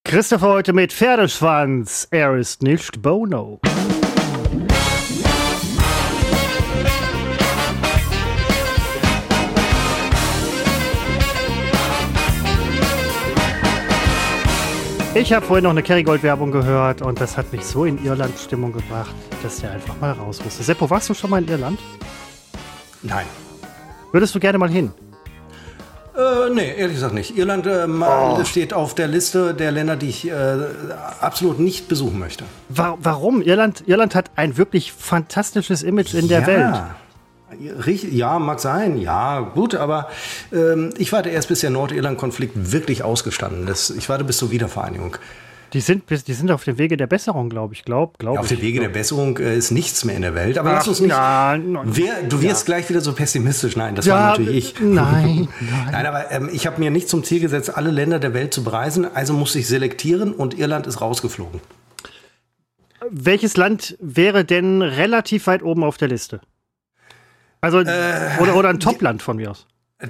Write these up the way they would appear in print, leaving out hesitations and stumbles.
Christopher heute mit Pferdeschwanz. Er ist nicht Bono. Ich habe vorhin noch eine Kerrygold-Werbung gehört und das hat mich so in Irland-Stimmung gebracht, dass der einfach mal raus musste. Seppo, warst du schon mal in Irland? Nein. Würdest du gerne mal hin? Nee, ehrlich gesagt nicht. Irland steht auf der Liste der Länder, die ich absolut nicht besuchen möchte. Warum? Irland hat ein wirklich fantastisches Image in der Welt. Ja, mag sein. Ja, gut, aber ich warte erst, bis der Nordirland-Konflikt wirklich ausgestanden ist. Ich warte bis zur Wiedervereinigung. Die sind auf dem Wege der Besserung, glaube ich. Auf dem Wege der Besserung ist nichts mehr in der Welt. Aber lass uns nicht. Du wirst gleich wieder so pessimistisch. Nein, das war natürlich ich. Nein, aber ich habe mir nicht zum Ziel gesetzt, alle Länder der Welt zu bereisen. Also musste ich selektieren und Irland ist rausgeflogen. Welches Land wäre denn relativ weit oben auf der Liste? Also oder ein Topland von mir aus.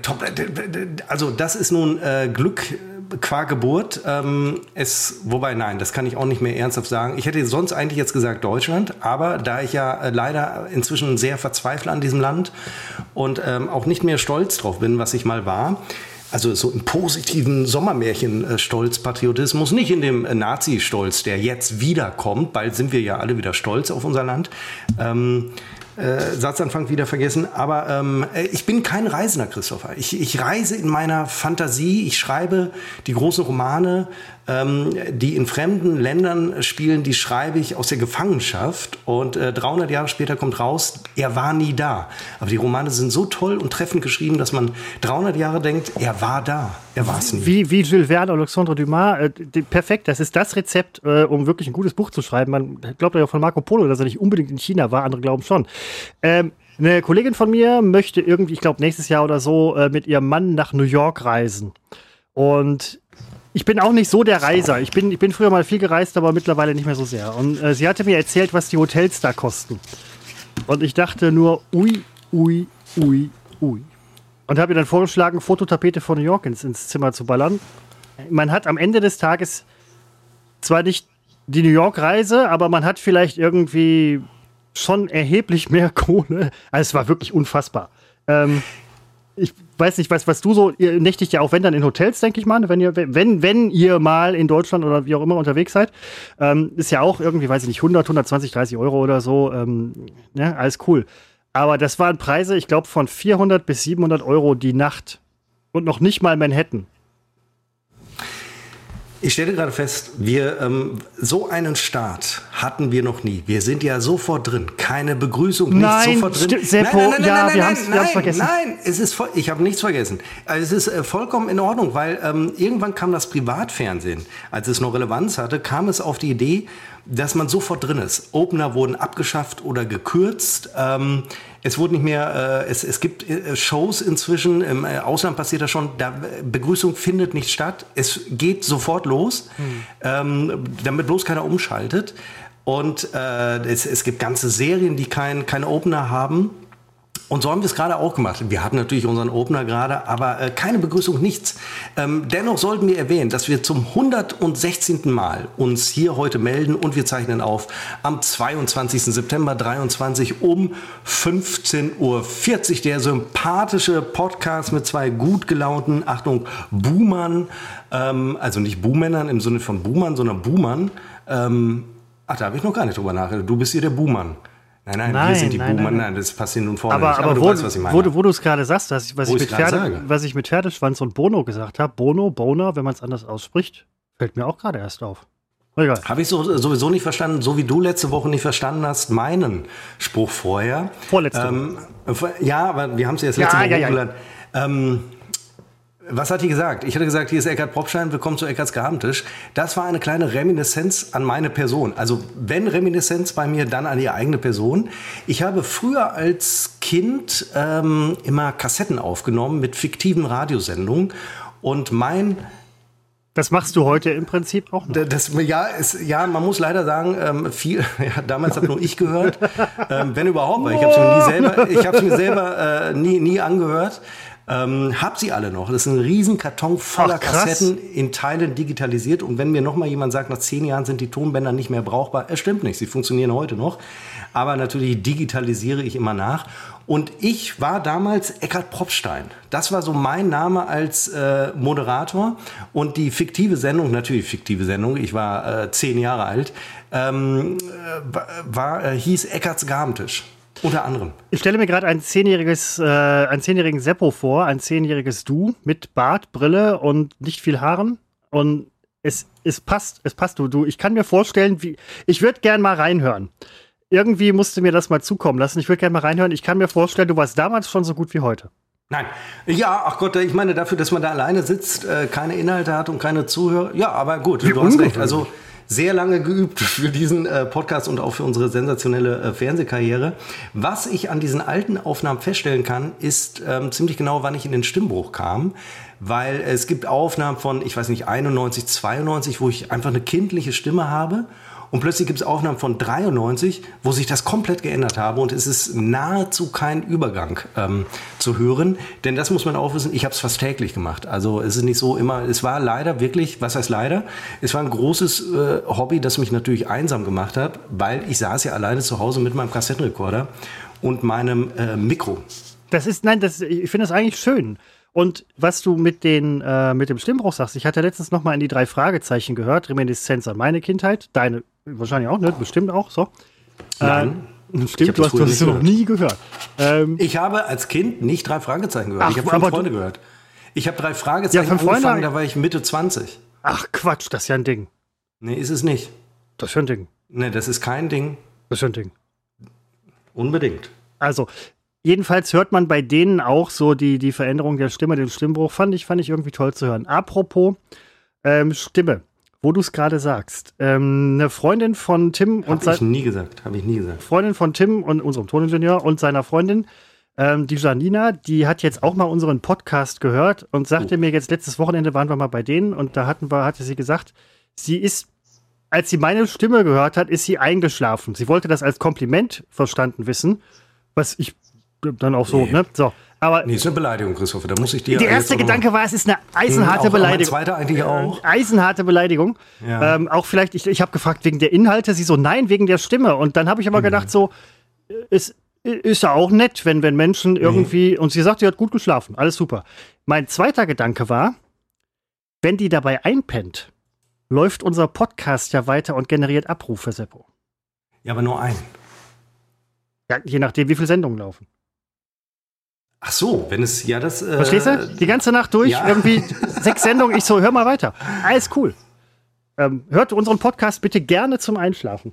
Also das ist nun Glück qua Geburt. Wobei, nein, das kann ich auch nicht mehr ernsthaft sagen. Ich hätte sonst eigentlich jetzt gesagt Deutschland, aber da ich ja leider inzwischen sehr verzweifle an diesem Land und auch nicht mehr stolz drauf bin, was ich mal war, also so im positiven Sommermärchen-Stolz, Patriotismus, nicht in dem Nazi-Stolz, der jetzt wiederkommt, bald sind wir ja alle wieder stolz auf unser Land, Satzanfang wieder vergessen, aber ich bin kein Reisender, Christopher. Ich reise in meiner Fantasie, ich schreibe die großen Romane, die in fremden Ländern spielen, die schreibe ich aus der Gefangenschaft und 300 Jahre später kommt raus, er war nie da. Aber die Romane sind so toll und treffend geschrieben, dass man 300 Jahre denkt, er war da, er war es nie. Wie Jules Verne, Alexandre Dumas, perfekt, das ist das Rezept, um wirklich ein gutes Buch zu schreiben. Man glaubt ja von Marco Polo, dass er nicht unbedingt in China war, andere glauben schon. Eine Kollegin von mir möchte irgendwie, ich glaube nächstes Jahr oder so, mit ihrem Mann nach New York reisen. Und ich bin auch nicht so der Reiser. Ich bin früher mal viel gereist, aber mittlerweile nicht mehr so sehr. Und sie hatte mir erzählt, was die Hotels da kosten. Und ich dachte nur, ui. Und habe ihr dann vorgeschlagen, Fototapete von New York ins Zimmer zu ballern. Man hat am Ende des Tages zwar nicht die New York-Reise, aber man hat vielleicht irgendwie schon erheblich mehr Kohle. Also es war wirklich unfassbar. Ich weiß nicht, was du so, ihr nächtigt ja auch, wenn dann in Hotels, denke ich mal, wenn ihr mal in Deutschland oder wie auch immer unterwegs seid, ist ja auch irgendwie, weiß ich nicht, 100, 120, 30 Euro oder so, ja, alles cool. Aber das waren Preise, ich glaube, von 400 bis 700 Euro die Nacht und noch nicht mal Manhattan. Ich stelle gerade fest, so einen Start hatten wir noch nie. Wir sind ja sofort drin. Keine Begrüßung, nichts sofort drin. Seppo, wir haben es vergessen. Nein, ich habe nichts vergessen. Also es ist vollkommen in Ordnung, weil irgendwann kam das Privatfernsehen. Als es noch Relevanz hatte, kam es auf die Idee, dass man sofort drin ist. Opener wurden abgeschafft oder gekürzt. Es wurde nicht mehr, es gibt Shows inzwischen, im Ausland passiert das schon, Begrüßung findet nicht statt. Es geht sofort los, damit bloß keiner umschaltet. Und es gibt ganze Serien, die kein Opener haben. Und so haben wir es gerade auch gemacht. Wir hatten natürlich unseren Opener gerade, aber keine Begrüßung, nichts. Dennoch sollten wir erwähnen, dass wir zum 116. Mal uns hier heute melden und wir zeichnen auf am 22. September 23 um 15:40 Uhr. Der sympathische Podcast mit zwei gut gelaunten, Achtung, Boomern, also nicht Boommännern im Sinne von Boomern, sondern Boomern. Da habe ich noch gar nicht drüber nachgedacht. Du bist hier der Boomann. Nein, wir sind die Boomer. Nein, das passt hier nun vorne nicht. Aber du weißt, was ich meine. Wo du es gerade sagst, was ich mit Pferdeschwanz und Bono gesagt habe, Boner, wenn man es anders ausspricht, fällt mir auch gerade erst auf. Egal. Habe ich sowieso nicht verstanden, so wie du letzte Woche nicht verstanden hast, meinen Spruch vorher. Vorletzte Woche. Ja, aber wir haben es ja erst letzte Woche hochgeladen. Was hat die gesagt? Ich hatte gesagt, hier ist Eckhard Propstein, willkommen zu Eckhards Geheimtisch. Das war eine kleine Reminiszenz an meine Person. Also wenn Reminiszenz bei mir, dann an die eigene Person. Ich habe früher als Kind immer Kassetten aufgenommen mit fiktiven Radiosendungen. Und das machst du heute im Prinzip auch noch. Man muss leider sagen, damals habe nur ich gehört, wenn überhaupt, weil ich habe es mir selber nie angehört. Hab sie alle noch. Das ist ein riesen Karton voller Ach, krass. Kassetten in Teilen digitalisiert. Und wenn mir noch mal jemand sagt, nach 10 Jahren sind die Tonbänder nicht mehr brauchbar, es stimmt nicht, sie funktionieren heute noch. Aber natürlich digitalisiere ich immer nach. Und ich war damals Eckhard Propstein. Das war so mein Name als Moderator. Und die fiktive Sendung, natürlich fiktive Sendung, ich war 10 Jahre alt, hieß Eckarts Gabentisch. Unter anderem. Ich stelle mir gerade einen 10-jährigen Seppo vor, ein 10-jähriges Du mit Bart, Brille und nicht viel Haaren. Und es passt, du. Ich kann mir vorstellen, ich würde gern mal reinhören. Irgendwie musst du mir das mal zukommen lassen. Ich würde gerne mal reinhören. Ich kann mir vorstellen, du warst damals schon so gut wie heute. Nein. Ja, ach Gott, ich meine dafür, dass man da alleine sitzt, keine Inhalte hat und keine Zuhörer. Ja, aber gut, du hast recht. Also sehr lange geübt für diesen Podcast und auch für unsere sensationelle Fernsehkarriere. Was ich an diesen alten Aufnahmen feststellen kann, ist ziemlich genau, wann ich in den Stimmbruch kam. Weil es gibt Aufnahmen von, ich weiß nicht, 91, 92, wo ich einfach eine kindliche Stimme habe. Und plötzlich gibt es Aufnahmen von 93, wo sich das komplett geändert habe. Und es ist nahezu kein Übergang zu hören. Denn das muss man auch wissen, ich habe es fast täglich gemacht. Also es ist nicht so immer, es war leider wirklich, was heißt leider? Es war ein großes Hobby, das mich natürlich einsam gemacht hat, weil ich saß ja alleine zu Hause mit meinem Kassettenrekorder und meinem Mikro. Ich finde das eigentlich schön. Und was du mit dem Stimmbruch sagst, ich hatte letztens noch mal in die 3 Fragezeichen gehört, Reminiszenz an meine Kindheit, deine wahrscheinlich auch, ne? Bestimmt auch, so. Nein. Stimmt, du hast es noch nie gehört. Ich habe als Kind nicht 3 Fragezeichen gehört. Ach, ich habe 5 Freunde gehört. Ich habe 3 Fragezeichen angefangen, da war ich Mitte 20. Ach Quatsch, das ist ja ein Ding. Nee, ist es nicht. Das ist ja ein Ding. Nee, das ist kein Ding. Das ist ja ein Ding. Unbedingt. Also, jedenfalls hört man bei denen auch so die Veränderung der Stimme, den Stimmbruch. Fand ich irgendwie toll zu hören. Apropos Stimme, wo du es gerade sagst. Eine Freundin von Tim und Habe ich nie gesagt. Freundin von Tim und unserem Toningenieur und seiner Freundin, die Janina, die hat jetzt auch mal unseren Podcast gehört und sagte mir jetzt, letztes Wochenende waren wir mal bei denen und da hatte sie gesagt, als sie meine Stimme gehört hat, ist sie eingeschlafen. Sie wollte das als Kompliment verstanden wissen, was ich dann auch so, ne? So. Aber nee, ist eine Beleidigung, Christopher. Da muss ich dir. Der erste Gedanke war, es ist eine eisenharte Beleidigung. Der zweite eigentlich auch. Eisenharte Beleidigung. Ja. Auch vielleicht, ich habe gefragt wegen der Inhalte, sie so, nein, wegen der Stimme. Und dann habe ich aber gedacht, so, es ist ja auch nett, wenn Menschen irgendwie. Und sie sagt, sie hat gut geschlafen. Alles super. Mein zweiter Gedanke war, wenn die dabei einpennt, läuft unser Podcast ja weiter und generiert Abrufe, Seppo. Ja, aber nur einen. Ja, je nachdem, wie viele Sendungen laufen. Ach so, wenn es, ja, das... Verstehst du? Die ganze Nacht durch, irgendwie 6 Sendungen. Ich so, hör mal weiter. Alles cool. Hört unseren Podcast bitte gerne zum Einschlafen.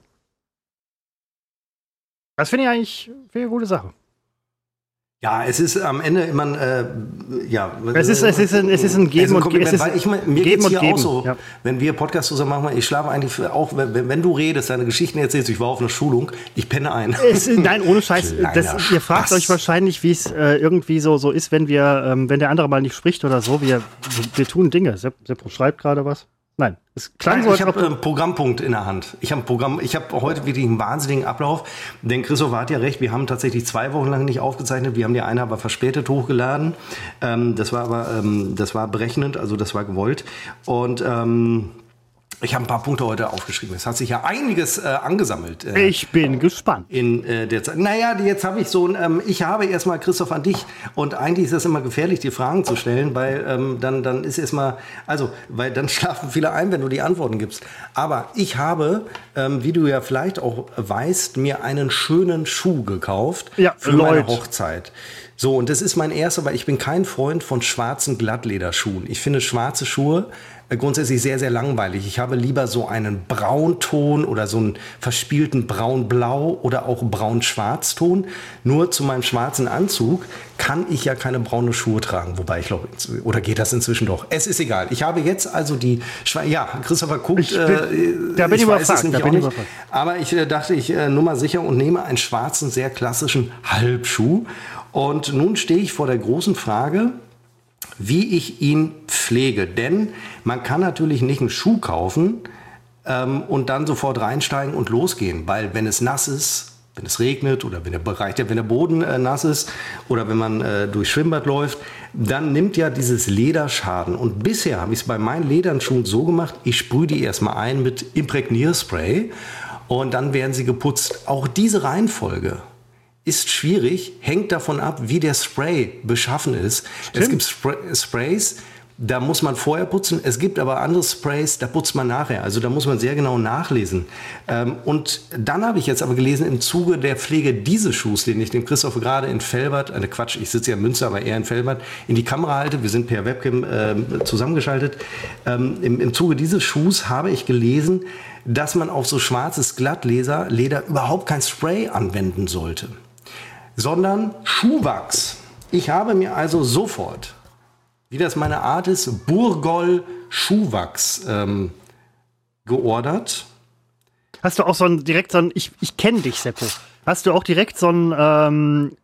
Das finde ich eigentlich eine gute Sache. Ja, es ist am Ende immer Es ist ein Geben und Geben. Mir geht es hier auch so, wenn wir Podcasts zusammen machen, ich schlafe eigentlich auch, wenn du redest, deine Geschichten erzählst, ich war auf einer Schulung, ich penne ein. Nein, ohne Scheiß. Ihr fragt euch wahrscheinlich, wie es irgendwie so ist, wenn der andere mal nicht spricht oder so. Wir tun Dinge. Seppo schreibt gerade was. Nein, es klang so. Ich habe einen Programmpunkt in der Hand. Ich habe heute wirklich einen wahnsinnigen Ablauf. Denn Christoph hat ja recht, wir haben tatsächlich 2 Wochen lang nicht aufgezeichnet. Wir haben die eine aber verspätet hochgeladen. Das war berechnend, also das war gewollt. Und ich habe ein paar Punkte heute aufgeschrieben. Es hat sich ja einiges angesammelt. Ich bin gespannt. In der Zeit. Naja, jetzt habe ich ich habe erstmal, Christoph, an dich. Und eigentlich ist das immer gefährlich, die Fragen zu stellen, weil dann ist erstmal, weil dann schlafen viele ein, wenn du die Antworten gibst. Aber ich habe, wie du ja vielleicht auch weißt, mir einen schönen Schuh gekauft für meine Hochzeit. So, und das ist mein erster, weil ich bin kein Freund von schwarzen Glattlederschuhen. Ich finde schwarze Schuhe grundsätzlich sehr, sehr langweilig. Ich habe lieber so einen Braunton oder so einen verspielten Braun-Blau oder auch Braun-Schwarz-Ton. Nur zu meinem schwarzen Anzug kann ich ja keine braune Schuhe tragen. Wobei ich glaube, oder geht das inzwischen doch? Es ist egal. Ich habe jetzt also die Christopher guckt. Da bin ich überfragt. Aber ich dachte, ich nur mal sicher und nehme einen schwarzen, sehr klassischen Halbschuh. Und nun stehe ich vor der großen Frage, wie ich ihn pflege. Denn man kann natürlich nicht einen Schuh kaufen und dann sofort reinsteigen und losgehen. Weil wenn es nass ist, wenn es regnet oder wenn der Boden nass ist oder wenn man durchs Schwimmbad läuft, dann nimmt ja dieses Leder Schaden. Und bisher habe ich es bei meinen Ledernsschuhen so gemacht, ich sprühe die erstmal ein mit Imprägnierspray und dann werden sie geputzt. Auch diese Reihenfolge ist schwierig, hängt davon ab, wie der Spray beschaffen ist. Stimmt. Es gibt Sprays, da muss man vorher putzen. Es gibt aber andere Sprays, da putzt man nachher. Also da muss man sehr genau nachlesen. Und dann habe ich jetzt aber gelesen, im Zuge der Pflege dieses Schuhs, den ich dem Christoph gerade in Velbert, ich sitze ja in Münster, aber eher in Velbert, in die Kamera halte. Wir sind per Webcam zusammengeschaltet. Im Zuge dieses Schuhs habe ich gelesen, dass man auf so schwarzes Glattleder überhaupt kein Spray anwenden sollte, sondern Schuhwachs. Ich habe mir also sofort, wie das meine Art ist, Burgol Schuhwachs geordert. Hast du auch ich kenne dich, Seppo. Hast du auch direkt so ein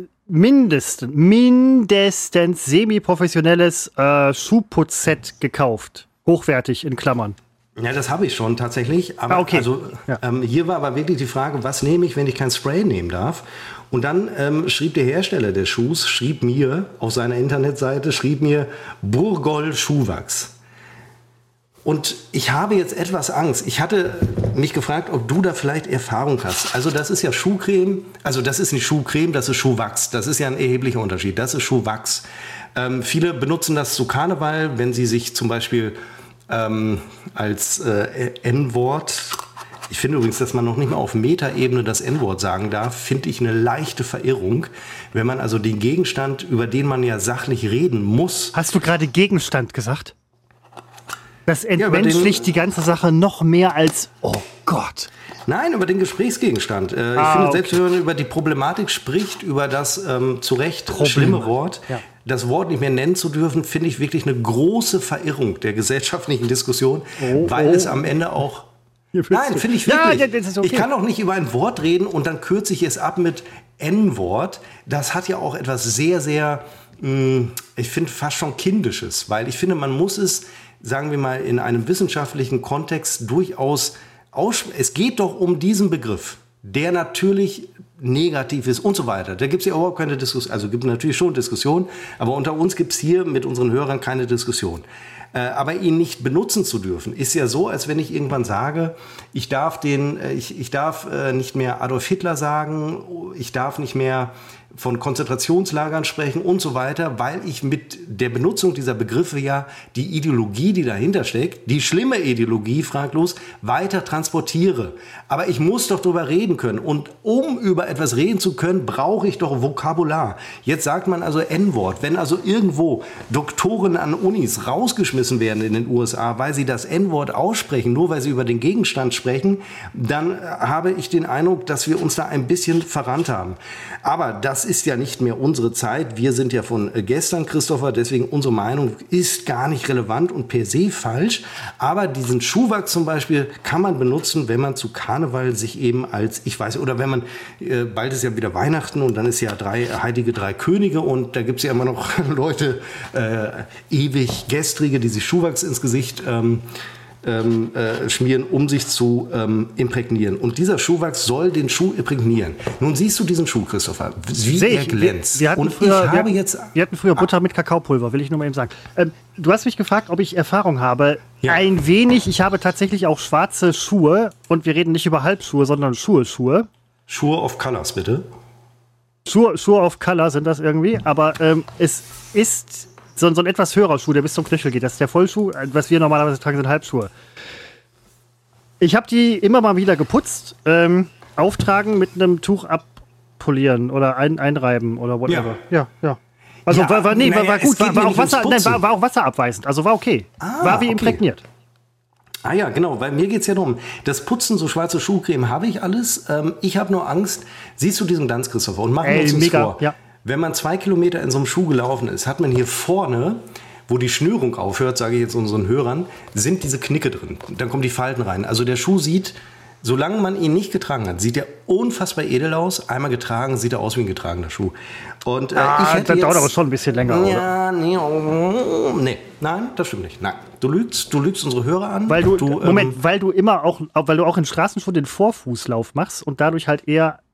mindestens semi-professionelles Schuhputzset gekauft? Hochwertig, in Klammern. Ja, das habe ich schon tatsächlich. Aber okay. Hier war aber wirklich die Frage, was nehme ich, wenn ich kein Spray nehmen darf? Und dann schrieb der Hersteller des Schuhs, mir auf seiner Internetseite, Burgol Schuhwachs. Und ich habe jetzt etwas Angst. Ich hatte mich gefragt, ob du da vielleicht Erfahrung hast. Also das ist ja Schuhcreme, also das ist nicht Schuhcreme, das ist Schuhwachs. Das ist ja ein erheblicher Unterschied. Das ist Schuhwachs. Viele benutzen das zu Karneval, wenn sie sich zum Beispiel als N-Wort, ich finde übrigens, dass man noch nicht mal auf Metaebene das N-Wort sagen darf, finde ich eine leichte Verirrung, wenn man also den Gegenstand, über den man ja sachlich reden muss. Hast du gerade Gegenstand gesagt? Das entmenschlicht die ganze Sache noch mehr als, oh Gott. Nein, über den Gesprächsgegenstand. Ich finde, selbst wenn man über die Problematik spricht, über das zu Recht schlimme Wort, das Wort nicht mehr nennen zu dürfen, finde ich wirklich eine große Verirrung der gesellschaftlichen Diskussion, weil es am Ende auch... Nein, finde ich wirklich. Ja, das ist okay. Ich kann auch nicht über ein Wort reden und dann kürze ich es ab mit N-Wort. Das hat ja auch etwas sehr, sehr, ich finde, fast schon Kindisches, weil ich finde, man muss es, sagen wir mal, in einem wissenschaftlichen Kontext durchaus aussprechen. Es geht doch um diesen Begriff, der natürlich negativ ist und so weiter. Da gibt es ja überhaupt keine Diskussion. Also gibt es natürlich schon Diskussionen, aber unter uns gibt es hier mit unseren Hörern keine Diskussion. Aber ihn nicht benutzen zu dürfen, ist ja so, als wenn ich irgendwann sage, ich darf nicht mehr Adolf Hitler sagen, ich darf nicht mehr von Konzentrationslagern sprechen und so weiter, weil ich mit der Benutzung dieser Begriffe ja die Ideologie, die dahinter steckt, die schlimme Ideologie, fraglos, weiter transportiere. Aber ich muss doch drüber reden können. Und um über etwas reden zu können, brauche ich doch Vokabular. Jetzt sagt man also N-Wort. Wenn also irgendwo Doktoren an Unis rausgeschmissen werden in den USA, weil sie das N-Wort aussprechen, nur weil sie über den Gegenstand sprechen, dann habe ich den Eindruck, dass wir uns da ein bisschen verrannt haben. Aber das ist ja nicht mehr unsere Zeit. Wir sind ja von gestern, Christopher, deswegen unsere Meinung ist gar nicht relevant und per se falsch. Aber diesen Schuhwachs zum Beispiel kann man benutzen, wenn man zu Karneval sich eben oder wenn man, bald ist ja wieder Weihnachten und dann ist ja heilige drei Könige und da gibt es ja immer noch Leute, ewig Gestrige, die sich Schuhwachs ins Gesicht schmieren, um sich zu imprägnieren. Und dieser Schuhwachs soll den Schuh imprägnieren. Nun siehst du diesen Schuh, Christopher, wie er glänzt. Wir hatten früher Butter mit Kakaopulver, will ich nur mal eben sagen. Du hast mich gefragt, ob ich Erfahrung habe. Ja. Ein wenig. Ich habe tatsächlich auch schwarze Schuhe. Und wir reden nicht über Halbschuhe, sondern Schuhe. Schuhe of Colors, bitte. Schuhe of Color sind das irgendwie. Aber es ist... So ein etwas höherer Schuh, der bis zum Knöchel geht. Das ist der Vollschuh. Was wir normalerweise tragen, sind Halbschuhe. Ich habe die immer mal wieder geputzt. Auftragen, mit einem Tuch abpolieren oder einreiben oder whatever. Ja. Also war gut. War auch wasserabweisend. Also war okay. War wie imprägniert. Ah ja, genau, weil mir geht es ja darum, das Putzen, so schwarze Schuhcreme habe ich alles. Ich habe nur Angst. Siehst du diesen Glanz, Christopher? Und machen wir uns das vor. Ja. Wenn man 2 Kilometer in so einem Schuh gelaufen ist, hat man hier vorne, wo die Schnürung aufhört, sage ich jetzt unseren Hörern, sind diese Knicke drin. Dann kommen die Falten rein. Also der Schuh sieht, solange man ihn nicht getragen hat, sieht er unfassbar edel aus. Einmal getragen, sieht er aus wie ein getragener Schuh. Und das dauert aber schon ein bisschen länger, ja, oder? Nee, nein, das stimmt nicht. Nein, du lügst unsere Hörer an. Weil du auch in Straßenschuhen den Vorfußlauf machst und dadurch halt eher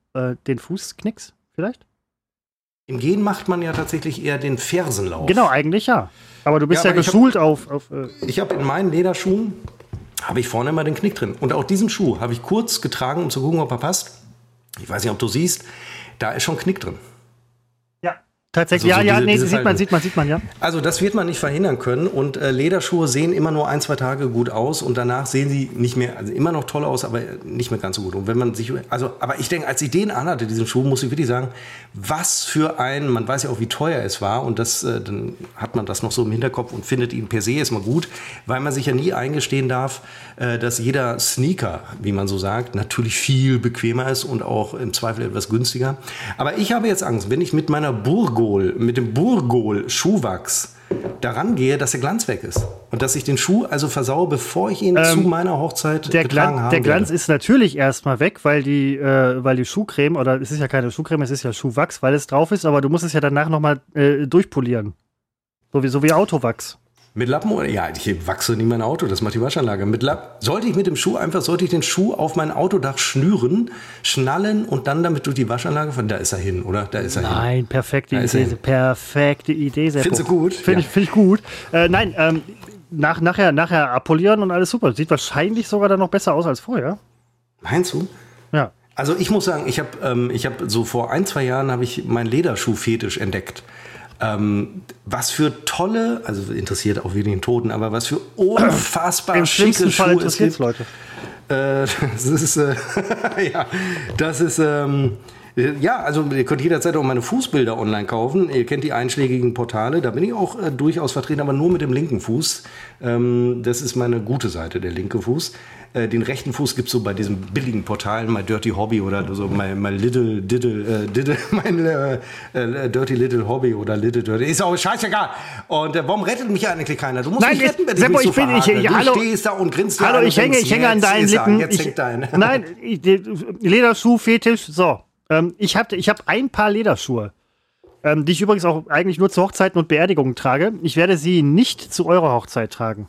den Fußknicks vielleicht? Im Gehen macht man ja tatsächlich eher den Fersenlauf. Genau, eigentlich ja. Aber du bist ja aber geschult ich habe in meinen Lederschuhen, habe ich vorne immer den Knick drin. Und auch diesen Schuh habe ich kurz getragen, um zu gucken, ob er passt. Ich weiß nicht, ob du siehst, da ist schon Knick drin. Tatsächlich, Also sieht man, ja. Also das wird man nicht verhindern können und Lederschuhe sehen immer nur 1-2 Tage gut aus und danach sehen sie nicht mehr, also immer noch toll aus, aber nicht mehr ganz so gut. Und wenn man sich, aber ich denke, als ich den anhatte, diesen Schuh, muss ich wirklich sagen, was für man weiß ja auch, wie teuer es war und das, dann hat man das noch so im Hinterkopf und findet ihn per se erstmal gut, weil man sich ja nie eingestehen darf, dass jeder Sneaker, wie man so sagt, natürlich viel bequemer ist und auch im Zweifel etwas günstiger. Aber ich habe jetzt Angst, wenn ich mit dem Burgol Schuhwachs daran gehe, dass der Glanz weg ist. Und dass ich den Schuh also versaue, bevor ich ihn zu meiner Hochzeit getragen habe. Der Glanz ist natürlich erstmal weg, weil die Schuhcreme, oder es ist ja keine Schuhcreme, es ist ja Schuhwachs, weil es drauf ist, aber du musst es ja danach nochmal durchpolieren. So wie Autowachs. Mit Lappen? Ja, ich wachse nie mein Auto, das macht die Waschanlage. Sollte ich den Schuh auf mein Autodach schnüren, schnallen und dann damit durch die Waschanlage fahren? Da ist er hin, oder? Da ist er hin. Nein, perfekte Idee. Findest du gut? Finde ich gut. Nachher abpolieren und alles super. Sieht wahrscheinlich sogar dann noch besser aus als vorher. Meinst du? Ja. Also ich muss sagen, ich hab so vor 1-2 Jahren habe ich meinen Lederschuh-Fetisch entdeckt. Was für tolle, also interessiert auch wenig den Toten, aber was für unfassbar schicke Schuhe es gibt. Leute. Also ihr könnt jederzeit auch meine Fußbilder online kaufen. Ihr kennt die einschlägigen Portale, da bin ich auch durchaus vertreten, aber nur mit dem linken Fuß. Das ist meine gute Seite, der linke Fuß. Den rechten Fuß gibt es so bei diesen billigen Portalen, My Dirty Hobby oder so, my Little Dirty Little Hobby oder Little Dirty. Ist auch scheißegal. Und warum rettet mich eigentlich keiner? Du musst mich retten, wenn Seppo, ich mich so verhake. Hallo, du stehst da und grinst. Hallo, ich hänge an deinen Lippen. Nein, Lederschuh-Fetisch, so. Ich hab ein paar Lederschuhe, die ich übrigens auch eigentlich nur zu Hochzeiten und Beerdigungen trage. Ich werde sie nicht zu eurer Hochzeit tragen.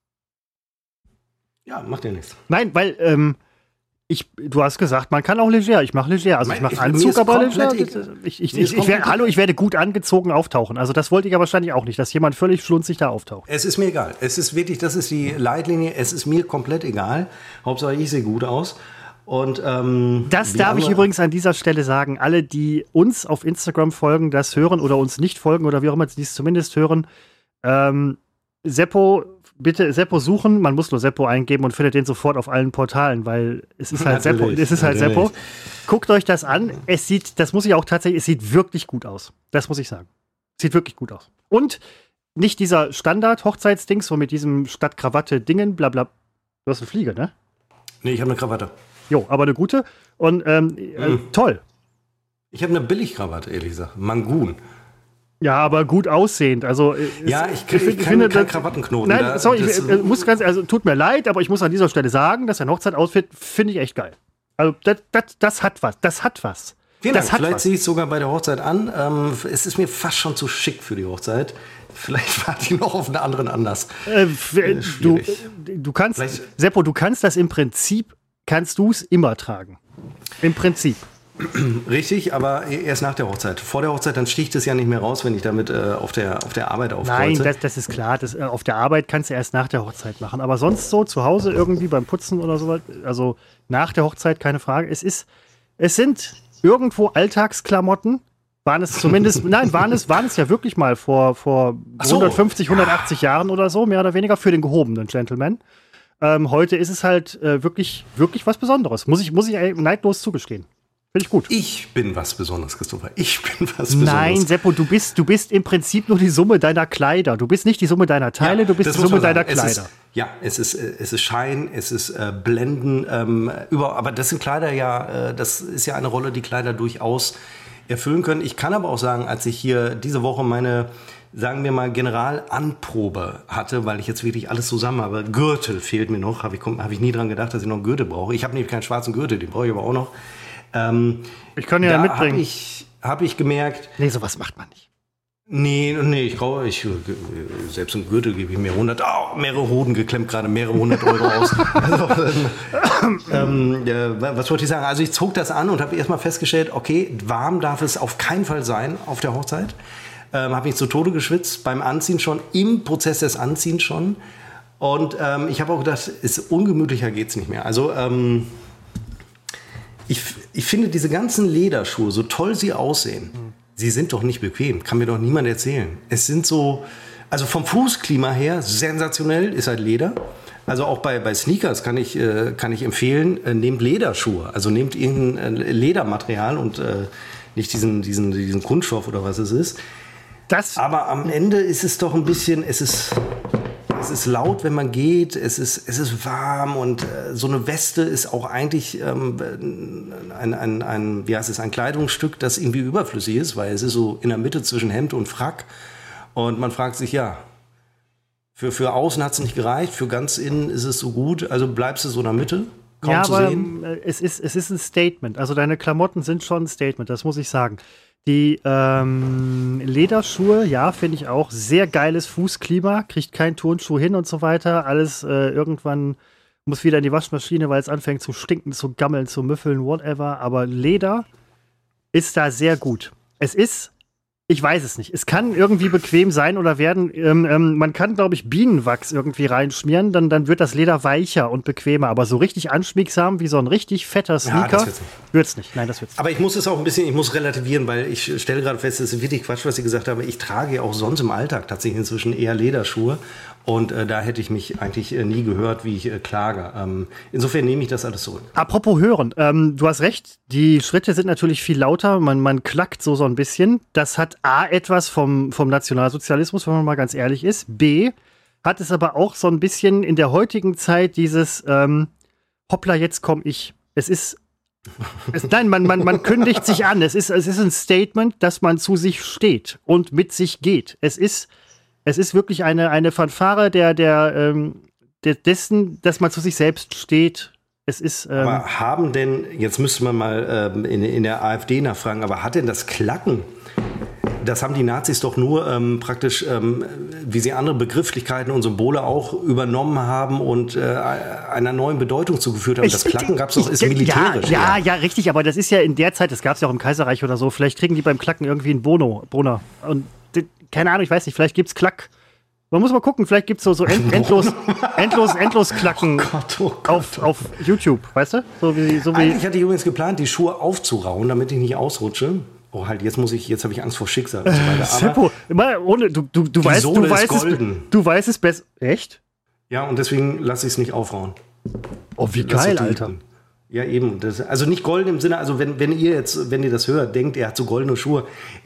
Ja, macht ja nichts. Nein, weil du hast gesagt, man kann auch leger. Ich mache leger. Also ich mache Anzug, aber leger. Ich werde gut angezogen auftauchen. Also das wollte ich ja wahrscheinlich auch nicht, dass jemand völlig schlunzig da auftaucht. Es ist mir egal. Es ist wirklich, das ist die Leitlinie. Es ist mir komplett egal. Hauptsache ich sehe gut aus. Und, das darf ich übrigens an dieser Stelle sagen. Alle, die uns auf Instagram folgen, das hören oder uns nicht folgen oder wie auch immer sie es zumindest hören, bitte Seppo suchen. Man muss nur Seppo eingeben und findet den sofort auf allen Portalen, weil es ist halt Seppo. Es ist halt Seppo. Guckt euch das an. Es sieht wirklich gut aus. Das muss ich sagen. Es sieht wirklich gut aus. Und nicht dieser Standard-Hochzeitsdings, so mit diesem statt Krawatte Dingen, bla bla. Du hast eine Fliege, ne? Nee, ich habe eine Krawatte. Jo, aber eine gute. Und toll. Ich habe eine Billigkrawatte, ehrlich gesagt. Mangun. Ja, aber gut aussehend. Also, ich finde keinen Krawattenknoten. Nein, tut mir leid, aber ich muss an dieser Stelle sagen, dass ein Hochzeit-Outfit finde ich echt geil. Also, das hat was. Das hat was. Vielen Dank. Vielleicht ziehe ich es sogar bei der Hochzeit an. Es ist mir fast schon zu schick für die Hochzeit. Vielleicht warte ich noch auf einen anderen Anlass. Du kannst, Seppo, kannst du es immer tragen. Im Prinzip. Richtig, aber erst nach der Hochzeit. Vor der Hochzeit, dann sticht es ja nicht mehr raus, wenn ich damit auf der Arbeit aufkreuze. Nein, das ist klar. Auf der Arbeit kannst du erst nach der Hochzeit machen. Aber sonst so zu Hause irgendwie beim Putzen oder so, also nach der Hochzeit, keine Frage. Es sind irgendwo Alltagsklamotten. Waren es zumindest, waren es ja wirklich mal vor 150, 180 Jahren oder so, mehr oder weniger, für den gehobenen Gentleman. Heute ist es halt wirklich, wirklich was Besonderes. Muss ich neidlos zugestehen. Finde ich gut. Ich bin was Besonderes, Christopher. Ich bin was Besonderes. Nein, Seppo, du bist im Prinzip nur die Summe deiner Kleider. Du bist nicht die Summe deiner Teile, du bist die Summe deiner Kleider. Es ist Schein, es ist Blenden. Aber das sind Kleider das ist ja eine Rolle, die Kleider durchaus erfüllen können. Ich kann aber auch sagen, als ich hier diese Woche meine, sagen wir mal, Generalanprobe hatte, weil ich jetzt wirklich alles zusammen habe. Gürtel fehlt mir noch. Habe ich nie dran gedacht, dass ich noch einen Gürtel brauche. Ich habe nämlich keinen schwarzen Gürtel, den brauche ich aber auch noch. Ich kann ja mitbringen. Habe ich gemerkt. Nee, sowas macht man nicht. Nee, selbst einen Gürtel gebe ich mir mehrere Hoden geklemmt, gerade mehrere 100 Euro aus. Was wollte ich sagen? Also ich zog das an und habe erstmal festgestellt, okay, warm darf es auf keinen Fall sein auf der Hochzeit. Habe mich zu Tode geschwitzt, beim Anziehen schon, im Prozess des Anziehens schon. Und ich habe auch gedacht, ungemütlicher geht es nicht mehr. Also ich finde diese ganzen Lederschuhe, so toll sie aussehen, sie sind doch nicht bequem, kann mir doch niemand erzählen. Es sind so, also vom Fußklima her sensationell, ist halt Leder. Also auch bei Sneakers kann ich empfehlen, nehmt Lederschuhe. Also nehmt irgendein Ledermaterial und nicht diesen Kunststoff oder was es ist. Aber am Ende ist es doch ein bisschen, es ist laut, wenn man geht, es ist warm und so eine Weste ist auch eigentlich ein Kleidungsstück, das irgendwie überflüssig ist, weil es ist so in der Mitte zwischen Hemd und Frack und man fragt sich, ja, für außen hat es nicht gereicht, für ganz innen ist es so gut, also bleibst du so in der Mitte, kaum zu sehen. Es ist ein Statement, also deine Klamotten sind schon ein Statement, das muss ich sagen. Die Lederschuhe, ja, finde ich auch. Sehr geiles Fußklima, kriegt kein Turnschuh hin und so weiter. Alles irgendwann muss wieder in die Waschmaschine, weil es anfängt zu stinken, zu gammeln, zu müffeln, whatever. Aber Leder ist da sehr gut. Ich weiß es nicht. Es kann irgendwie bequem sein oder werden. Man kann, glaube ich, Bienenwachs irgendwie reinschmieren, dann wird das Leder weicher und bequemer. Aber so richtig anschmiegsam wie so ein richtig fetter Sneaker wird's nicht. Nein, das wird's nicht. Aber ich muss es auch ein bisschen, relativieren, weil ich stelle gerade fest, es ist wirklich Quatsch, was Sie gesagt haben. Ich trage ja auch sonst im Alltag tatsächlich inzwischen eher Lederschuhe. Und da hätte ich mich eigentlich nie gehört, wie ich klage. Insofern nehme ich das alles zurück. Apropos hören, du hast recht, die Schritte sind natürlich viel lauter, man klackt so ein bisschen. Das hat A, etwas vom Nationalsozialismus, wenn man mal ganz ehrlich ist. B, hat es aber auch so ein bisschen in der heutigen Zeit dieses Hoppla, jetzt komm ich. Man kündigt sich an. Es ist ein Statement, dass man zu sich steht und mit sich geht. Es ist wirklich eine Fanfare dessen, dass man zu sich selbst steht. Aber haben denn, jetzt müsste man mal in der AfD nachfragen, aber hat denn das Klacken, das haben die Nazis doch nur praktisch, wie sie andere Begrifflichkeiten und Symbole auch übernommen haben und einer neuen Bedeutung zugeführt haben. Das Klacken gab es doch, ist militärisch. Ja, richtig, aber das ist ja in der Zeit, das gab es ja auch im Kaiserreich oder so, vielleicht kriegen die beim Klacken irgendwie einen Brunner. Und keine Ahnung, ich weiß nicht, vielleicht gibt's Klack. Man muss mal gucken, vielleicht gibt's so endlos Klacken auf YouTube, weißt du? Eigentlich hatte ich übrigens geplant, die Schuhe aufzurauen, damit ich nicht ausrutsche. Oh, halt, jetzt habe ich Angst vor Schicksal und so weiter. Seppo, du weißt es besser. Echt? Ja, und deswegen lasse ich es nicht aufrauen. Oh, wie geil, Alter. Ja, eben. Also nicht golden im Sinne, also wenn ihr das hört, denkt, er hat so goldene Schuhe.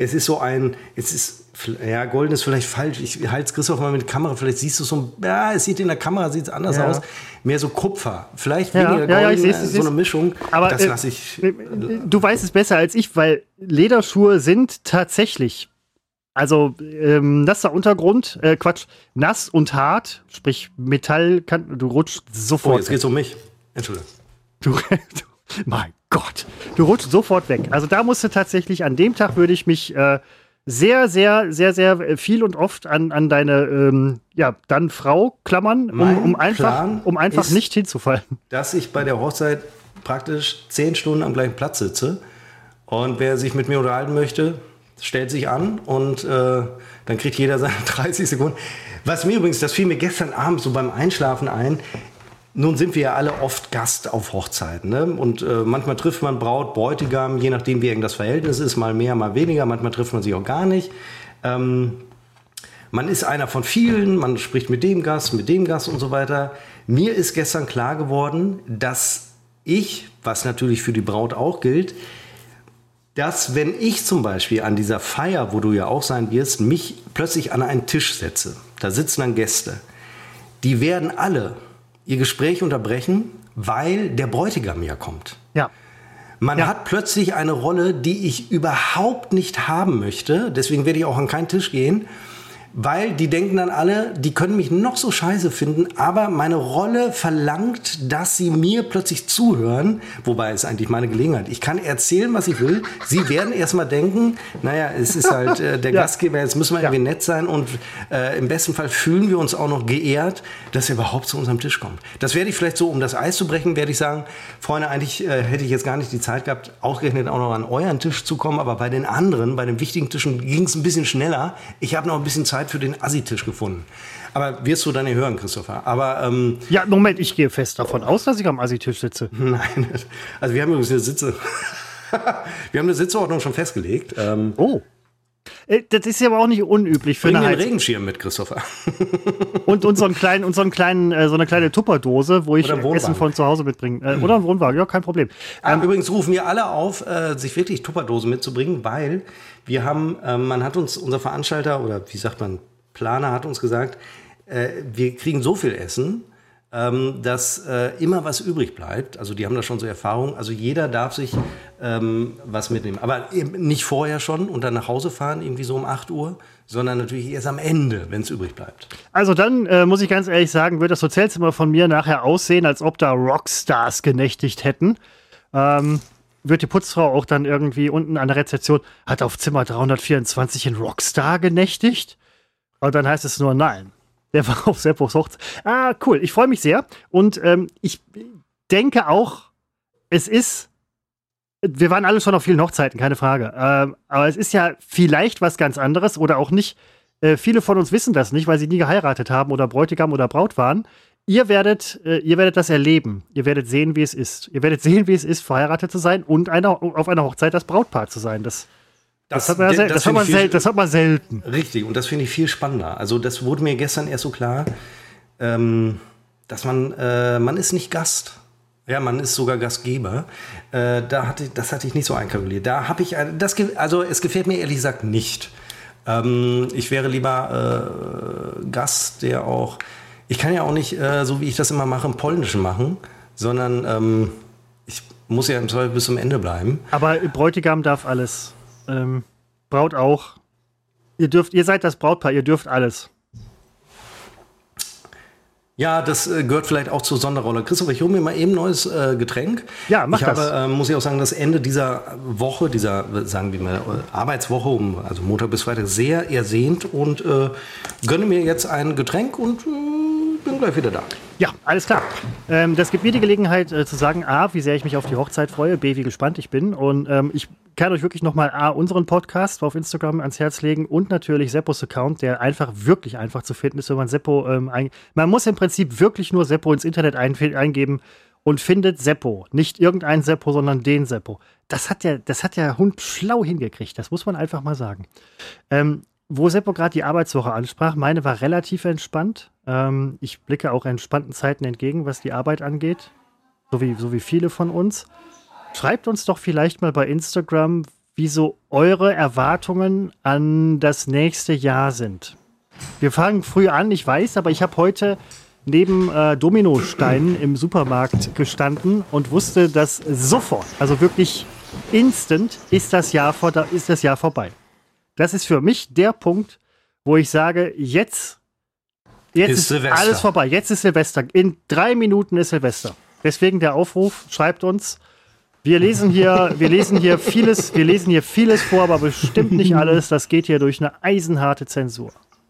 Golden ist vielleicht falsch. Ich halte es Christoph mal mit der Kamera, vielleicht siehst du es sieht in der Kamera anders aus. Mehr so Kupfer. Vielleicht weniger golden, so eine Mischung. Aber das lasse ich. Du weißt es besser als ich, weil Lederschuhe sind tatsächlich, also nasser Untergrund, nass und hart, sprich Metall, du rutschst sofort. Oh, jetzt geht's um mich. Entschuldigung. Mein Gott, du rutschst sofort weg. Also da musst du tatsächlich, an dem Tag würde ich mich sehr, sehr, sehr, sehr viel und oft an deine dann Frau klammern, um einfach nicht hinzufallen. Dass ich bei der Hochzeit praktisch 10 Stunden am gleichen Platz sitze und wer sich mit mir unterhalten möchte, stellt sich an und dann kriegt jeder seine 30 Sekunden. Was mir übrigens, das fiel mir gestern Abend so beim Einschlafen ein. Nun sind wir ja alle oft Gast auf Hochzeiten, ne? Und manchmal trifft man Braut, Bräutigam, je nachdem wie eng das Verhältnis ist, mal mehr, mal weniger, manchmal trifft man sich auch gar nicht. Man ist einer von vielen, man spricht mit dem Gast und so weiter. Mir ist gestern klar geworden, dass ich, was natürlich für die Braut auch gilt, dass wenn ich zum Beispiel an dieser Feier, wo du ja auch sein wirst, mich plötzlich an einen Tisch setze, da sitzen dann Gäste, die werden alle ihr Gespräch unterbrechen, weil der Bräutigam ja kommt. Ja. Man hat plötzlich eine Rolle, die ich überhaupt nicht haben möchte. Deswegen werde ich auch an keinen Tisch gehen. Weil die denken dann alle, die können mich noch so scheiße finden, aber meine Rolle verlangt, dass sie mir plötzlich zuhören, wobei es eigentlich meine Gelegenheit. Ich kann erzählen, was ich will. Sie werden erstmal denken, naja, es ist halt der Gastgeber, jetzt müssen wir irgendwie nett sein und im besten Fall fühlen wir uns auch noch geehrt, dass er überhaupt zu unserem Tisch kommt. Das werde ich vielleicht so, um das Eis zu brechen, werde ich sagen, Freunde, eigentlich hätte ich jetzt gar nicht die Zeit gehabt, ausgerechnet auch noch an euren Tisch zu kommen, aber bei den anderen, bei den wichtigen Tischen ging es ein bisschen schneller. Ich habe noch ein bisschen Zeit für den Assi-Tisch gefunden. Aber wirst du dann nicht hören, Christopher. Aber, ja, Moment, ich gehe fest davon aus, dass ich am Assi-Tisch sitze. Nein, also wir haben übrigens wir haben eine Sitzordnung schon festgelegt. Oh. Das ist ja aber auch nicht unüblich für Bring eine den Regenschirm mit, Christopher. Und so eine kleine Tupperdose, wo ich Essen von zu Hause mitbringe. Oder ein Wohnwagen, ja, kein Problem. Übrigens rufen wir alle auf, sich wirklich Tupperdosen mitzubringen, weil wir haben, unser Veranstalter oder wie sagt man, Planer hat uns gesagt, wir kriegen so viel Essen, dass immer was übrig bleibt. Also die haben da schon so Erfahrung. Also jeder darf sich was mitnehmen. Aber eben nicht vorher schon und dann nach Hause fahren, irgendwie so um 8 Uhr, sondern natürlich erst am Ende, wenn es übrig bleibt. Also dann muss ich ganz ehrlich sagen, wird das Hotelzimmer von mir nachher aussehen, als ob da Rockstars genächtigt hätten. Wird die Putzfrau auch dann irgendwie unten an der Rezeption, hat auf Zimmer 324 ein Rockstar genächtigt? Und dann heißt es nur nein. Der war auf Seppos Hochzeit. Ah, cool. Ich freue mich sehr. Und ich denke auch, wir waren alle schon auf vielen Hochzeiten, keine Frage. Aber es ist ja vielleicht was ganz anderes oder auch nicht. Viele von uns wissen das nicht, weil sie nie geheiratet haben oder Bräutigam oder Braut waren. Ihr werdet das erleben. Ihr werdet sehen, wie es ist. Ihr werdet sehen, wie es ist, verheiratet zu sein und auf einer Hochzeit das Brautpaar zu sein. Das hat man selten. Richtig, und das finde ich viel spannender. Also das wurde mir gestern erst so klar, dass man ist nicht Gast. Ja, man ist sogar Gastgeber. Das hatte ich nicht so einkalkuliert. Es gefällt mir ehrlich gesagt nicht. Ich wäre lieber Gast, der auch, ich kann ja auch nicht, so wie ich das immer mache, im Polnischen machen, sondern ich muss ja im Zweifel bis zum Ende bleiben. Aber Bräutigam darf alles. Braut auch. Ihr seid das Brautpaar, ihr dürft alles. Ja, das gehört vielleicht auch zur Sonderrolle. Christoph, ich hole mir mal eben ein neues Getränk. Ja, mach das. Muss ich auch sagen, das Ende dieser Woche, sagen wir mal, Arbeitswoche, also Montag bis Freitag, sehr ersehnt und gönne mir jetzt ein Getränk und bin gleich wieder da. Ja, alles klar. Das gibt mir die Gelegenheit zu sagen, A, wie sehr ich mich auf die Hochzeit freue, B, wie gespannt ich bin. Und ich kann euch wirklich nochmal unseren Podcast auf Instagram ans Herz legen und natürlich Seppos Account, der wirklich einfach zu finden ist, wenn man Seppo man muss im Prinzip wirklich nur Seppo ins Internet eingeben und findet Seppo. Nicht irgendein Seppo, sondern den Seppo. Das hat der Hund schlau hingekriegt, das muss man einfach mal sagen. Wo Seppo gerade die Arbeitswoche ansprach, meine war relativ entspannt. Ich blicke auch entspannten Zeiten entgegen, was die Arbeit angeht. So wie viele von uns. Schreibt uns doch vielleicht mal bei Instagram, wie so eure Erwartungen an das nächste Jahr sind. Wir fangen früh an, ich weiß, aber ich habe heute neben Dominosteinen im Supermarkt gestanden und wusste, dass sofort, also wirklich instant, ist das Jahr vorbei. Das ist für mich der Punkt, wo ich sage, jetzt ist alles vorbei. Jetzt ist Silvester. In 3 Minuten ist Silvester. Deswegen der Aufruf, schreibt uns. Wir lesen hier vieles vor, aber bestimmt nicht alles. Das geht hier durch eine eisenharte Zensur.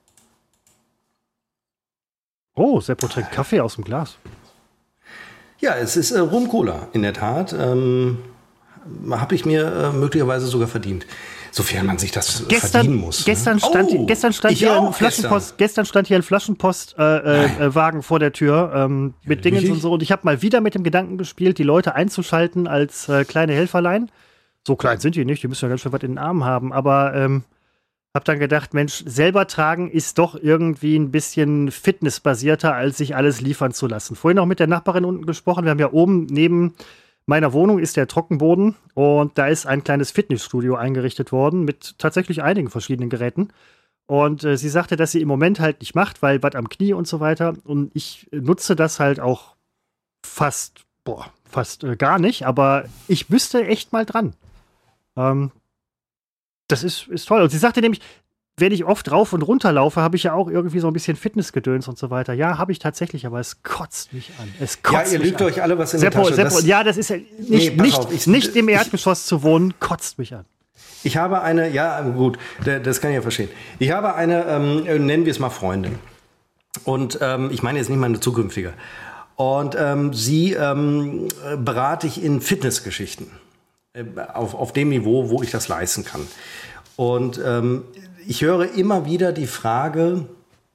Oh, Seppo trinkt Kaffee aus dem Glas. Ja, es ist Rum-Cola, in der Tat. Habe ich mir möglicherweise sogar verdient. Sofern man sich das verdienen muss. Gestern stand hier ein Flaschenpostwagen vor der Tür mit Dingens und so. Und ich habe mal wieder mit dem Gedanken gespielt, die Leute einzuschalten als kleine Helferlein. So klein sind die nicht, die müssen ja ganz schön was in den Armen haben. Aber habe dann gedacht, Mensch, selber tragen ist doch irgendwie ein bisschen fitnessbasierter, als sich alles liefern zu lassen. Vorhin auch mit der Nachbarin unten gesprochen. Wir haben ja oben neben meiner Wohnung ist der Trockenboden und da ist ein kleines Fitnessstudio eingerichtet worden mit tatsächlich einigen verschiedenen Geräten. Und sie sagte, dass sie im Moment halt nicht macht, weil was am Knie und so weiter. Und ich nutze das halt auch fast gar nicht, aber ich müsste echt mal dran. Das ist toll. Und sie sagte nämlich, wenn ich oft rauf und runter laufe, habe ich ja auch irgendwie so ein bisschen Fitnessgedöns und so weiter. Ja, habe ich tatsächlich, aber es kotzt mich an. Es kotzt ihr lügt euch alle was in die Tasche. Das ist ja nicht im Erdgeschoss zu wohnen, kotzt mich an. Ich habe eine, ja gut, das kann ich ja verstehen. Ich habe eine, nennen wir es mal Freundin. Und ich meine jetzt nicht mal eine zukünftige. Und sie berate ich in Fitnessgeschichten. Auf dem Niveau, wo ich das leisten kann. Und ich höre immer wieder die Frage,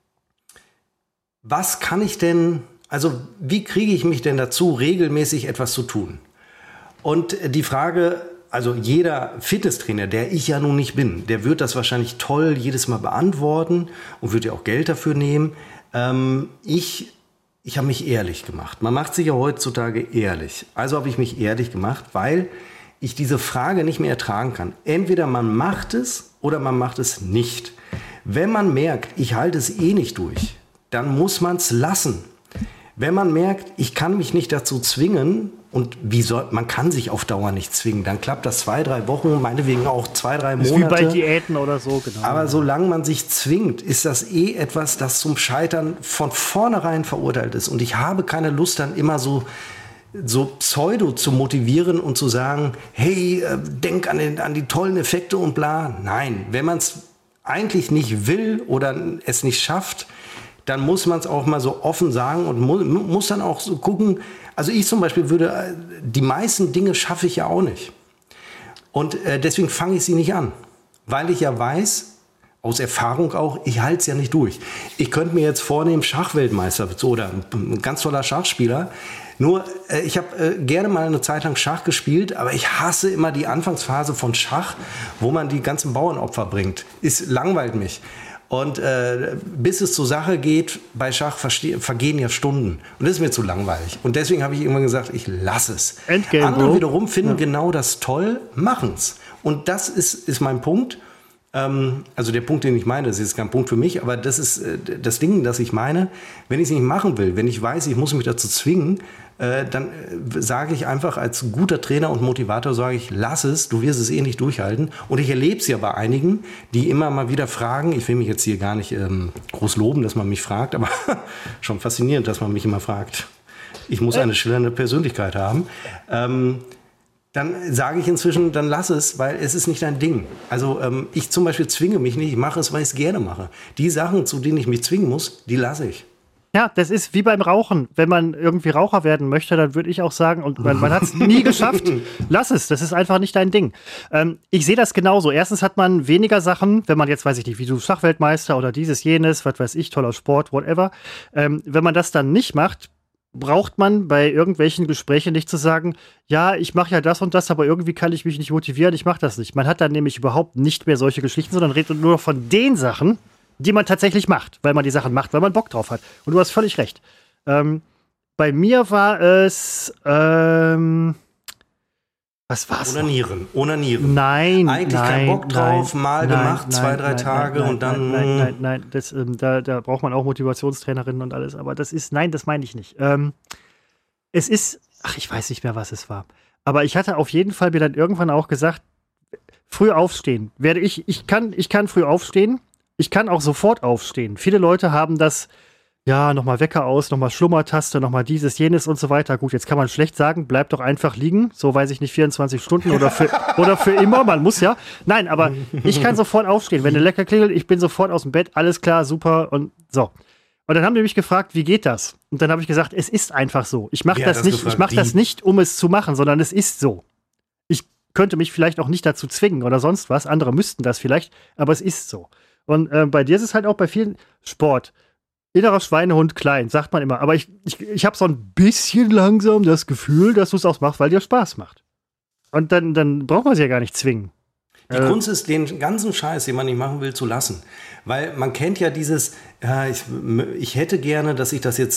was kann ich denn, also wie kriege ich mich denn dazu, regelmäßig etwas zu tun? Und die Frage, also jeder Fitnesstrainer, der ich ja nun nicht bin, der wird das wahrscheinlich toll jedes Mal beantworten und wird ja auch Geld dafür nehmen. Ich habe mich ehrlich gemacht. Man macht sich ja heutzutage ehrlich. Also habe ich mich ehrlich gemacht, weil ich diese Frage nicht mehr ertragen kann. Entweder man macht es oder man macht es nicht. Wenn man merkt, ich halte es eh nicht durch, dann muss man es lassen. Wenn man merkt, ich kann mich nicht dazu zwingen, und man kann sich auf Dauer nicht zwingen, dann klappt das 2-3 Wochen, meinetwegen auch 2-3 Monate. Wie bei Diäten oder so, genau. Aber solange man sich zwingt, ist das etwas, das zum Scheitern von vornherein verurteilt ist. Und ich habe keine Lust, dann immer so pseudo zu motivieren und zu sagen, hey, denk an die tollen Effekte und bla. Nein, wenn man es eigentlich nicht will oder es nicht schafft, dann muss man es auch mal so offen sagen und muss dann auch so gucken. Also ich zum Beispiel die meisten Dinge schaffe ich ja auch nicht. Und deswegen fange ich sie nicht an. Weil ich ja weiß, aus Erfahrung auch, ich halte es ja nicht durch. Ich könnte mir jetzt vornehmen, Schachweltmeister oder ein ganz toller Schachspieler. Nur, ich habe gerne mal eine Zeit lang Schach gespielt, aber ich hasse immer die Anfangsphase von Schach, wo man die ganzen Bauernopfer bringt. Langweilt mich. Und bis es zur Sache geht, bei Schach vergehen ja Stunden. Und das ist mir zu langweilig. Und deswegen habe ich irgendwann gesagt, ich lasse es. Endgame, Andere wiederum finden genau das toll, machen es. Und das ist mein Punkt. Also der Punkt, den ich meine, das ist kein Punkt für mich, aber das ist das Ding, das ich meine. Wenn ich es nicht machen will, wenn ich weiß, ich muss mich dazu zwingen, dann sage ich einfach als guter Trainer und Motivator, sage ich, lass es, du wirst es eh nicht durchhalten. Und ich erlebe es ja bei einigen, die immer mal wieder fragen, ich will mich jetzt hier gar nicht groß loben, dass man mich fragt, aber schon faszinierend, dass man mich immer fragt. Ich muss eine schillernde Persönlichkeit haben. Dann sage ich inzwischen, dann lass es, weil es ist nicht dein Ding. Also ich zum Beispiel zwinge mich nicht, ich mache es, weil ich es gerne mache. Die Sachen, zu denen ich mich zwingen muss, die lasse ich. Ja, das ist wie beim Rauchen. Wenn man irgendwie Raucher werden möchte, dann würde ich auch sagen, und man hat es nie geschafft, lass es, das ist einfach nicht dein Ding. Ich sehe das genauso. Erstens hat man weniger Sachen, wenn man jetzt, weiß ich nicht, wie du Schachweltmeister oder dieses, jenes, was weiß ich, toller Sport, whatever. Wenn man das dann nicht macht, braucht man bei irgendwelchen Gesprächen nicht zu sagen, ja, ich mache ja das und das, aber irgendwie kann ich mich nicht motivieren, ich mache das nicht. Man hat dann nämlich überhaupt nicht mehr solche Geschichten, sondern redet nur von den Sachen, die man tatsächlich macht, weil man die Sachen macht, weil man Bock drauf hat. Und du hast völlig recht. Bei mir war es, was war's? Onanieren. Nein, eigentlich keinen Bock drauf, gemacht, 2-3 Tage und dann. Nein, das, da braucht man auch Motivationstrainerinnen und alles, aber das meine ich nicht. Es ist, ich weiß nicht mehr, was es war. Aber ich hatte auf jeden Fall mir dann irgendwann auch gesagt, früh aufstehen. Ich kann früh aufstehen. Ich kann auch sofort aufstehen. Viele Leute haben das, ja, nochmal Wecker aus, nochmal Schlummertaste, nochmal dieses, jenes und so weiter. Gut, jetzt kann man schlecht sagen, bleib doch einfach liegen. So weiß ich nicht, 24 Stunden oder für immer, man muss ja. Nein, aber ich kann sofort aufstehen. Wenn der Wecker klingelt, ich bin sofort aus dem Bett, alles klar, super und so. Und dann haben die mich gefragt, wie geht das? Und dann habe ich gesagt, es ist einfach so. Ich mache das nicht, um es zu machen, sondern es ist so. Ich könnte mich vielleicht auch nicht dazu zwingen oder sonst was. Andere müssten das vielleicht, aber es ist so. Und bei dir ist es halt auch bei vielen Sport. Innerer Schweinehund klein, sagt man immer. Aber ich habe so ein bisschen langsam das Gefühl, dass du es auch machst, weil dir Spaß macht. Und dann braucht man es ja gar nicht zwingen. Die Kunst ist, den ganzen Scheiß, den man nicht machen will, zu lassen. Weil man kennt ja dieses, ich hätte gerne, dass sich das jetzt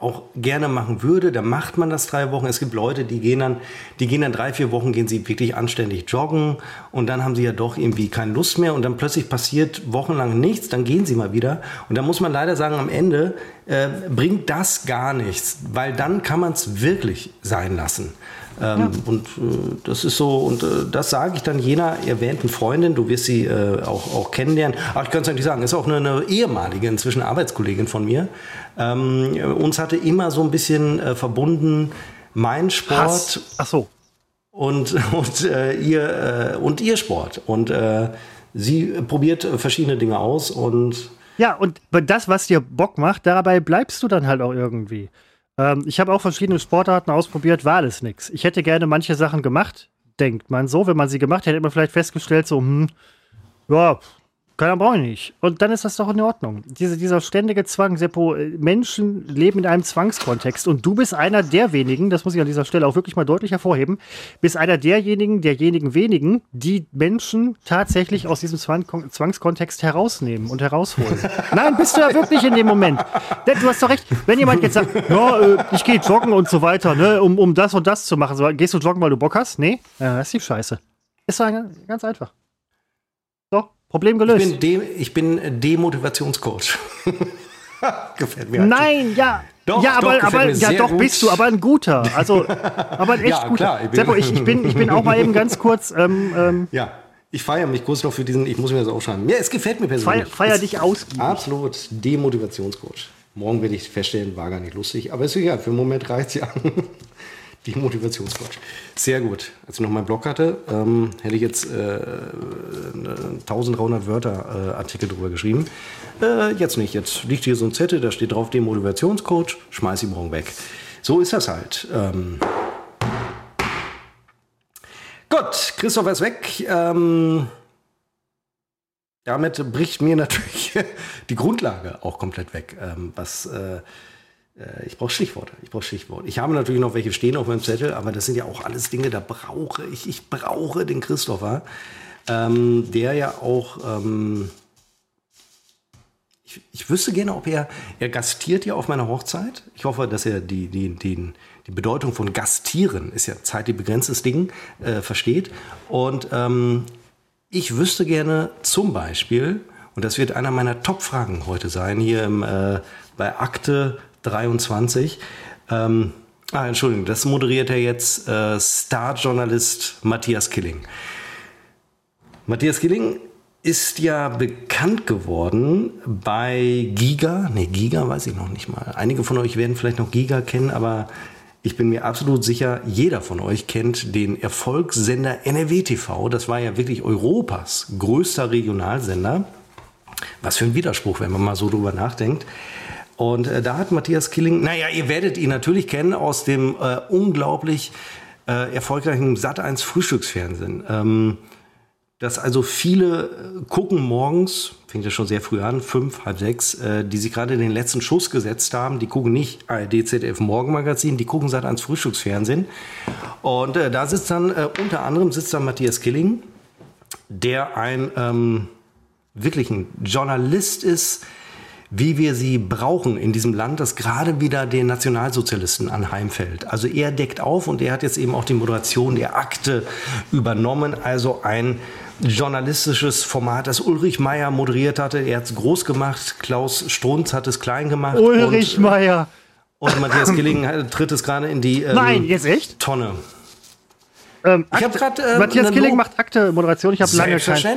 auch gerne machen würde, dann macht man das 3 Wochen. Es gibt Leute, die gehen dann 3, 4 Wochen, gehen sie wirklich anständig joggen und dann haben sie ja doch irgendwie keine Lust mehr und dann plötzlich passiert wochenlang nichts, dann gehen sie mal wieder und dann muss man leider sagen, am Ende bringt das gar nichts, weil dann kann man es wirklich sein lassen. Und das ist so, und das sage ich dann jener erwähnten Freundin, du wirst sie auch kennenlernen, aber ich kann es eigentlich sagen, ist auch eine ehemalige, inzwischen Arbeitskollegin von mir. Uns hatte immer so ein bisschen verbunden mein Sport und ihr Sport. Und sie probiert verschiedene Dinge aus und ja, und das, was dir Bock macht, dabei bleibst du dann halt auch irgendwie. Ich habe auch verschiedene Sportarten ausprobiert, war alles nix. Ich hätte gerne manche Sachen gemacht, denkt man so. Wenn man sie gemacht hätte, hätte man vielleicht festgestellt, so, ja, keiner brauche ich nicht. Und dann ist das doch in Ordnung. Dieser ständige Zwang, Seppo, Menschen leben in einem Zwangskontext. Und du bist einer der wenigen, das muss ich an dieser Stelle auch wirklich mal deutlich hervorheben, bist einer derjenigen wenigen, die Menschen tatsächlich aus diesem Zwangskontext herausnehmen und herausholen. Nein, bist du ja wirklich in dem Moment. Du hast doch recht, wenn jemand jetzt sagt, ja, ich gehe joggen und so weiter, ne, um das und das zu machen. So, gehst du joggen, weil du Bock hast? Nee, das ist die Scheiße. Ist doch ganz einfach. So, Problem gelöst. Ich bin Demotivationscoach. Gefällt mir. Nein, ja. Doch, ja, doch bist du, aber ein guter. Also, aber ein echt guter. Klar, Seppo, ich bin auch mal eben ganz kurz. Ja, ich feiere mich kurz noch für diesen, ich muss mir das aufschreiben. Ja, es gefällt mir persönlich. Feier dich ausgiebig. Absolut Demotivationscoach. Morgen werde ich feststellen, war gar nicht lustig, aber ist egal, für den Moment reicht es ja. Die Motivationscoach. Sehr gut. Als ich noch meinen Blog hatte, hätte ich jetzt 1300 Wörter Artikel drüber geschrieben. Jetzt nicht. Jetzt liegt hier so ein Zettel, da steht drauf, den Motivationscoach, schmeiß ihn morgen weg. So ist das halt. Gut, Christopher ist weg. Damit bricht mir natürlich die Grundlage auch komplett weg, ich brauche Stichworte. Ich habe natürlich noch welche stehen auf meinem Zettel, aber das sind ja auch alles Dinge, da brauche ich. Ich brauche den Christopher, der ja auch, ich wüsste gerne, ob er gastiert ja auf meiner Hochzeit. Ich hoffe, dass er die Bedeutung von gastieren, ist ja zeitlich begrenztes Ding, versteht. Und ich wüsste gerne zum Beispiel, und das wird einer meiner Top-Fragen heute sein, hier bei Akte 23. Entschuldigung, das moderiert er jetzt Star-Journalist Matthias Killing. Matthias Killing ist ja bekannt geworden bei Giga. Ne, Giga weiß ich noch nicht mal. Einige von euch werden vielleicht noch Giga kennen, aber ich bin mir absolut sicher, jeder von euch kennt den Erfolgssender NRW TV. Das war ja wirklich Europas größter Regionalsender. Was für ein Widerspruch, wenn man mal so drüber nachdenkt. Und da hat Matthias Killing, ihr werdet ihn natürlich kennen aus dem unglaublich erfolgreichen Sat.1 Frühstücksfernsehen. Das also viele gucken morgens, fängt ja schon sehr früh an, 5, halb 6, die sich gerade den letzten Schuss gesetzt haben. Die gucken nicht ARD, ZDF Morgenmagazin, die gucken Sat.1 Frühstücksfernsehen. Und da sitzt dann, unter anderem sitzt dann Matthias Killing, der wirklich ein Journalist ist, wie wir sie brauchen in diesem Land, das gerade wieder den Nationalsozialisten anheimfällt. Also er deckt auf und er hat jetzt eben auch die Moderation der Akte übernommen. Also ein journalistisches Format, das Ulrich Meier moderiert hatte. Er hat es groß gemacht, Klaus Strunz hat es klein gemacht. Ulrich Meier. Und Matthias Killing tritt es gerade in die Nein, jetzt echt? Tonne. Ich habe gerade Matthias Killing macht Akte-Moderation. Ich habe lange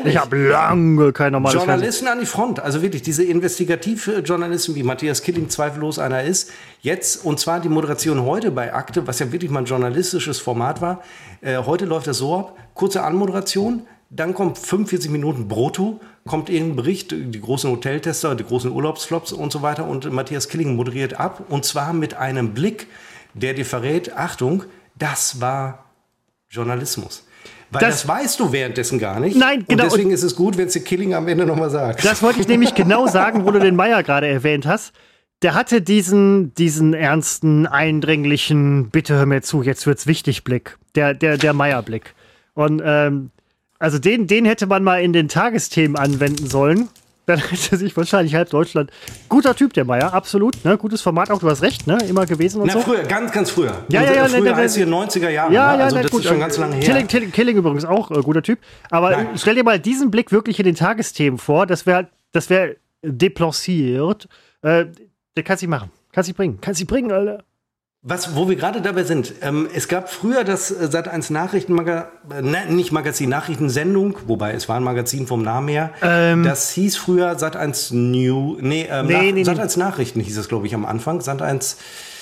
kein normales Journalisten an die Front. Also wirklich diese Investigativjournalisten, wie Matthias Killing zweifellos einer ist. Jetzt, und zwar die Moderation heute bei Akte, was ja wirklich mal ein journalistisches Format war. Heute läuft das so ab. Kurze Anmoderation, dann kommt 45 Minuten brutto, kommt irgendein Bericht, die großen Hoteltester, die großen Urlaubsflops und so weiter. Und Matthias Killing moderiert ab. Und zwar mit einem Blick, der dir verrät, Achtung, das war Journalismus. Weil das weißt du währenddessen gar nicht. Nein, genau. Und deswegen ist es gut, wenn es der Killing am Ende nochmal sagt. Das wollte ich nämlich genau sagen, wo du den Meier gerade erwähnt hast. Der hatte diesen ernsten, eindringlichen, bitte hör mir zu, jetzt wird's wichtig Blick. Der Meier-Blick. Und also den hätte man mal in den Tagesthemen anwenden sollen. dann hätte sich wahrscheinlich halb Deutschland. Guter Typ, der Meier, absolut. Ne? Gutes Format auch, du hast recht, ne? Immer gewesen und so. Früher, ganz früher. Ja, früher heißt hier 90er Jahre. Ja, also das ist schon ganz lange her. Killing übrigens auch, guter Typ. Aber stell dir mal diesen Blick wirklich in den Tagesthemen vor, das wäre deplaciert. Der kannst du machen. Kannst du bringen, Alter. Wo wir gerade dabei sind, es gab früher das Sat.1 Nachrichtensendung, wobei es war ein Magazin vom Namen her. Das hieß früher Sat.1 Sat.1 Nachrichten hieß es, glaube ich, am Anfang. Sat.1,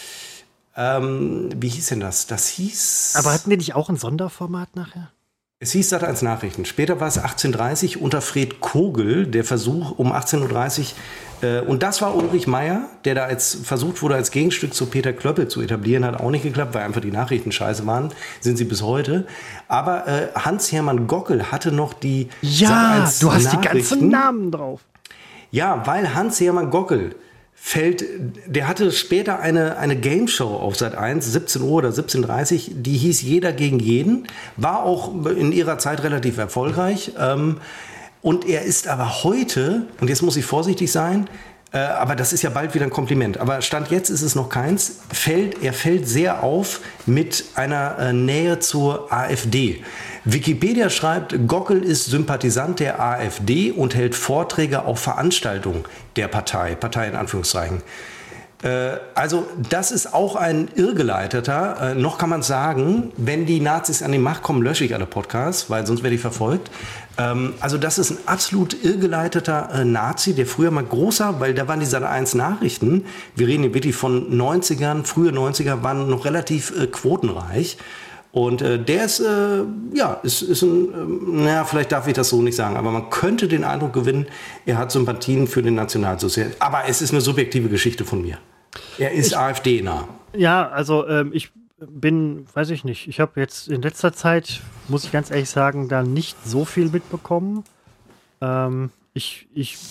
wie hieß denn das? Das hieß... Aber hatten die nicht auch ein Sonderformat nachher? Es hieß Sat.1 Nachrichten. Später war es 18:30 unter Fred Kogel, der Versuch um 18:30 Uhr. Und das war Ulrich Meier, der da versucht wurde, als Gegenstück zu Peter Klöppel zu etablieren. Hat auch nicht geklappt, weil einfach die Nachrichten scheiße waren. Sind sie bis heute. Aber Hans-Hermann Gockel hatte noch die Sat.1 du hast die ganzen Namen drauf. Ja, weil Hans-Hermann Gockel der hatte später eine Game-Show auf Sat.1, 17 Uhr oder 17:30 Uhr, die hieß Jeder gegen jeden, war auch in ihrer Zeit relativ erfolgreich. Und er ist aber heute, und jetzt muss ich vorsichtig sein, aber das ist ja bald wieder ein Kompliment, aber Stand jetzt ist es noch keins, er fällt sehr auf mit einer Nähe zur AfD. Wikipedia schreibt, Gockel ist Sympathisant der AfD und hält Vorträge auf Veranstaltungen der Partei in Anführungszeichen. Also das ist auch ein Irrgeleiteter. Noch kann man sagen, wenn die Nazis an die Macht kommen, lösche ich alle Podcasts, weil sonst werde ich verfolgt. Also das ist ein absolut irrgeleiteter Nazi, der früher mal großer, weil da waren die Sat.1 Nachrichten, wir reden hier wirklich von 90ern, frühe 90er, waren noch relativ quotenreich. Und der ist, ist ein, vielleicht darf ich das so nicht sagen, aber man könnte den Eindruck gewinnen, er hat Sympathien für den Nationalsozialismus. Aber es ist eine subjektive Geschichte von mir. Er ist AfD-nah. Ja, also ich weiß ich nicht, ich habe jetzt in letzter Zeit, muss ich ganz ehrlich sagen, da nicht so viel mitbekommen. Ich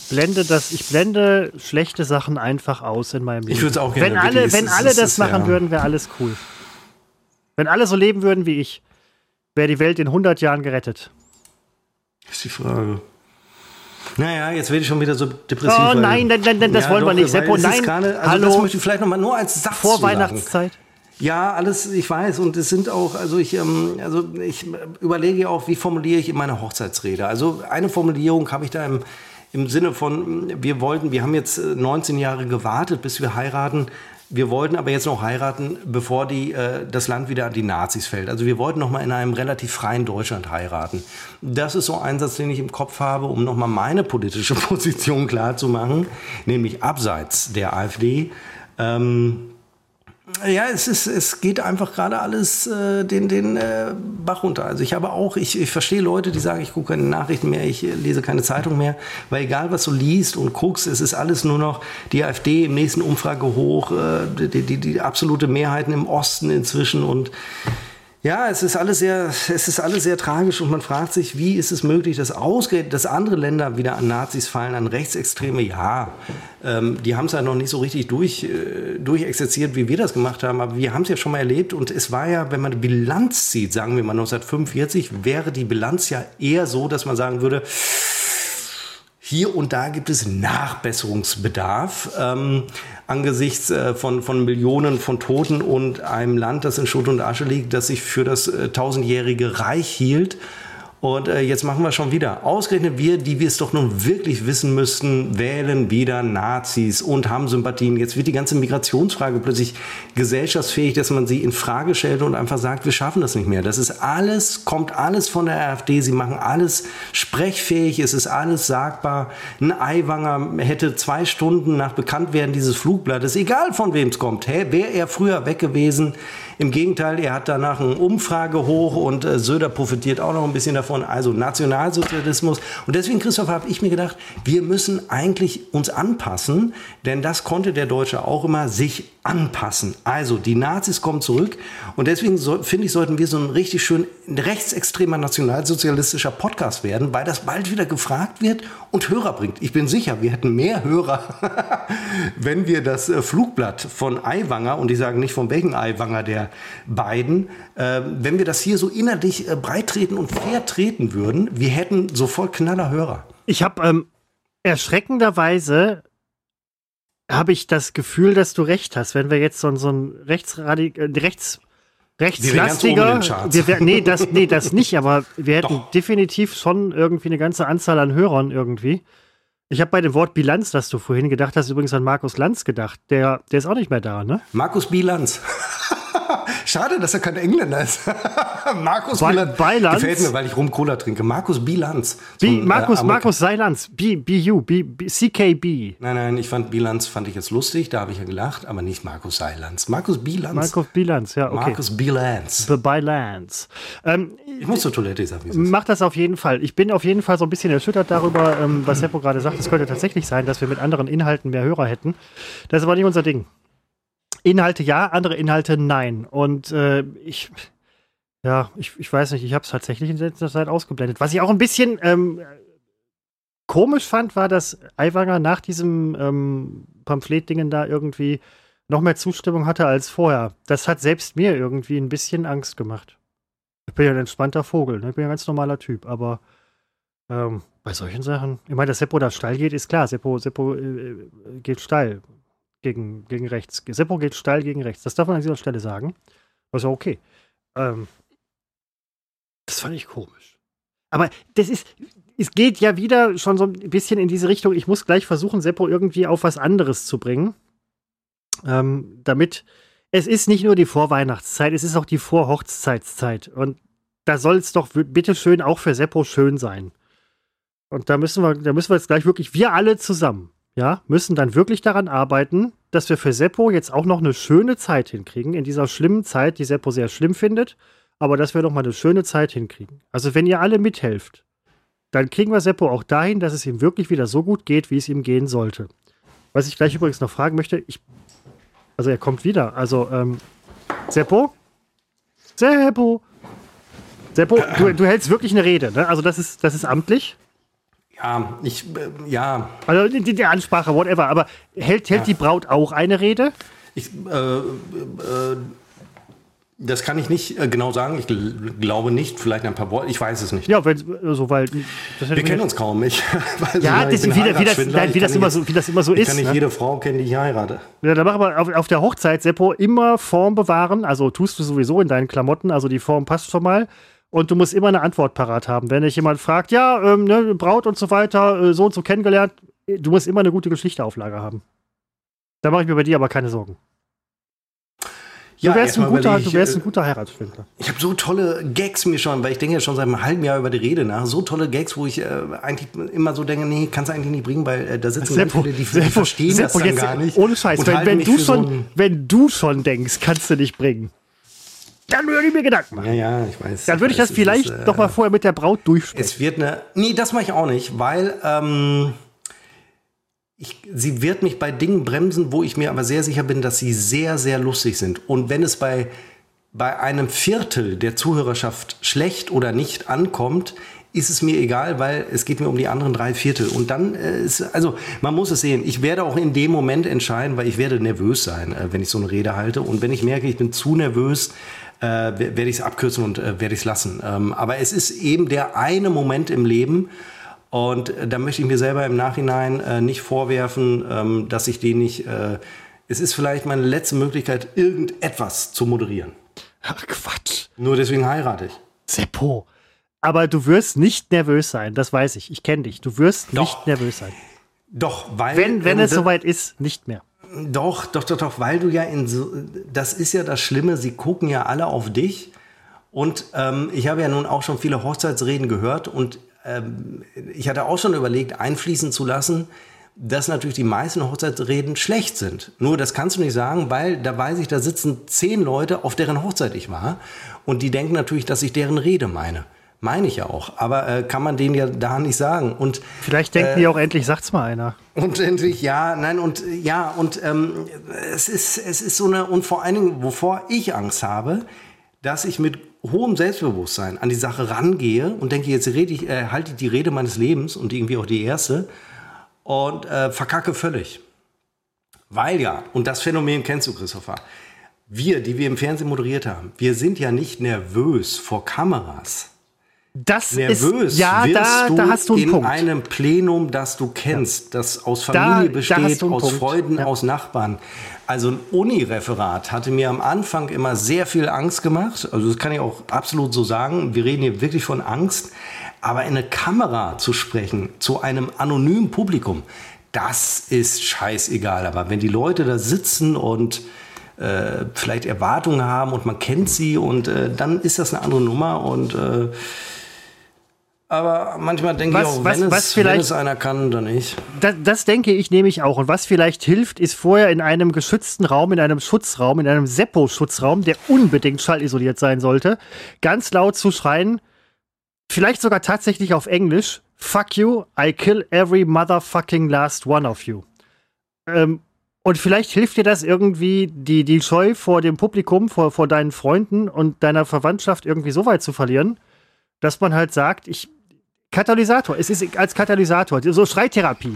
blende schlechte Sachen einfach aus in meinem Leben. Ich würde es auch gerne. Wenn alle das machen würden, wäre alles cool. Wenn alle so leben würden wie ich, wäre die Welt in 100 Jahren gerettet. Das ist die Frage. Naja, jetzt werde ich schon wieder so depressiv. Oh nein, das wollen wir nicht. Seppo, nein, hallo. Das möchte ich vielleicht noch mal nur als Satz vor Weihnachtszeit. Ja, alles, ich weiß. Und es sind auch, ich überlege auch, wie formuliere ich in meiner Hochzeitsrede. Also eine Formulierung habe ich da im Sinne von, wir haben jetzt 19 Jahre gewartet, bis wir heiraten. Wir wollten aber jetzt noch heiraten, bevor das Land wieder an die Nazis fällt. Also wir wollten noch mal in einem relativ freien Deutschland heiraten. Das ist so ein Satz, den ich im Kopf habe, um noch mal meine politische Position klar zu machen, nämlich abseits der AfD. Ja, es geht einfach gerade alles den Bach runter. Also ich verstehe Leute, die sagen, ich gucke keine Nachrichten mehr, ich lese keine Zeitung mehr, weil egal was du liest und guckst, es ist alles nur noch die AfD im nächsten Umfrage hoch, die absolute Mehrheiten im Osten inzwischen und ja, es ist alles sehr tragisch und man fragt sich, wie ist es möglich, dass andere Länder wieder an Nazis fallen, an Rechtsextreme? Ja, die haben es halt noch nicht so richtig durchexerziert, wie wir das gemacht haben, aber wir haben es ja schon mal erlebt und es war ja, wenn man die Bilanz sieht, sagen wir mal 1945, wäre die Bilanz ja eher so, dass man sagen würde, hier und da gibt es Nachbesserungsbedarf angesichts von Millionen von Toten und einem Land, das in Schutt und Asche liegt, das sich für das 1000-jährige Reich hielt. Und jetzt machen wir schon wieder. Ausgerechnet wir, die wir es doch nun wirklich wissen müssten, wählen wieder Nazis und haben Sympathien. Jetzt wird die ganze Migrationsfrage plötzlich gesellschaftsfähig, dass man sie in Frage stellt und einfach sagt, wir schaffen das nicht mehr. Das ist kommt alles von der AfD. Sie machen alles sprechfähig. Es ist alles sagbar. Ein Aiwanger hätte 2 Stunden nach Bekanntwerden dieses Flugblattes, egal von wem es kommt, wäre er früher weg gewesen. Im Gegenteil, er hat danach eine Umfrage hoch und Söder profitiert auch noch ein bisschen davon. Also Nationalsozialismus. Und deswegen, Christoph, habe ich mir gedacht, wir müssen eigentlich uns anpassen, denn das konnte der Deutsche auch immer, sich anpassen. Also die Nazis kommen zurück und deswegen finde ich, sollten wir so ein richtig schön rechtsextremer nationalsozialistischer Podcast werden, weil das bald wieder gefragt wird und Hörer bringt. Ich bin sicher, wir hätten mehr Hörer, wenn wir das Flugblatt von Aiwanger, und ich sage nicht von welchem Aiwanger der beiden, wenn wir das hier so innerlich breit treten und fair treten würden, wir hätten sofort knaller Hörer. Ich habe Erschreckenderweise habe ich das Gefühl, dass du recht hast. Wenn wir jetzt so ein rechtslastiger, das nicht, aber wir hätten definitiv schon irgendwie eine ganze Anzahl an Hörern irgendwie. Ich habe bei dem Wort Bilanz, das du vorhin gedacht hast, übrigens an Markus Lanz gedacht. Der ist auch nicht mehr da, ne? Markus Bilanz. Schade, dass er kein Engländer ist. Markus Bilanz. Gefällt mir, weil ich rum Cola trinke. Markus Bilanz. Markus Seilanz. CKB. Nein, ich fand Bilanz jetzt lustig, da habe ich ja gelacht, aber nicht Markus Seilanz. Markus Bilanz. Markus Bilanz, ja, okay. Markus Bilanz. Bilanz. Ich muss zur Toilette, sagen wir. Mach das auf jeden Fall. Ich bin auf jeden Fall so ein bisschen erschüttert darüber, was Seppo gerade sagt. Es könnte tatsächlich sein, dass wir mit anderen Inhalten mehr Hörer hätten. Das ist aber nicht unser Ding. Inhalte ja, andere Inhalte nein. Und ich weiß nicht, ich habe es tatsächlich in letzter Zeit ausgeblendet. Was ich auch ein bisschen komisch fand, war, dass Aiwanger nach diesem Pamphlet-Dingen da irgendwie noch mehr Zustimmung hatte als vorher. Das hat selbst mir irgendwie ein bisschen Angst gemacht. Ich bin ja ein entspannter Vogel, ne? Ich bin ja ein ganz normaler Typ, aber bei solchen Sachen, ich meine, dass Seppo da steil geht, ist klar. Seppo geht steil. Gegen rechts. Seppo geht steil gegen rechts. Das darf man an dieser Stelle sagen. Das ist ja okay. Das fand ich komisch. Aber es geht ja wieder schon so ein bisschen in diese Richtung. Ich muss gleich versuchen, Seppo irgendwie auf was anderes zu bringen. Damit es ist nicht nur die Vorweihnachtszeit, es ist auch die Vorhochzeitszeit. Und da soll es doch bitteschön auch für Seppo schön sein. Und da müssen wir jetzt gleich wirklich, wir alle zusammen, ja, müssen dann wirklich daran arbeiten, dass wir für Seppo jetzt auch noch eine schöne Zeit hinkriegen, in dieser schlimmen Zeit, die Seppo sehr schlimm findet, aber dass wir noch mal eine schöne Zeit hinkriegen. Also wenn ihr alle mithelft, dann kriegen wir Seppo auch dahin, dass es ihm wirklich wieder so gut geht, wie es ihm gehen sollte. Was ich gleich übrigens noch fragen möchte, also er kommt wieder, also Seppo, du hältst wirklich eine Rede, ne? Also das ist amtlich. Ja. Also die Ansprache, whatever. Aber hält die Braut auch eine Rede? Das kann ich nicht genau sagen. Ich glaube nicht. Vielleicht ein paar Worte. Ich weiß es nicht. Ja, weil wir kennen uns kaum. Wie das immer so ist. Ich kann nicht jede Frau kennen, die ich heirate. Ja, dann mach aber auf der Hochzeit, Seppo, immer Form bewahren. Also tust du sowieso in deinen Klamotten. Also die Form passt schon mal. Und du musst immer eine Antwort parat haben. Wenn dich jemand fragt, Braut und so weiter, so und so kennengelernt, du musst immer eine gute Geschichte auf Lager haben. Da mache ich mir bei dir aber keine Sorgen. Du wärst ein guter Heiratsschwindler. Ich habe so tolle Gags mir schon, weil ich denke ja schon seit einem halben Jahr über die Rede nach, so tolle Gags, wo ich eigentlich immer so denke, nee, kannst du eigentlich nicht bringen, weil da sitzen Seppo, viele, die verstehen das dann gar nicht. Ohne Scheiß, wenn du schon denkst, kannst du nicht bringen. Dann würde ich mir Gedanken machen. Ja, ich weiß. Dann würde ich das vielleicht noch mal vorher mit der Braut durchsprechen. Das mache ich auch nicht, weil sie wird mich bei Dingen bremsen, wo ich mir aber sehr sicher bin, dass sie sehr, sehr lustig sind. Und wenn es bei einem Viertel der Zuhörerschaft schlecht oder nicht ankommt, ist es mir egal, weil es geht mir um die anderen 3/4. Und dann man muss es sehen. Ich werde auch in dem Moment entscheiden, weil ich werde nervös sein, wenn ich so eine Rede halte. Und wenn ich merke, ich bin zu nervös, werde ich es abkürzen und werde ich es lassen. Aber es ist eben der eine Moment im Leben. Und da möchte ich mir selber im Nachhinein nicht vorwerfen, dass ich den nicht... es ist vielleicht meine letzte Möglichkeit, irgendetwas zu moderieren. Ach, Quatsch. Nur deswegen heirate ich. Seppo. Aber du wirst nicht nervös sein, das weiß ich. Ich kenne dich. Du wirst nicht nervös sein. Doch, weil... Wenn es soweit ist, nicht mehr. Doch, weil du ja das ist ja das Schlimme, sie gucken ja alle auf dich. Und ich habe ja nun auch schon viele Hochzeitsreden gehört und ich hatte auch schon überlegt, einfließen zu lassen, dass natürlich die meisten Hochzeitsreden schlecht sind. Nur das kannst du nicht sagen, weil da weiß ich, da sitzen 10 Leute, auf deren Hochzeit ich war. Und die denken natürlich, dass ich deren Rede meine. Meine ich ja auch. Aber kann man denen ja da nicht sagen. Und vielleicht denken die auch, endlich sagt's mal einer. Und endlich, es ist so eine, und vor allen Dingen, wovor ich Angst habe, dass ich mit hohem Selbstbewusstsein an die Sache rangehe und denke, jetzt halte ich die Rede meines Lebens und irgendwie auch die erste und verkacke völlig. Weil ja, und das Phänomen kennst du, Christopher, die wir im Fernsehen moderiert haben, wir sind ja nicht nervös vor Kameras. Das nervös ist, ja, wirst da hast du einen in Punkt. einem Plenum, das du kennst, das aus Familie Da besteht, hast du einen aus Punkt. Freunden, Ja. aus Nachbarn. Also ein Uni-Referat hatte mir am Anfang immer sehr viel Angst gemacht. Also das kann ich auch absolut so sagen. Wir reden hier wirklich von Angst. Aber in eine Kamera zu sprechen, zu einem anonymen Publikum, das ist scheißegal. Aber wenn die Leute da sitzen und vielleicht Erwartungen haben und man kennt sie und dann ist das eine andere Nummer und aber manchmal denke ich auch, wenn es einer kann, dann nicht. Das denke ich nämlich auch. Und was vielleicht hilft, ist vorher in einem geschützten Raum, in einem Schutzraum, in einem Seppo-Schutzraum, der unbedingt schallisoliert sein sollte, ganz laut zu schreien, vielleicht sogar tatsächlich auf Englisch, "Fuck you, I kill every motherfucking last one of you." Und vielleicht hilft dir das irgendwie, die Scheu vor dem Publikum, vor deinen Freunden und deiner Verwandtschaft irgendwie so weit zu verlieren, dass man halt sagt, Katalysator, es ist als Katalysator, so Schreitherapie.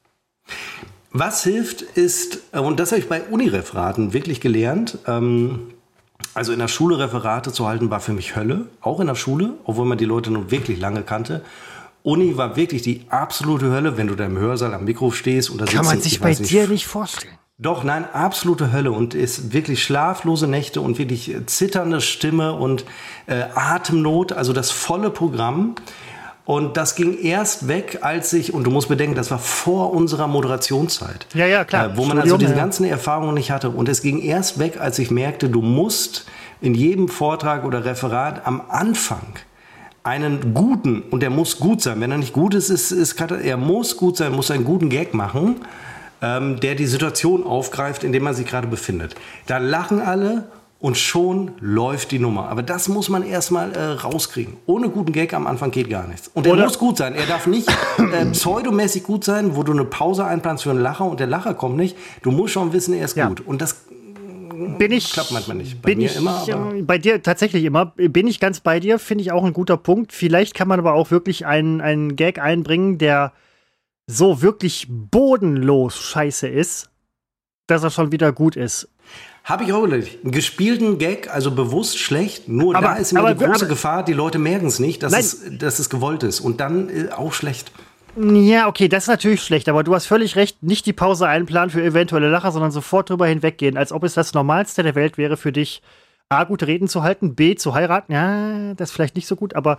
Was hilft ist, und das habe ich bei Unireferaten wirklich gelernt, also in der Schule Referate zu halten, war für mich Hölle, auch in der Schule, obwohl man die Leute nun wirklich lange kannte. Uni war wirklich die absolute Hölle, wenn du da im Hörsaal am Mikro stehst. Und da kann man sich bei dir nicht vorstellen. Doch, nein, absolute Hölle und ist wirklich schlaflose Nächte und wirklich zitternde Stimme und Atemnot, also das volle Programm. Und das ging erst weg, und du musst bedenken, das war vor unserer Moderationszeit. Ja, klar. Wo man also diese ganzen Erfahrungen nicht hatte. Und es ging erst weg, als ich merkte, du musst in jedem Vortrag oder Referat am Anfang einen guten, und der muss gut sein, wenn er nicht gut ist, er muss gut sein, muss einen guten Gag machen, der die Situation aufgreift, in der man sich gerade befindet. Da lachen alle und schon läuft die Nummer. Aber das muss man erstmal rauskriegen. Ohne guten Gag am Anfang geht gar nichts. Und er muss gut sein. Er darf nicht pseudomäßig gut sein, wo du eine Pause einplanst für einen Lacher und der Lacher kommt nicht. Du musst schon wissen, er ist gut. Und das klappt manchmal nicht. Bei mir immer. Aber bei dir tatsächlich immer. Bin ich ganz bei dir. Finde ich auch ein guter Punkt. Vielleicht kann man aber auch wirklich einen Gag einbringen, der so wirklich bodenlos scheiße ist, dass er schon wieder gut ist. Habe ich auch überlegt. Einen gespielten Gag, also bewusst schlecht, nur da ist immer die große Gefahr, die Leute merken es nicht, dass es gewollt ist. Und dann auch schlecht. Ja, okay, das ist natürlich schlecht, aber du hast völlig recht, nicht die Pause einplanen für eventuelle Lacher, sondern sofort drüber hinweggehen, als ob es das Normalste der Welt wäre für dich, A, gute Reden zu halten, B, zu heiraten. Ja, das ist vielleicht nicht so gut, aber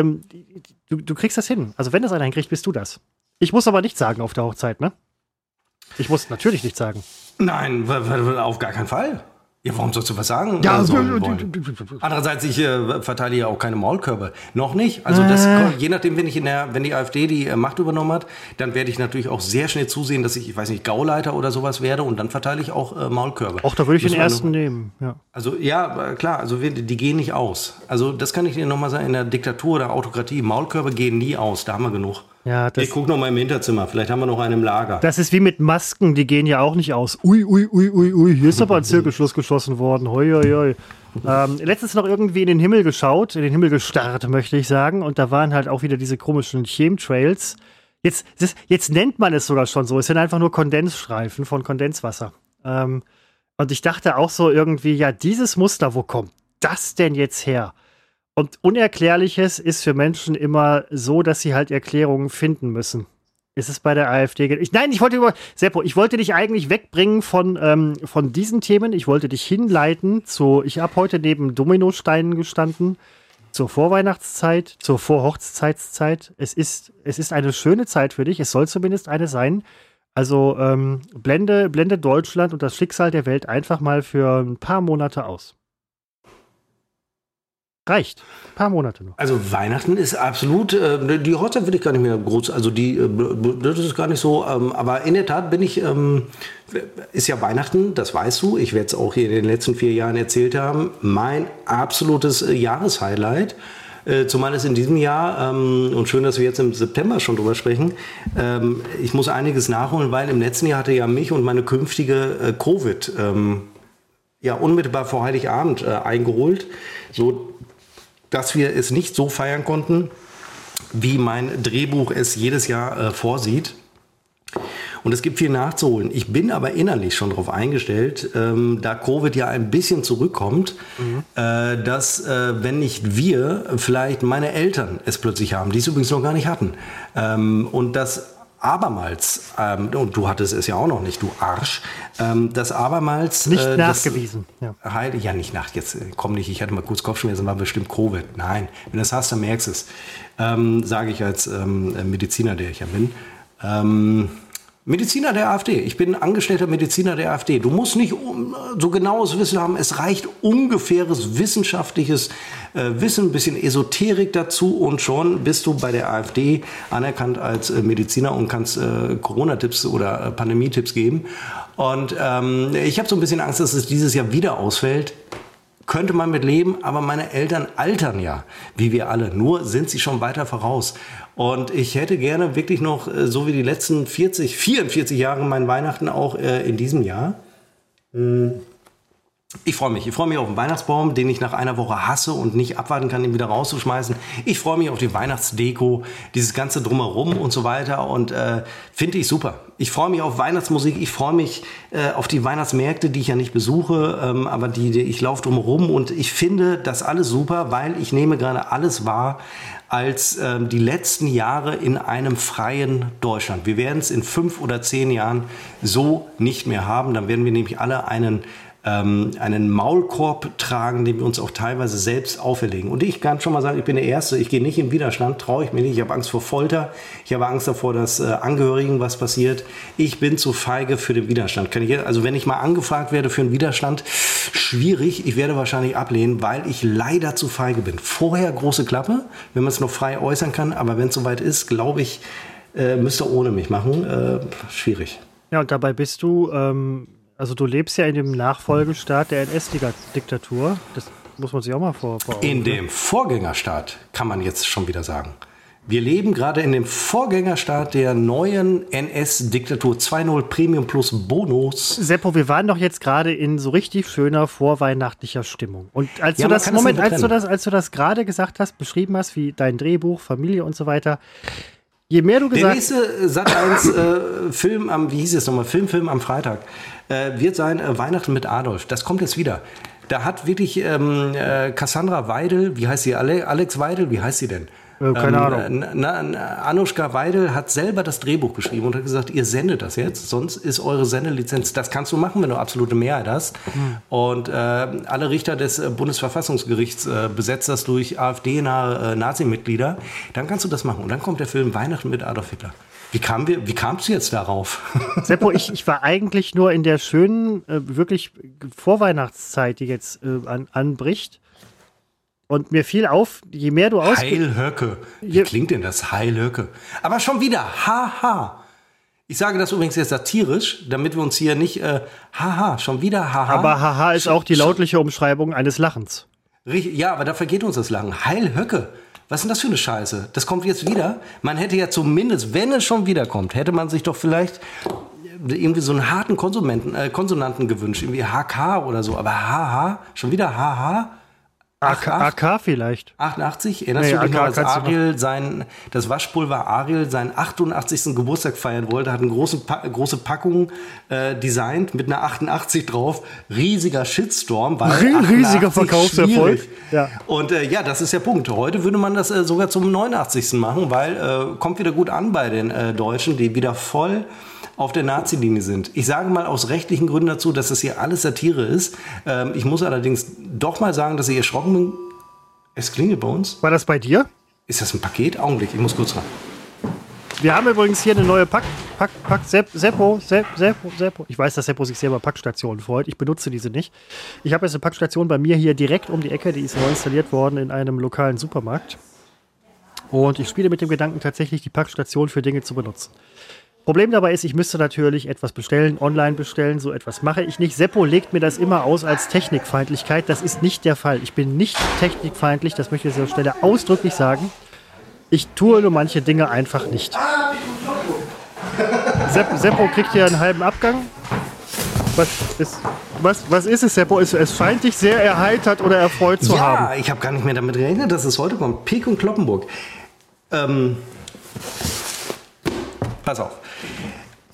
du kriegst das hin. Also wenn das einer hinkriegt, bist du das. Ich muss aber nichts sagen auf der Hochzeit, ne? Ich muss natürlich nichts sagen. Nein, auf gar keinen Fall. Ja, warum sollst du was sagen? Ja, andererseits, ich verteile ja auch keine Maulkörbe. Noch nicht. Also je nachdem, wenn die AfD die Macht übernommen hat, dann werde ich natürlich auch sehr schnell zusehen, dass ich weiß nicht, Gauleiter oder sowas werde und dann verteile ich auch Maulkörbe. Auch da würde ich den ersten nehmen, ja. Also ja, klar, also die gehen nicht aus. Also das kann ich dir nochmal sagen, in der Diktatur oder Autokratie, Maulkörbe gehen nie aus, da haben wir genug. Ja, ich gucke noch mal im Hinterzimmer, vielleicht haben wir noch einen im Lager. Das ist wie mit Masken, die gehen ja auch nicht aus. Ui, hier ist aber ein Zirkelschluss geschossen worden. Hoi, hoi, hoi. Letztens noch irgendwie in den Himmel geschaut, in den Himmel gestarrt, möchte ich sagen. Und da waren halt auch wieder diese komischen Chemtrails. Jetzt nennt man es sogar schon so. Es sind einfach nur Kondensstreifen von Kondenswasser. Und ich dachte auch so irgendwie, ja, dieses Muster, wo kommt das denn jetzt her? Und Unerklärliches ist für Menschen immer so, dass sie halt Erklärungen finden müssen. Ist es bei der AfD? Seppo, ich wollte dich eigentlich wegbringen von diesen Themen. Ich wollte dich hinleiten ich habe heute neben Dominosteinen gestanden, zur Vorweihnachtszeit, zur Vorhochzeitszeit. Es ist eine schöne Zeit für dich. Es soll zumindest eine sein. Also blende Deutschland und das Schicksal der Welt einfach mal für ein paar Monate aus. Reicht. Ein paar Monate noch. Also Weihnachten ist absolut, die Hochzeit will ich gar nicht mehr groß, also das ist gar nicht so, aber in der Tat ist ja Weihnachten, das weißt du, ich werde es auch hier in den letzten 4 Jahren erzählt haben, mein absolutes Jahreshighlight, zumal es in diesem Jahr, und schön, dass wir jetzt im September schon drüber sprechen, ich muss einiges nachholen, weil im letzten Jahr hatte ja mich und meine künftige Covid unmittelbar vor Heiligabend eingeholt, so dass wir es nicht so feiern konnten, wie mein Drehbuch es jedes Jahr vorsieht. Und es gibt viel nachzuholen. Ich bin aber innerlich schon darauf eingestellt, da Covid ja ein bisschen zurückkommt, dass, wenn nicht wir, vielleicht meine Eltern es plötzlich haben, die es übrigens noch gar nicht hatten. Und das abermals, und du hattest es ja auch noch nicht, du Arsch, das abermals... Nicht nachgewiesen. Ja, nicht nach, jetzt komm nicht, ich hatte mal kurz Kopfschmerzen, war bestimmt Covid. Nein, wenn du es hast, dann merkst du es. Sage ich als Mediziner, der ich ja bin. Mediziner der AfD. Ich bin angestellter Mediziner der AfD. Du musst nicht so genaues Wissen haben. Es reicht ungefähres wissenschaftliches Wissen, ein bisschen Esoterik dazu und schon bist du bei der AfD anerkannt als Mediziner und kannst Corona-Tipps oder Pandemie-Tipps geben. Und ich habe so ein bisschen Angst, dass es dieses Jahr wieder ausfällt. Könnte man mit leben, aber meine Eltern altern ja, wie wir alle. Nur sind sie schon weiter voraus. Und ich hätte gerne wirklich noch, so wie die letzten 44 Jahre, mein Weihnachten auch in diesem Jahr. Ich freue mich. Ich freue mich auf den Weihnachtsbaum, den ich nach einer Woche hasse und nicht abwarten kann, ihn wieder rauszuschmeißen. Ich freue mich auf die Weihnachtsdeko, dieses ganze Drumherum und so weiter. Und finde ich super. Ich freue mich auf Weihnachtsmusik. Ich freue mich auf die Weihnachtsmärkte, die ich ja nicht besuche, aber ich laufe drumherum. Und ich finde das alles super, weil ich nehme gerade alles wahr als die letzten Jahre in einem freien Deutschland. Wir werden es in 5 oder 10 Jahren so nicht mehr haben. Dann werden wir nämlich alle einen Maulkorb tragen, den wir uns auch teilweise selbst auferlegen. Und ich kann schon mal sagen, ich bin der Erste, ich gehe nicht in Widerstand, traue ich mir nicht, ich habe Angst vor Folter, ich habe Angst davor, dass Angehörigen was passiert. Ich bin zu feige für den Widerstand. Also wenn ich mal angefragt werde für einen Widerstand, schwierig, ich werde wahrscheinlich ablehnen, weil ich leider zu feige bin. Vorher große Klappe, wenn man es noch frei äußern kann, aber wenn es soweit ist, glaube ich, müsst ihr ohne mich machen. Schwierig. Ja, und dabei bist du... Also du lebst ja in dem Nachfolgestaat der NS-Diktatur. Das muss man sich auch mal vor Augen. In dem Vorgängerstaat kann man jetzt schon wieder sagen. Wir leben gerade in dem Vorgängerstaat der neuen NS-Diktatur 2.0 Premium Plus Bonus. Seppo, wir waren doch jetzt gerade in so richtig schöner vorweihnachtlicher Stimmung. Und als du das gerade gesagt hast, beschrieben hast, wie dein Drehbuch, Familie und so weiter, je mehr du gesagt... Der nächste Sat.1 Film wie hieß es nochmal, Film am Freitag, wird sein Weihnachten mit Adolf. Das kommt jetzt wieder. Da hat wirklich Cassandra Weidel, wie heißt sie? Alex Weidel, wie heißt sie denn? Keine Ahnung. Anushka Weidel hat selber das Drehbuch geschrieben und hat gesagt, ihr sendet das jetzt, sonst ist eure Sendelizenz, das kannst du machen, wenn du absolute Mehrheit hast. Und alle Richter des Bundesverfassungsgerichts besetzt das durch AfD-nahe Nazi-Mitglieder. Dann kannst du das machen. Und dann kommt der Film Weihnachten mit Adolf Hitler. Wie kamst du jetzt darauf? Seppo, ich war eigentlich nur in der schönen, wirklich Vorweihnachtszeit, die jetzt anbricht. Und mir fiel auf, je mehr du Heilhöcke. Wie klingt denn das? Heilhöcke. Aber schon wieder, haha. Ich sage das übrigens jetzt satirisch, damit wir uns hier nicht, haha, schon wieder, haha. Aber haha ist auch die lautliche Umschreibung eines Lachens. Ja, aber da vergeht uns das Lachen. Heilhöcke. Was ist denn das für eine Scheiße? Das kommt jetzt wieder. Man hätte ja zumindest, wenn es schon wiederkommt, hätte man sich doch vielleicht irgendwie so einen harten Konsonanten gewünscht. Irgendwie HK oder so. Aber HH, schon wieder HH. AK vielleicht. 88? Erinnerst du dich noch, als Ariel das Waschpulver Ariel seinen 88. Geburtstag feiern wollte, hat eine große Packung designt mit einer 88 drauf. Riesiger Shitstorm. Riesiger Verkaufserfolg. Ja. Und das ist der Punkt. Heute würde man das sogar zum 89. machen, weil kommt wieder gut an bei den Deutschen, die wieder voll auf der Nazi-Linie sind. Ich sage mal aus rechtlichen Gründen dazu, dass das hier alles Satire ist. Ich muss allerdings doch mal sagen, dass ich erschrocken bin. Es klingelt bei uns. War das bei dir? Ist das ein Paket? Augenblick, ich muss kurz ran. Wir haben übrigens hier eine neue Seppo. Ich weiß, dass Seppo sich selber Packstationen freut. Ich benutze diese nicht. Ich habe jetzt eine Packstation bei mir hier direkt um die Ecke. Die ist neu installiert worden in einem lokalen Supermarkt. Und ich spiele mit dem Gedanken, tatsächlich die Packstation für Dinge zu benutzen. Problem dabei ist, ich müsste natürlich etwas bestellen, online bestellen, so etwas mache ich nicht. Seppo legt mir das immer aus als Technikfeindlichkeit. Das ist nicht der Fall. Ich bin nicht technikfeindlich, das möchte ich an dieser Stelle ausdrücklich sagen. Ich tue nur manche Dinge einfach nicht. Seppo kriegt hier einen halben Abgang. Was ist es, Seppo? Es scheint dich sehr erheitert oder erfreut zu haben. Ja, ich habe gar nicht mehr damit gerechnet, dass es heute kommt. Pek und Kloppenburg. Pass auf.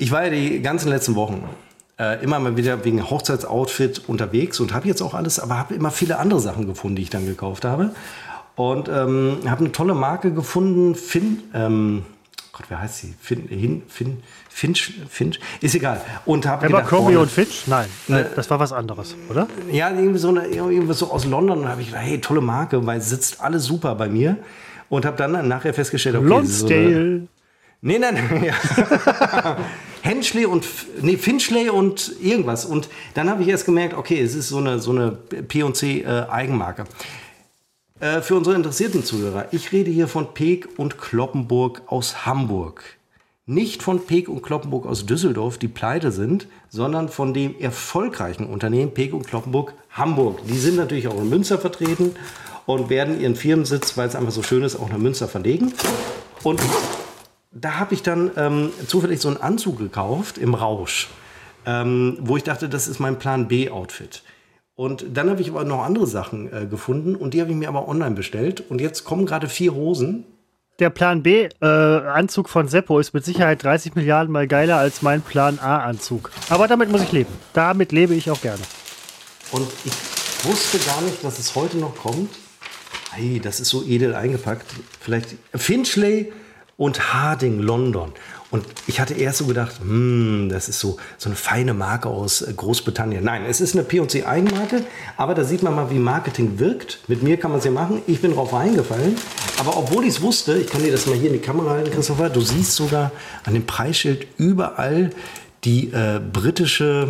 Ich war ja die ganzen letzten Wochen immer mal wieder wegen Hochzeitsoutfit unterwegs und habe jetzt auch alles, aber habe immer viele andere Sachen gefunden, die ich dann gekauft habe. Und habe eine tolle Marke gefunden, Gott, wer heißt sie? Finch? Ist egal. Und habe gedacht, Abercrombie und Fitch? Nein, das war was anderes, oder? Ja, irgendwie so aus London. Und habe ich gedacht, hey, tolle Marke, weil es sitzt alles super bei mir. Und habe dann nachher festgestellt, okay, Lonsdale. Nein. Ja. Finchley und irgendwas. Und dann habe ich erst gemerkt, okay, es ist so eine P&C Eigenmarke. Für unsere interessierten Zuhörer, ich rede hier von Peek und Cloppenburg aus Hamburg. Nicht von Peek und Cloppenburg aus Düsseldorf, die pleite sind, sondern von dem erfolgreichen Unternehmen Peek und Cloppenburg Hamburg. Die sind natürlich auch in Münster vertreten und werden ihren Firmensitz, weil es einfach so schön ist, auch nach Münster verlegen. Und da habe ich dann zufällig so einen Anzug gekauft im Rausch, wo ich dachte, das ist mein Plan B-Outfit. Und dann habe ich aber noch andere Sachen gefunden und die habe ich mir aber online bestellt. Und jetzt kommen gerade 4 Hosen. Der Plan B-Anzug von Seppo ist mit Sicherheit 30 Milliarden Mal geiler als mein Plan A-Anzug. Aber damit muss ich leben. Damit lebe ich auch gerne. Und ich wusste gar nicht, dass es heute noch kommt. Hey, das ist so edel eingepackt. Vielleicht Finchley und Harding London. Und ich hatte erst so gedacht, das ist so eine feine Marke aus Großbritannien. Nein, es ist eine P&C Eigenmarke, aber da sieht man mal, wie Marketing wirkt. Mit mir kann man es ja machen. Ich bin drauf reingefallen. Aber obwohl ich es wusste, ich kann dir das mal hier in die Kamera halten, Christopher, du siehst sogar an dem Preisschild überall die britische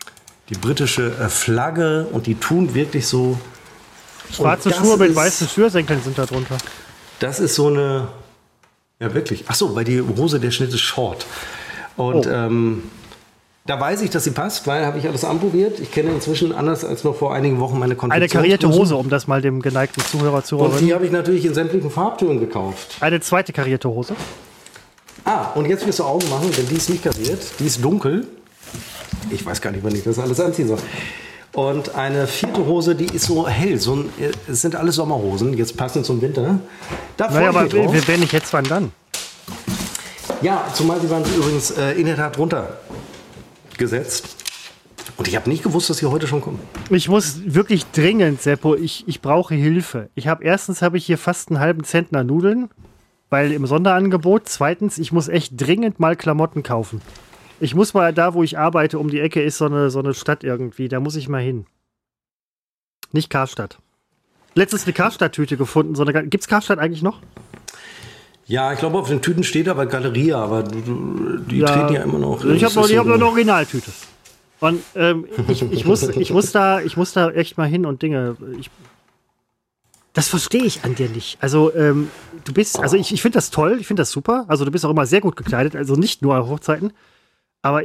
Flagge und die tun wirklich so. Schwarze Schuhe mit weißen Schnürsenkeln sind da drunter. Das ist so eine. Ja, wirklich. Ach so, weil die Hose, der Schnitt ist short. Und da weiß ich, dass sie passt, weil habe ich alles anprobiert. Ich kenne inzwischen, anders als noch vor einigen Wochen, meine Konfektionsgrößen. Eine karierte Hose, um das mal dem geneigten Zuhörer zu Und die habe ich natürlich in sämtlichen Farbtönen gekauft. Eine zweite karierte Hose. Und jetzt wirst du Augen machen, denn die ist nicht kariert. Die ist dunkel. Ich weiß gar nicht, wann ich das alles anziehen soll. Und eine 4. Hose, die ist so hell. Es sind alles Sommerhosen, jetzt passend zum Winter. Da naja, aber wenn nicht jetzt, wann dann? Ja, zumal sie waren übrigens in der Tat runtergesetzt. Und ich habe nicht gewusst, dass sie heute schon kommen. Ich muss wirklich dringend, Seppo, ich brauche Hilfe. Erstens habe ich hier fast einen halben Zentner Nudeln, weil im Sonderangebot. Zweitens, ich muss echt dringend mal Klamotten kaufen. Ich muss mal da, wo ich arbeite, um die Ecke ist so eine Stadt irgendwie. Da muss ich mal hin. Nicht Karstadt. Letztens eine Karstadt-Tüte gefunden. Gibt's Karstadt eigentlich noch? Ja, ich glaube, auf den Tüten steht aber Galeria, aber die treten ja immer noch. Ich habe noch eine Originaltüte. Und ich muss da echt mal hin und Dinge. Das verstehe ich an dir nicht. Also du bist, also ich finde das toll, ich finde das super. Also du bist auch immer sehr gut gekleidet, also nicht nur auf Hochzeiten. Aber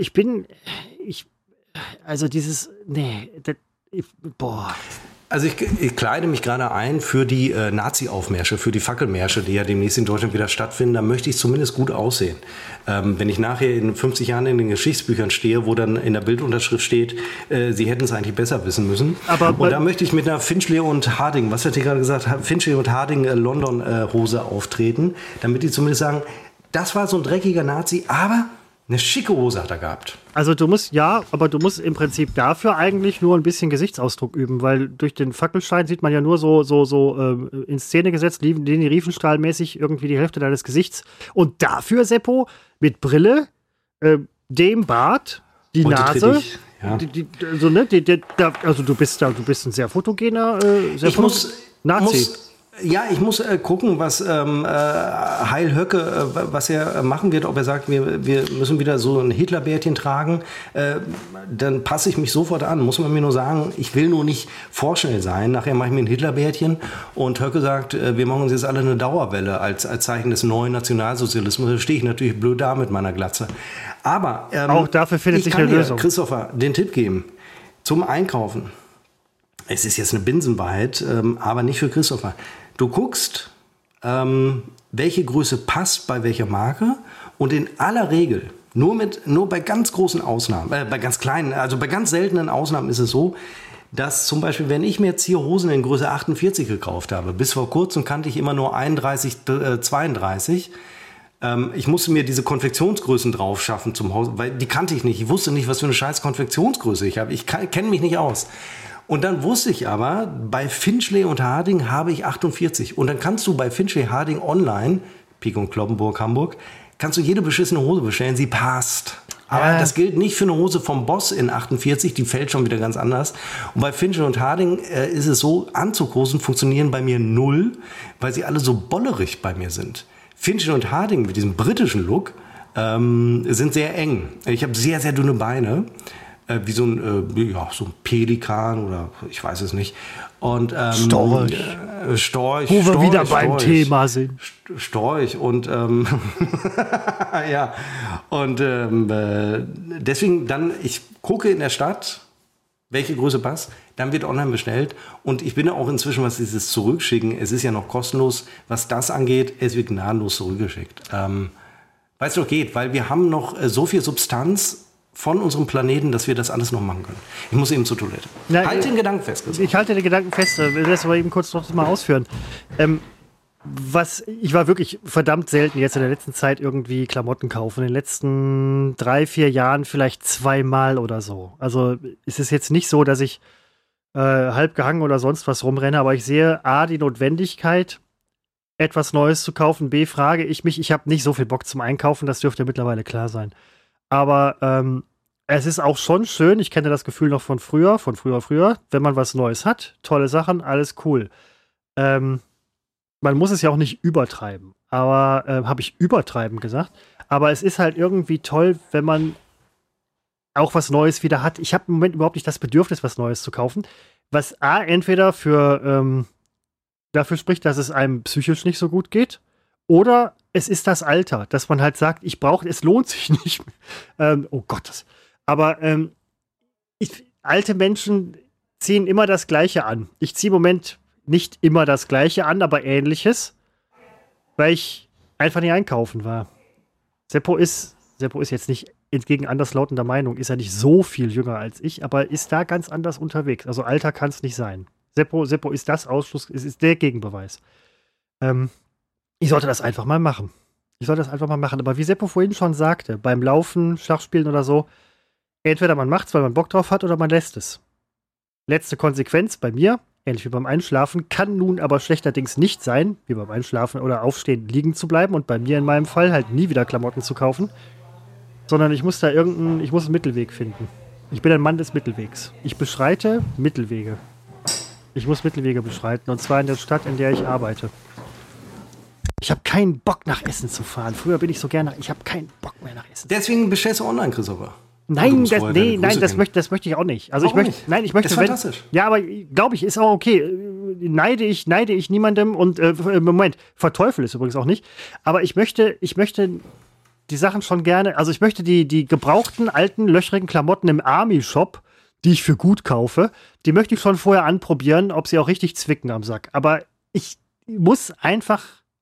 Also ich kleide mich gerade ein für die Nazi-Aufmärsche, für die Fackelmärsche, die ja demnächst in Deutschland wieder stattfinden. Da möchte ich zumindest gut aussehen. Wenn ich nachher in 50 Jahren in den Geschichtsbüchern stehe, wo dann in der Bildunterschrift steht, sie hätten es eigentlich besser wissen müssen. Und da möchte ich mit einer Finchley und Harding, was hat die gerade gesagt, Finchley und Harding London Hose auftreten, damit die zumindest sagen, das war so ein dreckiger Nazi, aber eine schicke Hose hat er gehabt. Also du musst im Prinzip dafür eigentlich nur ein bisschen Gesichtsausdruck üben, weil durch den Fackelschein sieht man ja nur so in Szene gesetzt, Leni Riefenstahl-mäßig irgendwie die Hälfte deines Gesichts. Und dafür, Seppo, mit Brille, dem Bart, die heute Nase. Du bist ein sehr fotogener, Nazi. Ich muss gucken, was Heil Höcke, was er machen wird, ob er sagt, wir müssen wieder so ein Hitlerbärtchen tragen, dann passe ich mich sofort an. Muss man mir nur sagen, ich will nur nicht vorschnell sein. Nachher mache ich mir ein Hitlerbärtchen und Höcke sagt, wir machen uns jetzt alle eine Dauerwelle als Zeichen des neuen Nationalsozialismus. Da stehe ich natürlich blöd da mit meiner Glatze. Aber auch dafür findet sich eine Lösung. Christopher, den Tipp geben zum Einkaufen. Es ist jetzt eine Binsenwahrheit, aber nicht für Christopher. Du guckst, welche Größe passt bei welcher Marke und in aller Regel, nur bei ganz großen Ausnahmen, bei ganz kleinen, also bei ganz seltenen Ausnahmen ist es so, dass zum Beispiel, wenn ich mir jetzt hier Hosen in Größe 48 gekauft habe, bis vor kurzem kannte ich immer nur 31, 32, Ich musste mir diese Konfektionsgrößen drauf schaffen zum Haus, weil die kannte ich nicht. Ich wusste nicht, was für eine scheiß Konfektionsgröße ich habe. Ich kenne mich nicht aus. Und dann wusste ich aber, bei Finchley und Harding habe ich 48. Und dann kannst du bei Finchley Harding online, Pik und Kloppenburg, Hamburg, kannst du jede beschissene Hose bestellen, sie passt. Aber das gilt nicht für eine Hose vom Boss in 48, die fällt schon wieder ganz anders. Und bei Finchley und Harding ist es so, Anzughosen funktionieren bei mir null, weil sie alle so bollerig bei mir sind. Finchley und Harding mit diesem britischen Look sind sehr eng. Ich habe sehr, sehr dünne Beine. Wie so ein Pelikan oder ich weiß es nicht. Und Storch. Wo wir wieder beim Thema sind. Storch und ja. Und deswegen dann, ich gucke in der Stadt, welche Größe passt, dann wird online bestellt. Und ich bin auch inzwischen, was dieses Zurückschicken, es ist ja noch kostenlos, was das angeht, es wird gnadenlos zurückgeschickt. Weil es doch geht, weil wir haben noch so viel Substanz von unserem Planeten, dass wir das alles noch machen können. Ich muss eben zur Toilette. Halt den Gedanken fest. Ich halte den Gedanken fest, will das aber eben kurz noch mal ausführen. Ich war wirklich verdammt selten jetzt in der letzten Zeit irgendwie Klamotten kaufen. In den letzten 3-4 Jahren vielleicht 2-mal oder so. Also es ist jetzt nicht so, dass ich halb gehangen oder sonst was rumrenne, aber ich sehe A, die Notwendigkeit, etwas Neues zu kaufen. B, frage ich mich, ich habe nicht so viel Bock zum Einkaufen, das dürfte mittlerweile klar sein. Aber es ist auch schon schön, ich kenne das Gefühl noch von früher, wenn man was Neues hat, tolle Sachen, alles cool. Man muss es ja auch nicht übertreiben, aber habe ich übertreiben gesagt, aber es ist halt irgendwie toll, wenn man auch was Neues wieder hat. Ich habe im Moment überhaupt nicht das Bedürfnis, was Neues zu kaufen, was A, entweder dafür spricht, dass es einem psychisch nicht so gut geht, oder es ist das Alter, dass man halt sagt, es lohnt sich nicht. Oh Gott, aber alte Menschen ziehen immer das Gleiche an. Ich ziehe im Moment nicht immer das Gleiche an, aber Ähnliches, weil ich einfach nicht einkaufen war. Seppo ist jetzt nicht entgegen anderslautender Meinung, ist er nicht so viel jünger als ich, aber ist da ganz anders unterwegs. Also Alter kann es nicht sein. Seppo ist ist der Gegenbeweis. Ich sollte das einfach mal machen. Aber wie Seppo vorhin schon sagte, beim Laufen, Schachspielen oder so, entweder man macht es, weil man Bock drauf hat, oder man lässt es. Letzte Konsequenz bei mir, ähnlich wie beim Einschlafen, kann nun aber schlechterdings nicht sein, wie beim Einschlafen oder Aufstehen liegen zu bleiben und bei mir in meinem Fall halt nie wieder Klamotten zu kaufen, sondern ich muss einen Mittelweg finden. Ich bin ein Mann des Mittelwegs. Ich beschreite Mittelwege. Ich muss Mittelwege beschreiten, und zwar in der Stadt, in der ich arbeite. Ich habe keinen Bock, nach Essen zu fahren. Früher bin ich so gerne, ich habe keinen Bock mehr nach Essen. Deswegen bestellst du online, Christopher. Nein, das möchte ich auch nicht. Also ich möchte, das ist fantastisch. Ja, aber glaube ich, ist auch okay. Neide ich niemandem und Moment, verteufel es übrigens auch nicht. Aber ich möchte die Sachen schon gerne, also ich möchte die gebrauchten, alten, löchrigen Klamotten im Army-Shop, die ich für gut kaufe, die möchte ich schon vorher anprobieren, ob sie auch richtig zwicken am Sack. Aber ich muss einfach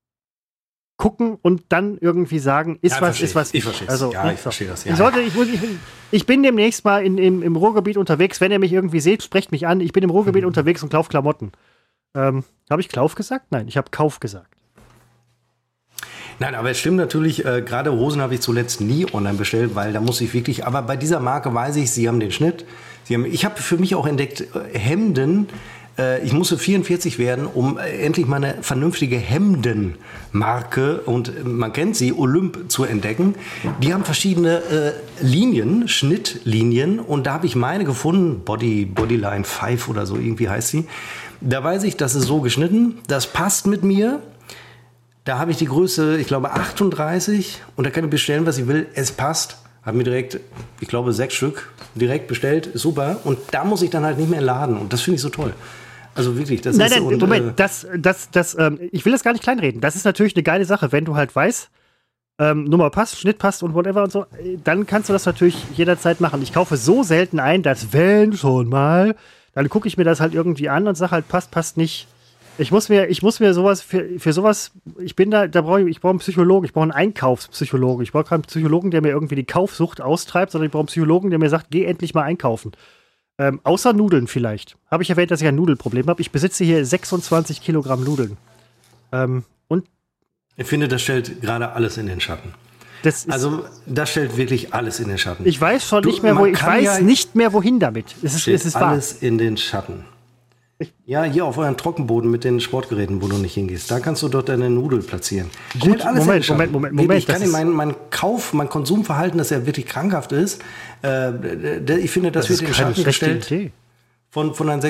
gucken und dann irgendwie sagen, ist was. Ich verstehe also, ich verstehe das. Ja. Ich bin demnächst mal im Ruhrgebiet unterwegs. Wenn ihr mich irgendwie seht, sprecht mich an. Ich bin im Ruhrgebiet unterwegs und kaufe Klamotten. Habe ich Klauf gesagt? Nein, ich habe Kauf gesagt. Nein, aber es stimmt natürlich, gerade Hosen habe ich zuletzt nie online bestellt, weil da muss ich wirklich, aber bei dieser Marke weiß ich, sie haben den Schnitt. Ich habe für mich auch entdeckt, Hemden. Ich musste 44 werden, um endlich mal eine vernünftige Hemdenmarke, und man kennt sie, Olymp, zu entdecken. Die haben verschiedene Schnittlinien, und da habe ich meine gefunden, Bodyline 5 oder so, irgendwie heißt sie. Da weiß ich, das ist so geschnitten, das passt mit mir. Da habe ich die Größe, ich glaube 38, und da kann ich bestellen, was ich will. Es passt. Habe mir direkt, ich glaube 6 Stück direkt bestellt, ist super. Und da muss ich dann halt nicht mehr laden, und das finde ich so toll. Also wirklich, das ist... Nein, Moment, ich will das gar nicht kleinreden. Das ist natürlich eine geile Sache, wenn du halt weißt, Nummer passt, Schnitt passt und whatever und so, dann kannst du das natürlich jederzeit machen. Ich kaufe so selten ein, dass wenn schon mal, dann gucke ich mir das halt irgendwie an und sage halt, passt nicht. Ich muss mir sowas, für sowas, ich brauche einen Psychologen, ich brauche einen Einkaufspsychologen. Ich brauche keinen Psychologen, der mir irgendwie die Kaufsucht austreibt, sondern ich brauche einen Psychologen, der mir sagt, geh endlich mal einkaufen. Außer Nudeln vielleicht. Habe ich erwähnt, dass ich ein Nudelproblem habe. Ich besitze hier 26 Kilogramm Nudeln. Und Ich finde, das stellt gerade alles in den Schatten. Das stellt wirklich alles in den Schatten. Ich weiß schon nicht mehr, nicht mehr, wohin damit. Es ist alles in den Schatten. Ja, hier auf euren Trockenboden mit den Sportgeräten, wo du nicht hingehst. Da kannst du dort deine Nudel platzieren. Gut, Moment. Ich kann mein Konsumverhalten, das ja wirklich krankhaft ist, ich finde, das wird in den Schatten gestellt von einer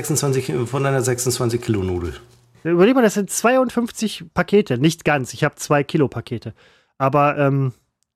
26 Kilo Nudel. Überleg mal, das sind 52 Pakete, nicht ganz. Ich habe 2 Kilo Pakete. Aber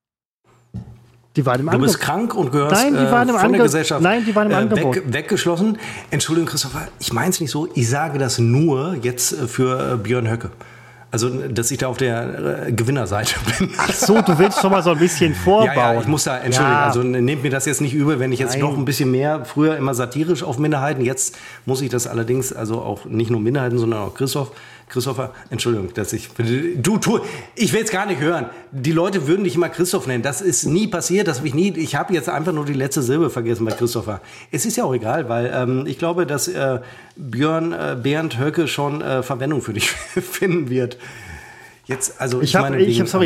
die waren im Angebot. Du bist krank und gehörst von der Gesellschaft die waren im Angebot. Weggeschlossen. Entschuldigung, Christopher, ich meine es nicht so. Ich sage das nur jetzt für Björn Höcke. Also, dass ich da auf der Gewinnerseite bin. Ach so, du willst schon mal so ein bisschen vorbauen. Ja, ich muss da, entschuldigen, also nehmt mir das jetzt nicht übel, wenn ich jetzt noch ein bisschen mehr, früher immer satirisch auf Minderheiten, jetzt muss ich das allerdings, also auch nicht nur Minderheiten, sondern auch Christopher, Entschuldigung, dass ich will es gar nicht hören. Die Leute würden dich immer Christoph nennen. Das ist nie passiert, ich habe jetzt einfach nur die letzte Silbe vergessen bei Christopher. Es ist ja auch egal, weil ich glaube, dass Bernd Höcke schon Verwendung für dich finden wird. Jetzt, also ich war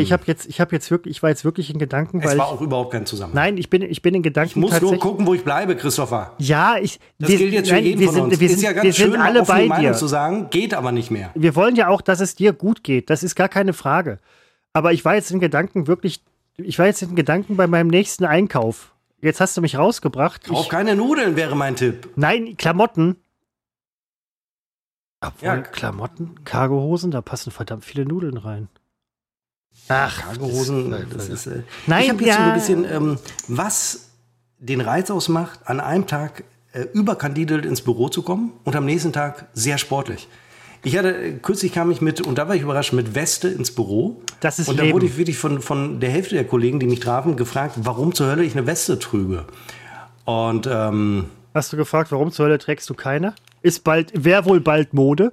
jetzt wirklich in Gedanken, es war auch überhaupt kein Zusammenhang. Nein, ich bin in Gedanken. Ich muss nur gucken, wo ich bleibe, Christopher. Ja, das gilt jetzt für jeden von uns. Ist ja ganz schön, alle bei dir zu sagen, geht aber nicht mehr. Wir wollen ja auch, dass es dir gut geht. Das ist gar keine Frage. Aber ich war jetzt in Gedanken bei meinem nächsten Einkauf. Jetzt hast du mich rausgebracht. Kauf keine Nudeln wäre mein Tipp. Nein, Klamotten. Obwohl, ja, Klamotten, Cargohosen, da passen verdammt viele Nudeln rein. Ach, Cargohosen, das ist. Nein, ich habe jetzt so ein bisschen, was den Reiz ausmacht, an einem Tag überkandidelt ins Büro zu kommen und am nächsten Tag sehr sportlich. Kürzlich kam ich und da war ich überrascht, mit Weste ins Büro. Das ist und da Leben. wurde ich wirklich von der Hälfte der Kollegen, die mich trafen, gefragt, warum zur Hölle ich eine Weste trüge. Und hast du gefragt, warum zur Hölle trägst du keine? Wäre wohl bald Mode?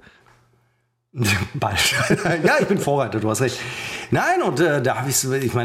Bald. Ja, ich bin Vorreiter, du hast recht. Nein, und da habe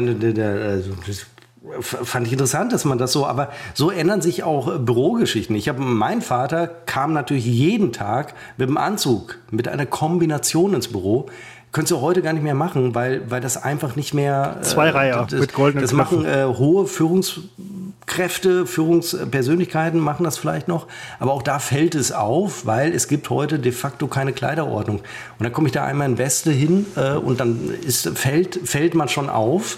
fand ich interessant, dass man das so, aber so ändern sich auch Bürogeschichten. Mein Vater kam natürlich jeden Tag mit dem Anzug, mit einer Kombination ins Büro. Könntest du heute gar nicht mehr machen, weil das einfach nicht mehr... Zweireiher mit goldenen Das machen hohe Führungskräfte, Führungspersönlichkeiten machen das vielleicht noch. Aber auch da fällt es auf, weil es gibt heute de facto keine Kleiderordnung. Und dann komme ich da einmal in Weste hin und dann fällt man schon auf.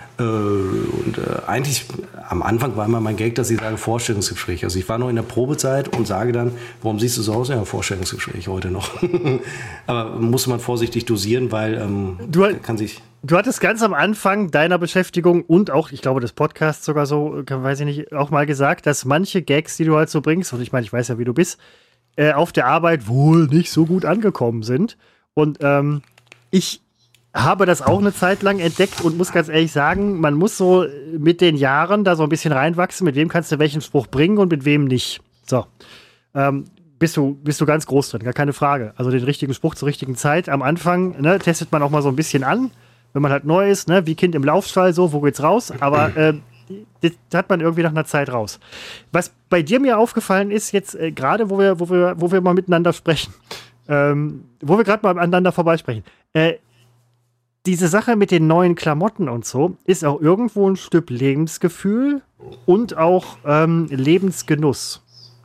Eigentlich am Anfang war immer mein Gag, dass ich sage Vorstellungsgespräch. Also ich war noch in der Probezeit und sage dann, warum siehst du so aus? Ja, Vorstellungsgespräch heute noch. Aber muss man vorsichtig dosieren, weil du hattest ganz am Anfang deiner Beschäftigung und auch, ich glaube, des Podcasts sogar so, weiß ich nicht, auch mal gesagt, dass manche Gags, die du halt so bringst, und ich meine, ich weiß ja, wie du bist, auf der Arbeit wohl nicht so gut angekommen sind. Und ich habe das auch eine Zeit lang entdeckt und muss ganz ehrlich sagen, man muss so mit den Jahren da so ein bisschen reinwachsen, mit wem kannst du welchen Spruch bringen und mit wem nicht. So, bist du ganz groß drin, gar keine Frage. Also den richtigen Spruch zur richtigen Zeit. Am Anfang testet man auch mal so ein bisschen an, wenn man halt neu ist, wie Kind im Laufstall, so, wo geht's raus? Aber das hat man irgendwie nach einer Zeit raus. Was bei dir mir aufgefallen ist, jetzt gerade, wo wir mal miteinander sprechen, wo wir gerade mal aneinander vorbeisprechen, diese Sache mit den neuen Klamotten und so ist auch irgendwo ein Stück Lebensgefühl und auch Lebensgenuss.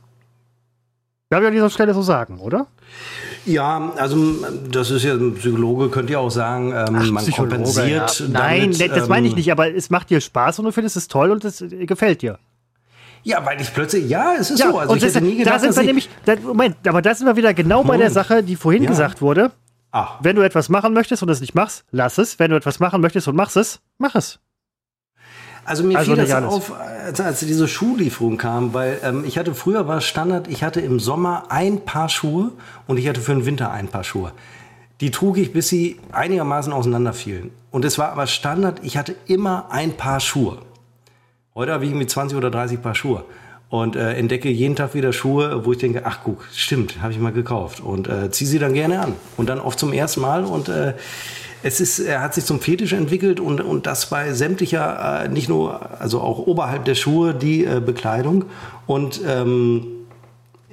Darf ich an dieser Stelle so sagen, oder? Ja, also das ist ja ein Psychologe, könnt ihr auch sagen, man kompensiert. Ja. Nein, das meine ich nicht, aber es macht dir Spaß und du findest es toll und es gefällt dir. Ja, weil ich plötzlich, es ist so. Also und ich hätte nie gedacht, aber da sind wir wieder genau bei der Sache, die vorhin gesagt wurde. Ach. Wenn du etwas machen möchtest und es nicht machst, lass es. Wenn du etwas machen möchtest und machst es, mach es. Also mir fiel das auf, als diese Schuhlieferung kam, weil früher war Standard, ich hatte im Sommer ein Paar Schuhe und ich hatte für den Winter ein Paar Schuhe. Die trug ich, bis sie einigermaßen auseinanderfielen. Und es war aber Standard, ich hatte immer ein Paar Schuhe. Heute habe ich irgendwie 20 oder 30 Paar Schuhe. Und entdecke jeden Tag wieder Schuhe, wo ich denke, ach guck, stimmt, habe ich mal gekauft. Und ziehe sie dann gerne an. Und dann oft zum ersten Mal. Und er hat sich zum Fetisch entwickelt. Und das bei sämtlicher, nicht nur, also auch oberhalb der Schuhe, die Bekleidung. Und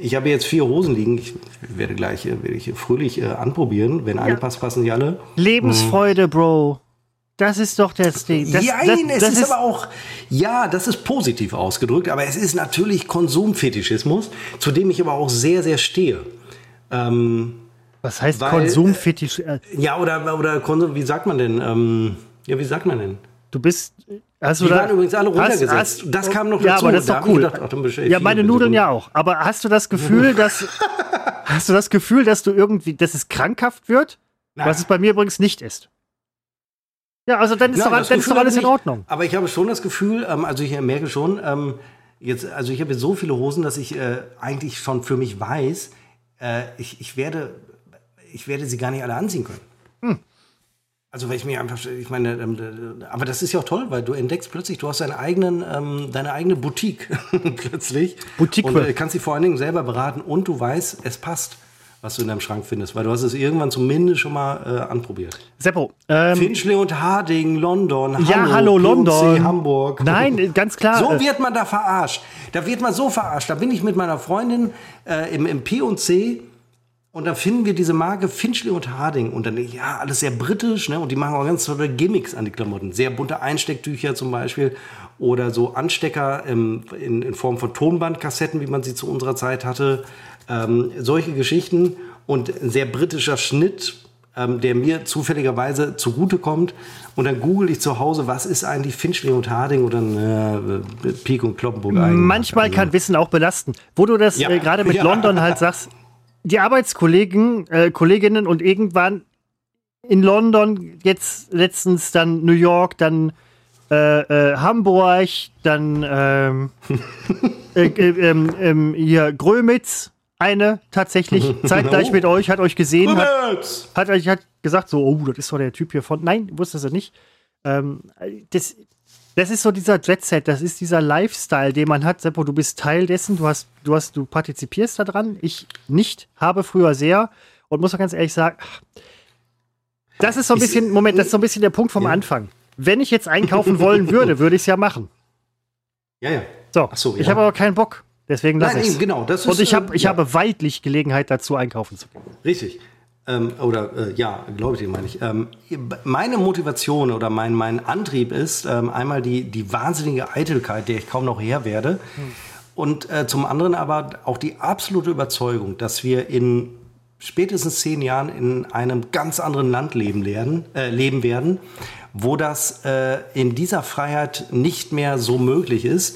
Ich habe jetzt 4 Hosen liegen. Ich werde gleich fröhlich anprobieren. Wenn eine passt, passen die alle. Lebensfreude, Bro. Das ist doch das Ding. Es ist aber auch, das ist positiv ausgedrückt, aber es ist natürlich Konsumfetischismus, zu dem ich aber auch sehr, sehr stehe. Was heißt Konsumfetisch? Oder Konsum, wie sagt man denn? Wie sagt man denn? Du bist. Die waren übrigens alle runtergesetzt. Das kam noch dazu. Ja, aber das ist doch cool. Meine Nudeln ja auch. Aber hast du das Gefühl, dass du irgendwie, dass es krankhaft wird? Nein. Was es bei mir übrigens nicht ist. Ja, also dann ist doch alles in Ordnung. Aber ich habe schon das Gefühl, also ich merke schon, ich habe jetzt so viele Hosen, dass ich eigentlich schon für mich weiß, ich werde sie gar nicht alle anziehen können. Also weil aber das ist ja auch toll, weil du entdeckst plötzlich, du hast deine eigene Boutique plötzlich. Boutique. Und kannst sie vor allen Dingen selber beraten und du weißt, es passt, was du in deinem Schrank findest, weil du hast es irgendwann zumindest schon mal anprobiert. Seppo. Finchley und Harding, London, hallo London. Hamburg. Nein, ganz klar. So wird man da verarscht. Da wird man so verarscht. Da bin ich mit meiner Freundin im P&C und dann finden wir diese Marke Finchley und Harding und dann, alles sehr britisch, ne? Und die machen auch ganz tolle Gimmicks an die Klamotten. Sehr bunte Einstecktücher zum Beispiel oder so Anstecker in Form von Tonbandkassetten, wie man sie zu unserer Zeit hatte. Solche Geschichten und ein sehr britischer Schnitt, der mir zufälligerweise zugutekommt. Und dann google ich zu Hause, was ist eigentlich Finchley und Harding oder Pieck und Kloppenburg eigentlich. Manchmal kann Wissen auch belasten. Wo du das gerade mit London halt sagst, die Kolleginnen und irgendwann in London, jetzt letztens dann New York, dann Hamburg, dann hier Grömitz, eine tatsächlich zeitgleich mit euch, hat euch gesehen, hat gesagt so, das ist doch der Typ hier von, nein, wusste sie nicht. Das ist so dieser Jet-Set, das ist dieser Lifestyle, den man hat. Seppo, du bist Teil dessen, du partizipierst da dran, ich nicht, habe früher sehr und muss auch ganz ehrlich sagen, das ist so ein bisschen, das ist so ein bisschen der Punkt vom Anfang. Wenn ich jetzt einkaufen wollen würde ich es ja machen. Ja. So, ich habe aber keinen Bock. Deswegen lasse ich es. Genau, das ist, und ich habe weitlich Gelegenheit dazu, einkaufen zu gehen. Richtig. Glaube ich dir, meine ich. Meine Motivation oder mein Antrieb ist einmal die wahnsinnige Eitelkeit, der ich kaum noch Herr werde. Und zum anderen aber auch die absolute Überzeugung, dass wir in spätestens 10 Jahren in einem ganz anderen Land leben werden, wo das in dieser Freiheit nicht mehr so möglich ist.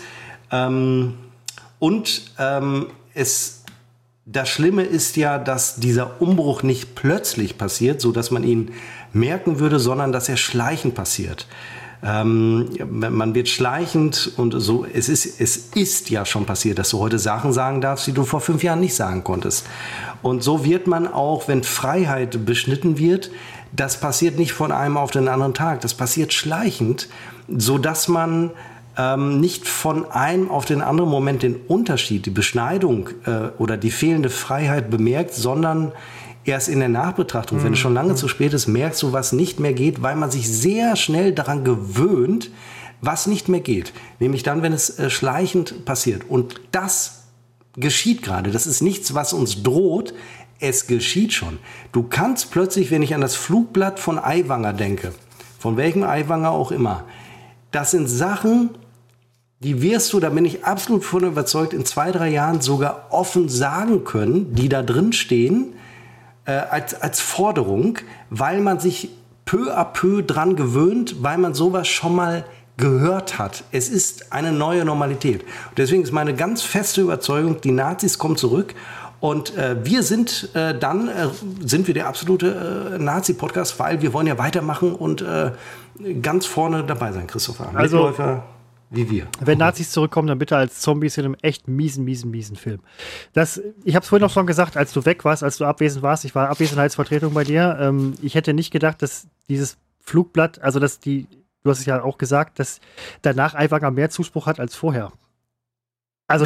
Das Schlimme ist ja, dass dieser Umbruch nicht plötzlich passiert, so dass man ihn merken würde, sondern dass er schleichend passiert. Man wird schleichend und so. Es ist ja schon passiert, dass du heute Sachen sagen darfst, die du vor 5 Jahren nicht sagen konntest. Und so wird man auch, wenn Freiheit beschnitten wird, das passiert nicht von einem auf den anderen Tag. Das passiert schleichend, so dass man nicht von einem auf den anderen Moment den Unterschied, die Beschneidung oder die fehlende Freiheit bemerkt, sondern erst in der Nachbetrachtung, wenn es schon lange zu spät ist, merkst du, was nicht mehr geht, weil man sich sehr schnell daran gewöhnt, was nicht mehr geht. Nämlich dann, wenn es schleichend passiert. Und das geschieht gerade. Das ist nichts, was uns droht. Es geschieht schon. Du kannst plötzlich, wenn ich an das Flugblatt von Aiwanger denke, von welchem Aiwanger auch immer, das sind Sachen, die wirst du, da bin ich absolut von überzeugt, in 2, 3 Jahren sogar offen sagen können, die da drin stehen, als Forderung, weil man sich peu à peu dran gewöhnt, weil man sowas schon mal gehört hat. Es ist eine neue Normalität. Und deswegen ist meine ganz feste Überzeugung, die Nazis kommen zurück und wir sind sind wir der absolute Nazi-Podcast, weil wir wollen ja weitermachen und ganz vorne dabei sein, Christopher. Also, Mitläufer wie wir. Wenn Nazis zurückkommen, dann bitte als Zombies in einem echt miesen Film. Ich habe es vorhin noch schon gesagt, als du weg warst, als du abwesend warst, ich war Abwesenheitsvertretung bei dir. Ich hätte nicht gedacht, dass dieses Flugblatt, also dass du hast es ja auch gesagt, dass danach Aiwanger mehr Zuspruch hat als vorher. Also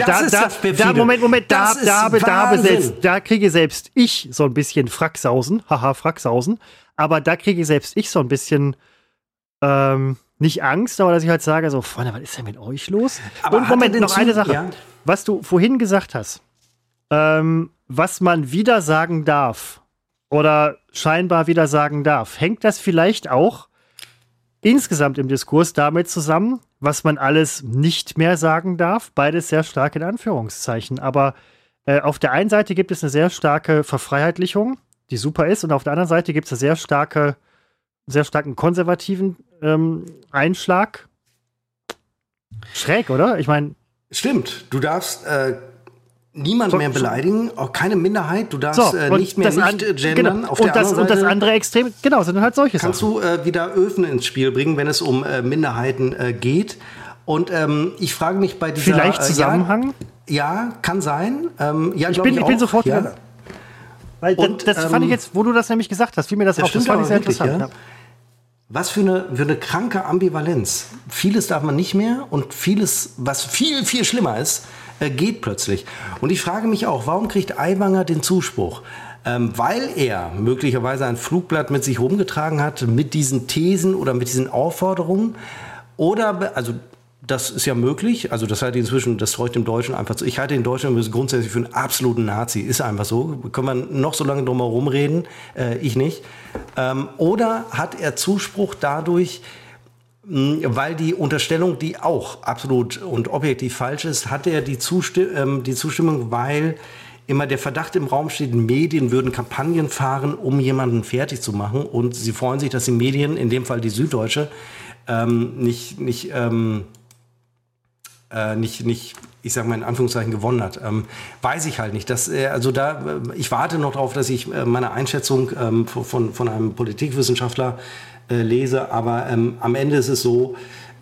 da kriege selbst ich so ein bisschen Fracksausen, aber da kriege selbst ich so ein bisschen nicht Angst, aber dass ich halt sage, so, Freunde, was ist denn mit euch los? Aber und Moment, noch eine Sache. Ja? Was du vorhin gesagt hast, was man wieder sagen darf oder scheinbar wieder sagen darf. Hängt das vielleicht auch insgesamt im Diskurs damit zusammen, was man alles nicht mehr sagen darf? Beides sehr stark in Anführungszeichen. Aber auf der einen Seite gibt es eine sehr starke Verfreiheitlichung, die super ist, und auf der anderen Seite gibt es einen sehr starken konservativen Einschlag. Schräg, oder? Ich meine. Stimmt, du darfst niemand mehr beleidigen, auch keine Minderheit, du darfst nicht mehr nicht gendern. Genau. Und das andere Extrem, genau, sind halt solche Sachen. Kannst du wieder Öfen ins Spiel bringen, wenn es um Minderheiten geht. Und ich frage mich bei dieser... Vielleicht Zusammenhang? Ja, kann sein. Ich bin sofort wieder. Weil das fand ich jetzt, wo du das nämlich gesagt hast, fiel mir das auf. Das fand ich sehr interessant. Ja. Was für eine kranke Ambivalenz. Vieles darf man nicht mehr und vieles, was viel, viel schlimmer ist, geht plötzlich. Und ich frage mich auch, warum kriegt Aiwanger den Zuspruch? Weil er möglicherweise ein Flugblatt mit sich rumgetragen hat, mit diesen Thesen oder mit diesen Aufforderungen. Oder, also das ist ja möglich, also das halte ich inzwischen, das traue ich dem Deutschen einfach zu. Ich halte den Deutschen grundsätzlich für einen absoluten Nazi, ist einfach so. Können wir noch so lange drum herum reden, ich nicht. Oder hat er Zuspruch dadurch, weil die Unterstellung, die auch absolut und objektiv falsch ist, hat er die Zustimmung, weil immer der Verdacht im Raum steht, Medien würden Kampagnen fahren, um jemanden fertig zu machen. Und sie freuen sich, dass die Medien, in dem Fall die Süddeutsche, nicht, ich sag mal in Anführungszeichen, gewonnen hat. Weiß ich halt nicht. Ich warte noch darauf, dass ich meine Einschätzung von einem Politikwissenschaftler lese, aber am Ende ist es so,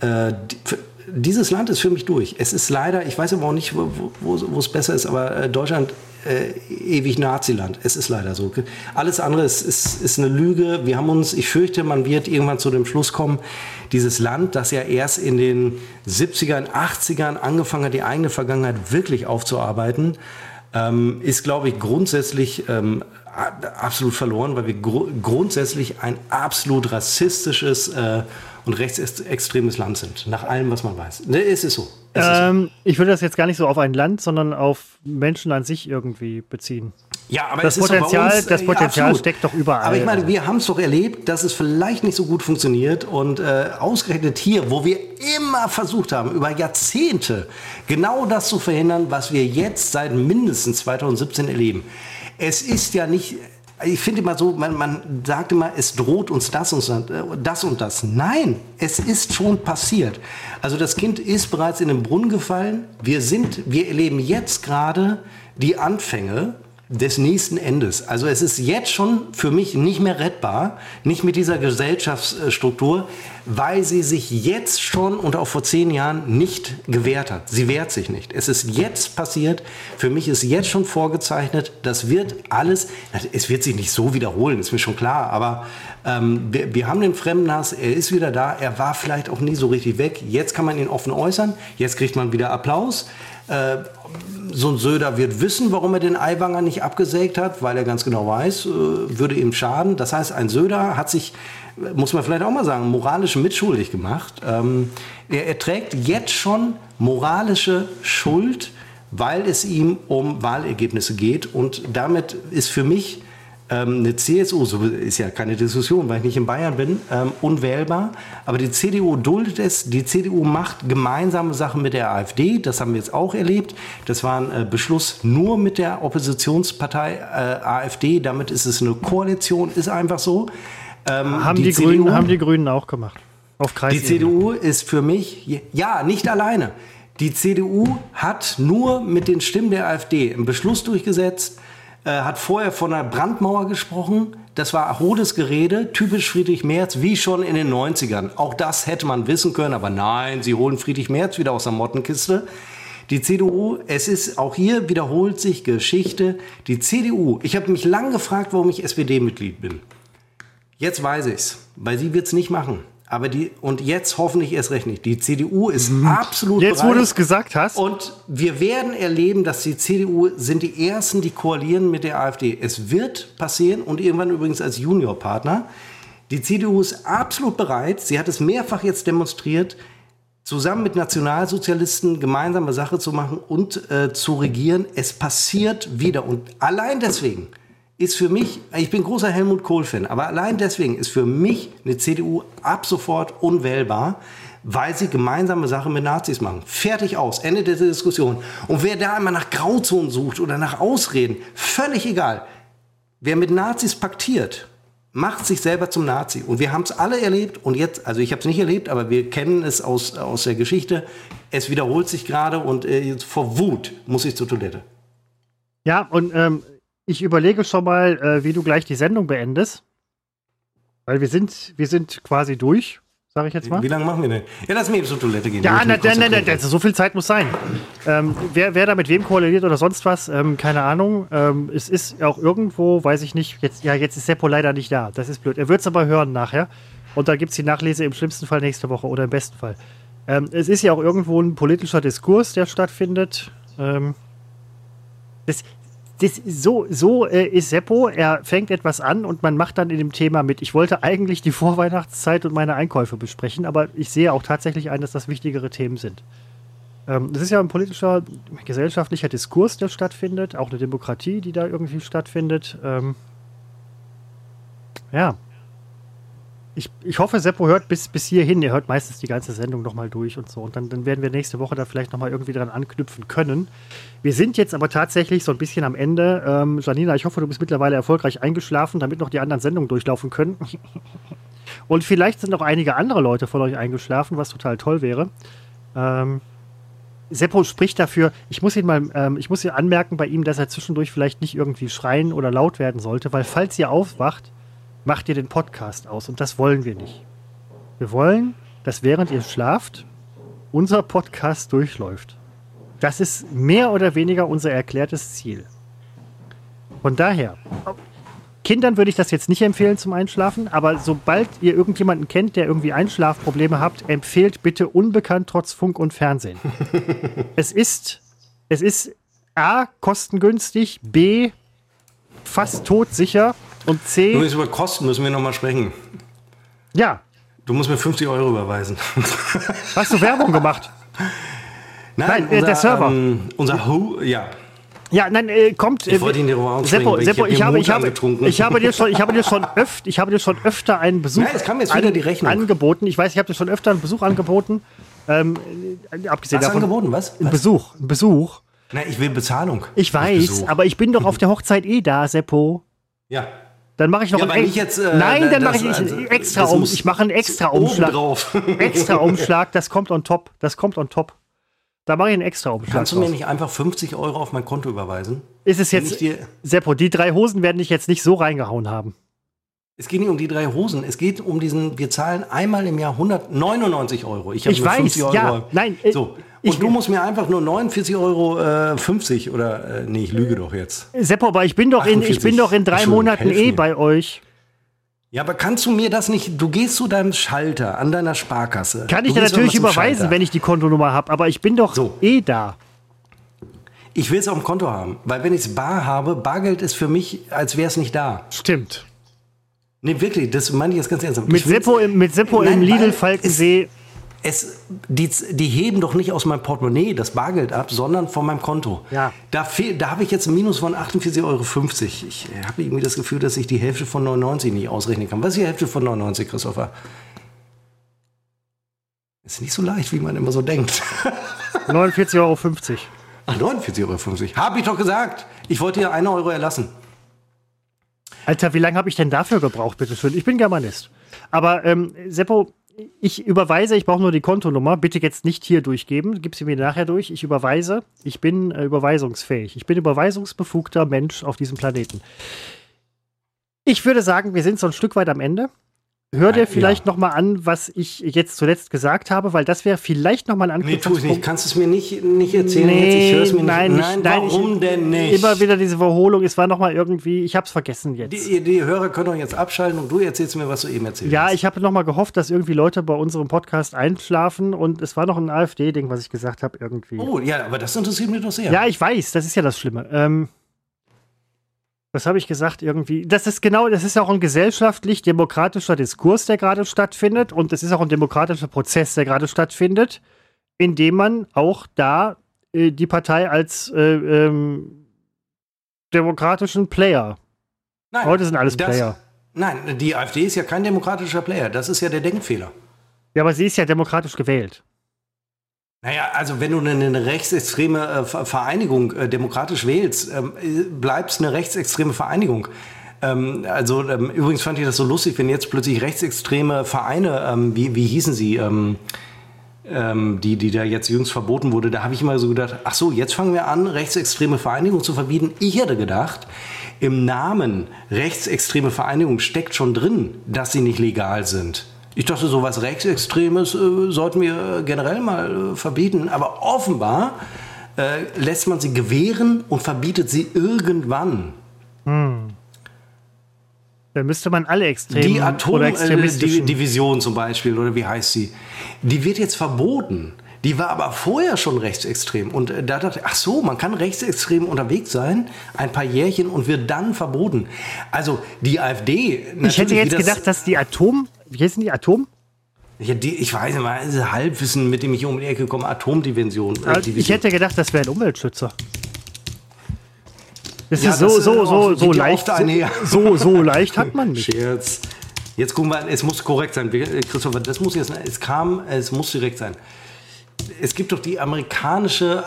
dieses Land ist für mich durch. Es ist leider, ich weiß aber auch nicht, wo es besser ist, aber Deutschland ewig Naziland. Es ist leider so. Alles andere ist eine Lüge. Wir haben uns, ich fürchte, man wird irgendwann zu dem Schluss kommen, dieses Land, das ja erst in den 70ern, 80ern angefangen hat, die eigene Vergangenheit wirklich aufzuarbeiten, ist, glaube ich, grundsätzlich absolut verloren, weil wir grundsätzlich ein absolut rassistisches und rechtsextremes Land sind. Nach allem, was man weiß. Es ist so. Ich würde das jetzt gar nicht so auf ein Land, sondern auf Menschen an sich irgendwie beziehen. Ja, aber das Potenzial steckt doch überall. Aber ich meine, wir haben es doch erlebt, dass es vielleicht nicht so gut funktioniert und ausgerechnet hier, wo wir immer versucht haben, über Jahrzehnte genau das zu verhindern, was wir jetzt seit mindestens 2017 erleben. Es ist ja nicht, ich finde immer so, man sagt immer, es droht uns das und das. Nein, es ist schon passiert. Also das Kind ist bereits in den Brunnen gefallen. Wir erleben jetzt gerade die Anfänge des nächsten Endes. Also es ist jetzt schon für mich nicht mehr rettbar, nicht mit dieser Gesellschaftsstruktur, weil sie sich jetzt schon und auch vor 10 Jahren nicht gewehrt hat. Sie wehrt sich nicht. Es ist jetzt passiert. Für mich ist jetzt schon vorgezeichnet. Das wird alles, es wird sich nicht so wiederholen, ist mir schon klar, aber wir haben den Fremdenhass, er ist wieder da, er war vielleicht auch nie so richtig weg. Jetzt kann man ihn offen äußern, jetzt kriegt man wieder Applaus. So ein Söder wird wissen, warum er den Aiwanger nicht abgesägt hat, weil er ganz genau weiß, würde ihm schaden. Das heißt, ein Söder hat sich, muss man vielleicht auch mal sagen, moralisch mitschuldig gemacht. Er trägt jetzt schon moralische Schuld, weil es ihm um Wahlergebnisse geht. Und damit ist für mich eine CSU, so ist ja keine Diskussion, weil ich nicht in Bayern bin, unwählbar. Aber die CDU duldet es. Die CDU macht gemeinsame Sachen mit der AfD. Das haben wir jetzt auch erlebt. Das war ein Beschluss nur mit der Oppositionspartei AfD. Damit ist es eine Koalition, ist einfach so. Haben die Grünen auch gemacht. Auf Kreisebene. Die CDU ist für mich, ja, nicht alleine. Die CDU hat nur mit den Stimmen der AfD einen Beschluss durchgesetzt, hat vorher von einer Brandmauer gesprochen. Das war hohles Gerede, typisch Friedrich Merz, wie schon in den 90ern. Auch das hätte man wissen können, aber nein, sie holen Friedrich Merz wieder aus der Mottenkiste. Die CDU, es ist, auch hier wiederholt sich Geschichte. Die CDU, ich habe mich lange gefragt, warum ich SPD-Mitglied bin. Jetzt weiß ich's, weil sie wird's nicht machen. Aber und jetzt hoffentlich erst recht nicht. Die CDU ist absolut bereit. Jetzt, wo du es gesagt hast. Und wir werden erleben, dass die CDU sind die Ersten, die koalieren mit der AfD. Es wird passieren und irgendwann übrigens als Juniorpartner. Die CDU ist absolut bereit, sie hat es mehrfach jetzt demonstriert, zusammen mit Nationalsozialisten gemeinsame Sache zu machen und zu regieren. Es passiert wieder. Und allein deswegen ist für mich, ich bin großer Helmut Kohl-Fan, aber allein deswegen ist für mich eine CDU ab sofort unwählbar, weil sie gemeinsame Sache mit Nazis machen. Fertig aus, Ende der Diskussion. Und wer da immer nach Grauzonen sucht oder nach Ausreden, völlig egal. Wer mit Nazis paktiert, macht sich selber zum Nazi. Und wir haben es alle erlebt und jetzt, also ich habe es nicht erlebt, aber wir kennen es aus der Geschichte. Es wiederholt sich gerade und vor Wut muss ich zur Toilette. Ja, und ich überlege schon mal, wie du gleich die Sendung beendest. Weil wir sind quasi durch, sage ich jetzt mal. Wie lange machen wir denn? Ja, lass mich eben zur Toilette gehen. Ja, nein, so viel Zeit muss sein. Wer da mit wem koaliert oder sonst was, keine Ahnung. Es ist auch irgendwo, weiß ich nicht, jetzt ist Seppo leider nicht da. Das ist blöd. Er wird es aber hören nachher. Und da gibt es die Nachlese im schlimmsten Fall nächste Woche oder im besten Fall. Es ist ja auch irgendwo ein politischer Diskurs, der stattfindet. So ist Seppo, er fängt etwas an und man macht dann in dem Thema mit. Ich wollte eigentlich die Vorweihnachtszeit und meine Einkäufe besprechen, aber ich sehe auch tatsächlich ein, dass das wichtigere Themen sind. Es ist ja ein politischer, gesellschaftlicher Diskurs, der stattfindet, auch eine Demokratie, die da irgendwie stattfindet. Ja. Ich hoffe, Seppo hört bis hierhin. Er hört meistens die ganze Sendung nochmal durch und so. Und dann werden wir nächste Woche da vielleicht nochmal irgendwie dran anknüpfen können. Wir sind jetzt aber tatsächlich so ein bisschen am Ende. Janina, ich hoffe, du bist mittlerweile erfolgreich eingeschlafen, damit noch die anderen Sendungen durchlaufen können. Und vielleicht sind auch einige andere Leute von euch eingeschlafen, was total toll wäre. Seppo spricht dafür, ich muss hier anmerken bei ihm, dass er zwischendurch vielleicht nicht irgendwie schreien oder laut werden sollte, weil falls ihr aufwacht, macht ihr den Podcast aus und das wollen wir nicht. Wir wollen, dass während ihr schlaft, unser Podcast durchläuft. Das ist mehr oder weniger unser erklärtes Ziel. Von daher, Kindern würde ich das jetzt nicht empfehlen zum Einschlafen, aber sobald ihr irgendjemanden kennt, der irgendwie Einschlafprobleme habt, empfehlt bitte Unbekannt trotz Funk und Fernsehen. Es ist A, kostengünstig, B, fast todsicher und C... Übrigens über Kosten müssen wir nochmal sprechen. Ja. Du musst mir 50 Euro überweisen. Hast du Werbung gemacht? Nein, der Server. Unser Who, ja. Ja, nein, kommt. Ich wollte ihn dir Seppo, ich habe dir schon öfter einen Besuch es kam jetzt wieder die Rechnung angeboten. Ich weiß, ich habe dir schon öfter einen Besuch angeboten. Abgesehen davon. Angeboten? Was? Ein Besuch. Nein, ich will Bezahlung. Ich weiß, aber ich bin doch auf der Hochzeit da, Seppo. Ja. Dann mache ich noch einen extra Ich mache einen extra Umschlag. Extra Umschlag, das kommt on top. Da mache ich einen extra Umschlag. Kannst du mir nicht einfach 50 Euro auf mein Konto überweisen? Ist es jetzt, Seppo, die 3 Hosen werden dich jetzt nicht so reingehauen haben. Es geht nicht um die 3 Hosen. Es geht um wir zahlen einmal im Jahr 199 Euro. Ich weiß, 50 Euro. Ja, nein. So. Und du musst mir einfach nur 49,50 Euro oder, nee, ich lüge doch jetzt. Seppo, aber ich bin doch in 3 Monaten bei euch. Ja, aber kannst du mir das nicht, du gehst zu deinem Schalter an deiner Sparkasse. Kann ich dir natürlich überweisen, wenn ich die Kontonummer habe, aber ich bin doch da. Ich will es auf dem Konto haben, weil wenn ich es bar habe, Bargeld ist für mich, als wäre es nicht da. Stimmt. Nee, wirklich, das meine ich jetzt ganz ernsthaft. Mit Seppo im Lidl-Falkensee. Die heben doch nicht aus meinem Portemonnaie das Bargeld ab, sondern von meinem Konto. Ja. Da habe ich jetzt ein Minus von 48,50 Euro. Ich habe irgendwie das Gefühl, dass ich die Hälfte von 99 nicht ausrechnen kann. Was ist die Hälfte von 99, Christopher? Ist nicht so leicht, wie man immer so denkt. 49,50 Euro. Ach, 49,50 Euro. Habe ich doch gesagt. Ich wollte dir 1 Euro erlassen. Alter, wie lange habe ich denn dafür gebraucht, bitteschön? Ich bin Germanist. Aber, Seppo, ich überweise, ich brauche nur die Kontonummer. Bitte jetzt nicht hier durchgeben. Gib sie mir nachher durch. Ich überweise. Ich bin überweisungsfähig. Ich bin überweisungsbefugter Mensch auf diesem Planeten. Ich würde sagen, wir sind so ein Stück weit am Ende. Hör dir vielleicht noch mal an, was ich jetzt zuletzt gesagt habe, weil das wäre vielleicht noch mal ein Anknüpfungspunkt. Nee, tu ich nicht. Kannst du es mir nicht erzählen? Nee, jetzt? Ich höre es mir nicht. Warum denn nicht? Immer wieder diese Verholung. Es war noch mal irgendwie, ich habe es vergessen jetzt. Die Hörer können doch jetzt abschalten und du erzählst mir, was du eben erzählt hast. Ja, ich habe noch mal gehofft, dass irgendwie Leute bei unserem Podcast einschlafen und es war noch ein AfD-Ding, was ich gesagt habe irgendwie. Oh, ja, aber das interessiert mich doch sehr. Ja, ich weiß, das ist ja das Schlimme. Was habe ich gesagt irgendwie? Das ist auch ein gesellschaftlich-demokratischer Diskurs, der gerade stattfindet. Und es ist auch ein demokratischer Prozess, der gerade stattfindet, in dem man auch da die Partei als demokratischen Player. Nein, Heute sind alles Player. Nein, die AfD ist ja kein demokratischer Player. Das ist ja der Denkfehler. Ja, aber sie ist ja demokratisch gewählt. Naja, also wenn du eine rechtsextreme Vereinigung demokratisch wählst, bleibt es eine rechtsextreme Vereinigung. Übrigens fand ich das so lustig, wenn jetzt plötzlich rechtsextreme Vereine, wie hießen sie, die da jetzt jüngst verboten wurde, da habe ich immer so gedacht, ach so, jetzt fangen wir an, rechtsextreme Vereinigung zu verbieten. Ich hätte gedacht, im Namen rechtsextreme Vereinigung steckt schon drin, dass sie nicht legal sind. Ich dachte, so was Rechtsextremes sollten wir generell mal verbieten. Aber offenbar lässt man sie gewähren und verbietet sie irgendwann. Dann müsste man alle Extremen die oder extremistischen... Division zum Beispiel, oder wie heißt sie? Die wird jetzt verboten. Die war aber vorher schon rechtsextrem. Und da dachte ich, ach so, man kann rechtsextrem unterwegs sein, ein paar Jährchen, und wird dann verboten. Also die AfD... Ich hätte jetzt gedacht, dass die wie heißen die? Atom? Ja, ich weiß nicht mal, das Halbwissen, mit dem ich um die Ecke komme, Atomdivision. Ich hätte gedacht, das wäre ein Umweltschützer. Das ist so leicht. So leicht hat man nicht. Scherz. Jetzt gucken wir, es muss korrekt sein. Christopher, es muss direkt sein. Es gibt doch die amerikanische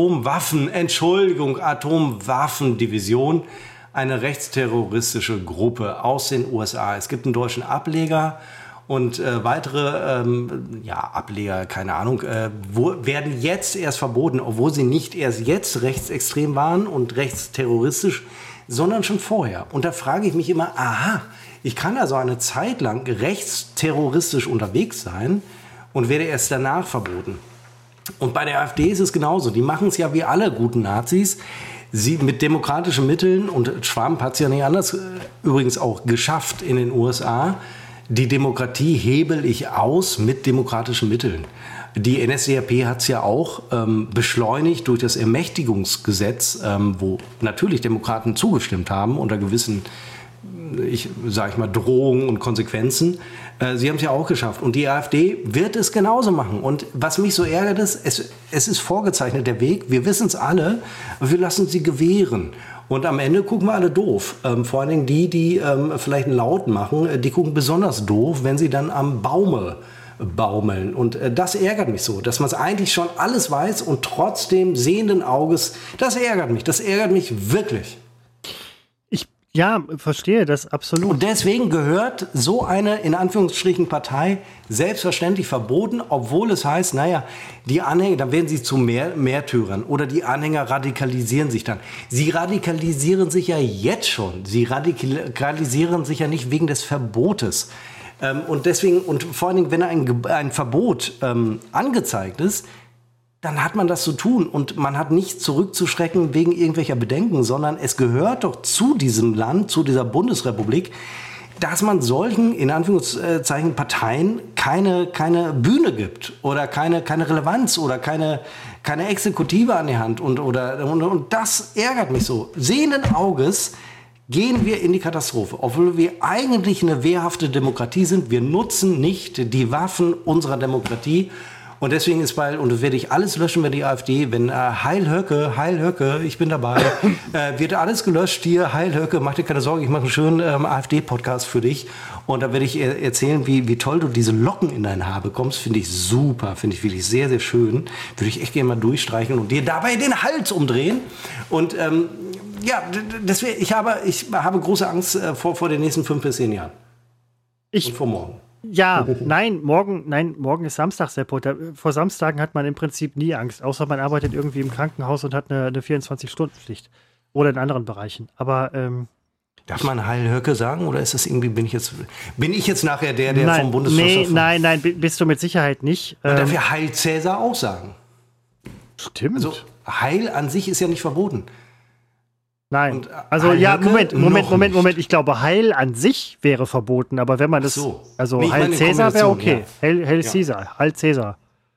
Atomwaffendivision, eine rechtsterroristische Gruppe aus den USA. Es gibt einen deutschen Ableger und weitere Ableger, keine Ahnung, werden jetzt erst verboten, obwohl sie nicht erst jetzt rechtsextrem waren und rechtsterroristisch, sondern schon vorher. Und da frage ich mich immer, ich kann also eine Zeit lang rechtsterroristisch unterwegs sein und werde erst danach verboten. Und bei der AfD ist es genauso. Die machen es ja wie alle guten Nazis. Sie mit demokratischen Mitteln, und Trump hat es ja nicht anders übrigens auch geschafft in den USA, die Demokratie hebel ich aus mit demokratischen Mitteln. Die NSDAP hat es ja auch beschleunigt durch das Ermächtigungsgesetz, wo natürlich Demokraten zugestimmt haben unter gewissen, Drohungen und Konsequenzen. Sie haben es ja auch geschafft. Und die AfD wird es genauso machen. Und was mich so ärgert ist, es ist vorgezeichnet, der Weg. Wir wissen es alle, aber wir lassen sie gewähren. Und am Ende gucken wir alle doof. Vor allen Dingen die vielleicht einen Laut machen, die gucken besonders doof, wenn sie dann am Baume baumeln. Und das ärgert mich so, dass man es eigentlich schon alles weiß und trotzdem sehenden Auges, das ärgert mich wirklich. Ja, verstehe das absolut. Und deswegen gehört so eine, in Anführungsstrichen, Partei selbstverständlich verboten, obwohl es heißt, die Anhänger, dann werden sie zu Märtyrern oder die Anhänger radikalisieren sich dann. Sie radikalisieren sich ja jetzt schon. Sie radikalisieren sich ja nicht wegen des Verbotes. Und deswegen, und vor allen Dingen, wenn ein Verbot angezeigt ist, dann hat man das zu tun und man hat nicht zurückzuschrecken wegen irgendwelcher Bedenken, sondern es gehört doch zu diesem Land, zu dieser Bundesrepublik, dass man solchen, in Anführungszeichen, Parteien keine Bühne gibt oder keine Relevanz oder keine Exekutive an die Hand. Und das ärgert mich so. Sehenden Auges gehen wir in die Katastrophe, obwohl wir eigentlich eine wehrhafte Demokratie sind. Wir nutzen nicht die Waffen unserer Demokratie. Und deswegen ist und das werde ich alles löschen, wenn die AfD, wenn Heil Höcke, ich bin dabei, wird alles gelöscht hier, Heil Höcke, mach dir keine Sorge, ich mache einen schönen AfD-Podcast für dich. Und da werde ich erzählen, wie toll du diese Locken in dein Haar bekommst. Finde ich super, finde ich wirklich sehr, sehr schön. Würde ich echt gerne mal durchstreichen und dir dabei den Hals umdrehen. Und deswegen, ich habe große Angst vor den nächsten 5 bis 10 Jahren. Und vor morgen. Ja, morgen ist Samstag, Seppo. Vor Samstagen hat man im Prinzip nie Angst, außer man arbeitet irgendwie im Krankenhaus und hat eine 24-Stunden-Pflicht. Oder in anderen Bereichen. Aber darf man Heil Höcke sagen oder ist das irgendwie, bin ich jetzt nachher der vom Bundesverfassungsgericht? Nein, bist du mit Sicherheit nicht. Man darf ja Heil Cäsar auch sagen. Stimmt. Also Heil an sich ist ja nicht verboten. Nein, und also Moment. Ich glaube, Heil an sich wäre verboten, aber wenn man das, Heil Cäsar wäre okay. Ja. Heil Cäsar, Heil Cäsar.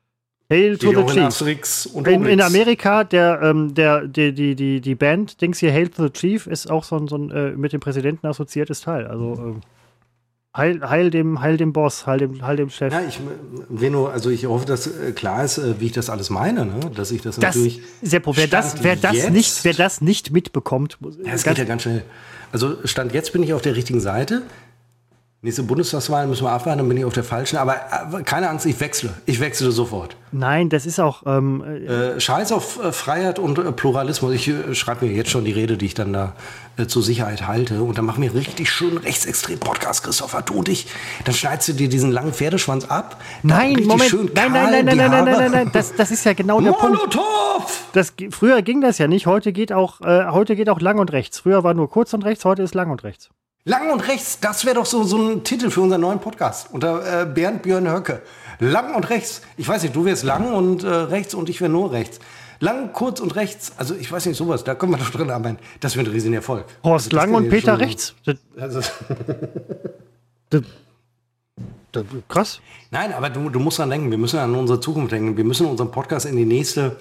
Hail to the Chief. Asterix und In Amerika, die Band, Dings hier, Hail to the Chief, ist auch so ein mit dem Präsidenten assoziiertes Teil. Also Heil dem Boss, Heil dem Chef. Ja, ich hoffe, dass klar ist, wie ich das alles meine, ne? Dass ich das natürlich. Seppo, wer das nicht mitbekommt, es geht ja ganz schnell. Also Stand jetzt bin ich auf der richtigen Seite. Nächste Bundestagswahl müssen wir abwarten, dann bin ich auf der falschen. Aber keine Angst, ich wechsle. Ich wechsle sofort. Nein, das ist auch... Scheiß auf Freiheit und Pluralismus. Ich schreibe mir jetzt schon die Rede, die ich dann da zur Sicherheit halte. Und dann machen wir richtig schön rechtsextrem Podcast, Christopher. Du und ich. Dann schneidest du dir diesen langen Pferdeschwanz ab. Nein, Moment. Nein. Das ist ja genau der Punkt. Früher ging das ja nicht. Heute geht auch lang und rechts. Früher war nur kurz und rechts, heute ist lang und rechts. Lang und rechts, das wäre doch so ein Titel für unseren neuen Podcast unter Bernd Björn Höcke. Lang und rechts. Ich weiß nicht, du wärst lang und rechts und ich wäre nur rechts. Lang, kurz und rechts. Also ich weiß nicht, sowas, da können wir doch drin arbeiten. Das wird ein riesen Erfolg. Horst Lang und Peter rechts. Krass. Nein, aber du musst dran denken, wir müssen an unsere Zukunft denken. Wir müssen unseren Podcast in die nächste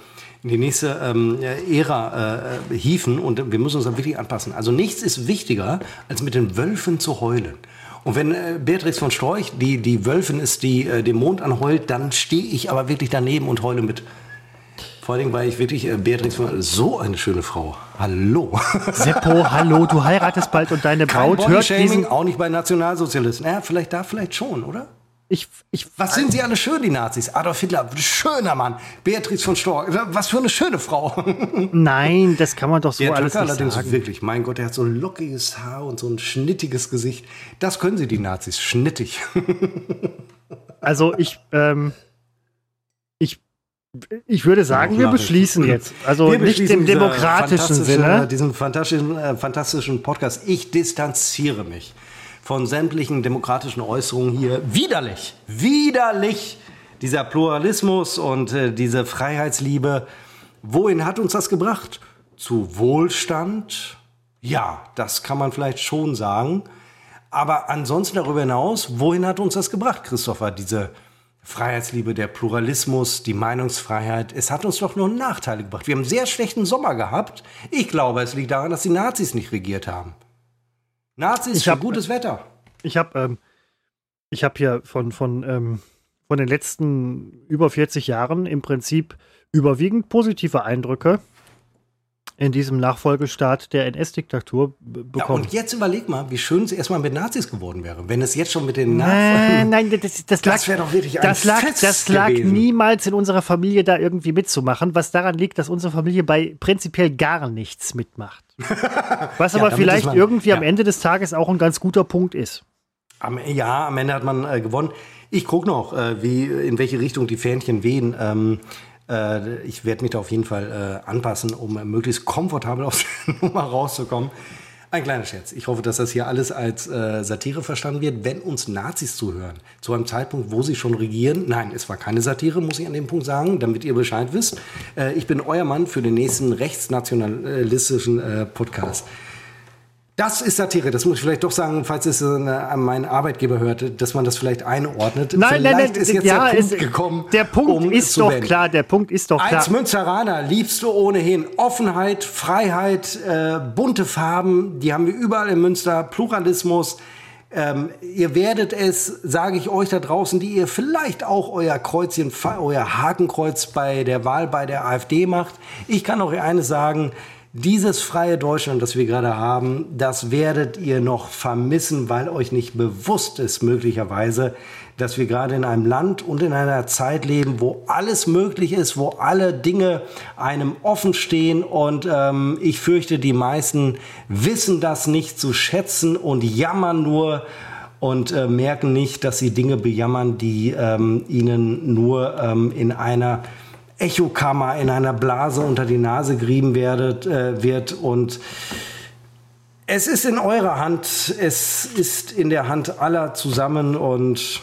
Ära hieven und wir müssen uns da wirklich anpassen. Also nichts ist wichtiger, als mit den Wölfen zu heulen. Und wenn Beatrix von Storch die Wölfin ist, die den Mond anheult, dann stehe ich aber wirklich daneben und heule mit. Vor allem, weil ich wirklich Beatrix von so eine schöne Frau. Hallo. Seppo, hallo, du heiratest bald und deine Braut hört diesen... Auch nicht bei Nationalsozialisten. Naja, vielleicht schon, oder? Was sind sie alle schön, die Nazis? Adolf Hitler, schöner Mann. Beatrix von Storch, was für eine schöne Frau. Nein, das kann man doch so alles nicht allerdings sagen. Wirklich, mein Gott, er hat so ein lockiges Haar und so ein schnittiges Gesicht. Das können sie, die Nazis, schnittig. Also ich würde sagen, wir beschließen jetzt. Also nicht im demokratischen Sinne. Diesen fantastischen Podcast. Ich distanziere mich von sämtlichen demokratischen Äußerungen hier. Widerlich, dieser Pluralismus und diese Freiheitsliebe. Wohin hat uns das gebracht? Zu Wohlstand? Ja, das kann man vielleicht schon sagen. Aber ansonsten darüber hinaus, wohin hat uns das gebracht, Christopher? Diese Freiheitsliebe, der Pluralismus, die Meinungsfreiheit. Es hat uns doch nur Nachteile gebracht. Wir haben einen sehr schlechten Sommer gehabt. Ich glaube, es liegt daran, dass die Nazis nicht regiert haben. Nazis für gutes Wetter. Ich habe hier von den letzten über 40 Jahren im Prinzip überwiegend positive Eindrücke in diesem Nachfolgestaat der NS-Diktatur bekommen. Ja, und jetzt überleg mal, wie schön es erstmal mit Nazis geworden wäre, wenn es jetzt schon mit den Nazis... Nein, das wäre doch wirklich ein Fest Das lag gewesen. Niemals in unserer Familie da irgendwie mitzumachen, was daran liegt, dass unsere Familie bei prinzipiell gar nichts mitmacht. Was aber vielleicht irgendwie am Ende des Tages auch ein ganz guter Punkt ist. Am Ende hat man gewonnen. Ich gucke noch, in welche Richtung die Fähnchen wehen. Ich werde mich da auf jeden Fall anpassen, um möglichst komfortabel aus der Nummer rauszukommen. Ein kleiner Scherz. Ich hoffe, dass das hier alles als Satire verstanden wird, wenn uns Nazis zuhören. Zu einem Zeitpunkt, wo sie schon regieren. Nein, es war keine Satire, muss ich an dem Punkt sagen, damit ihr Bescheid wisst. Ich bin euer Mann für den nächsten rechtsnationalistischen Podcast. Das ist Satire, das muss ich vielleicht doch sagen, falls es an meinen Arbeitgeber hört, dass man das vielleicht einordnet. Nein, ist jetzt der Punkt gekommen. Der Punkt ist doch klar, Als Münsteraner liebst du ohnehin Offenheit, Freiheit, bunte Farben, die haben wir überall in Münster, Pluralismus. Ihr werdet es, sage ich euch da draußen, die ihr vielleicht auch euer Hakenkreuz bei der Wahl bei der AfD macht. Ich kann euch eines sagen, dieses freie Deutschland, das wir gerade haben, das werdet ihr noch vermissen, weil euch nicht bewusst ist, möglicherweise, dass wir gerade in einem Land und in einer Zeit leben, wo alles möglich ist, wo alle Dinge einem offen stehen. Und ich fürchte, die meisten wissen das nicht zu schätzen und jammern nur und merken nicht, dass sie Dinge bejammern, die ihnen nur in einer Echokammer, in einer Blase unter die Nase gerieben wird. Und es ist in eurer Hand, es ist in der Hand aller zusammen. Und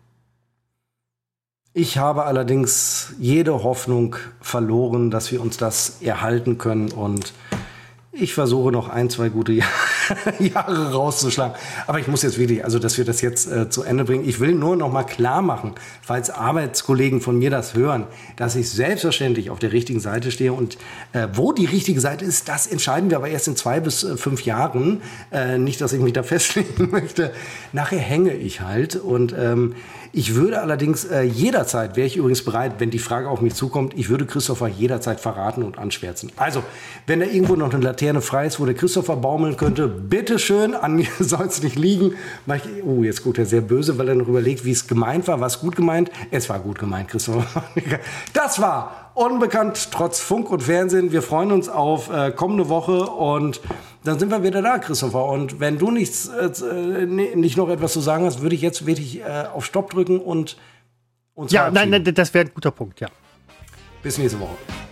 ich habe allerdings jede Hoffnung verloren, dass wir uns das erhalten können. Und ich versuche noch 1, 2 gute Jahre Jahre rauszuschlagen. Aber ich muss jetzt wirklich, also dass wir das jetzt zu Ende bringen. Ich will nur noch mal klar machen, falls Arbeitskollegen von mir das hören, dass ich selbstverständlich auf der richtigen Seite stehe. Und wo die richtige Seite ist, das entscheiden wir aber erst in 2 bis 5 Jahren. Nicht, dass ich mich da festlegen möchte. Nachher hänge ich halt. Und ich würde allerdings jederzeit, wäre ich übrigens bereit, wenn die Frage auf mich zukommt, ich würde Christopher jederzeit verraten und anschwärzen. Also, wenn da irgendwo noch eine Laterne frei ist, wo der Christopher baumeln könnte, bitteschön, an mir soll es nicht liegen. Jetzt guckt er sehr böse, weil er noch überlegt, wie es gemeint war. War es gut gemeint? Es war gut gemeint, Christopher. Das war Unbekannt trotz Funk und Fernsehen. Wir freuen uns auf kommende Woche und dann sind wir wieder da, Christopher. Und wenn du nicht noch etwas zu sagen hast, würde ich jetzt wirklich auf Stopp drücken und uns Ja, nein, das wäre ein guter Punkt, ja. Bis nächste Woche.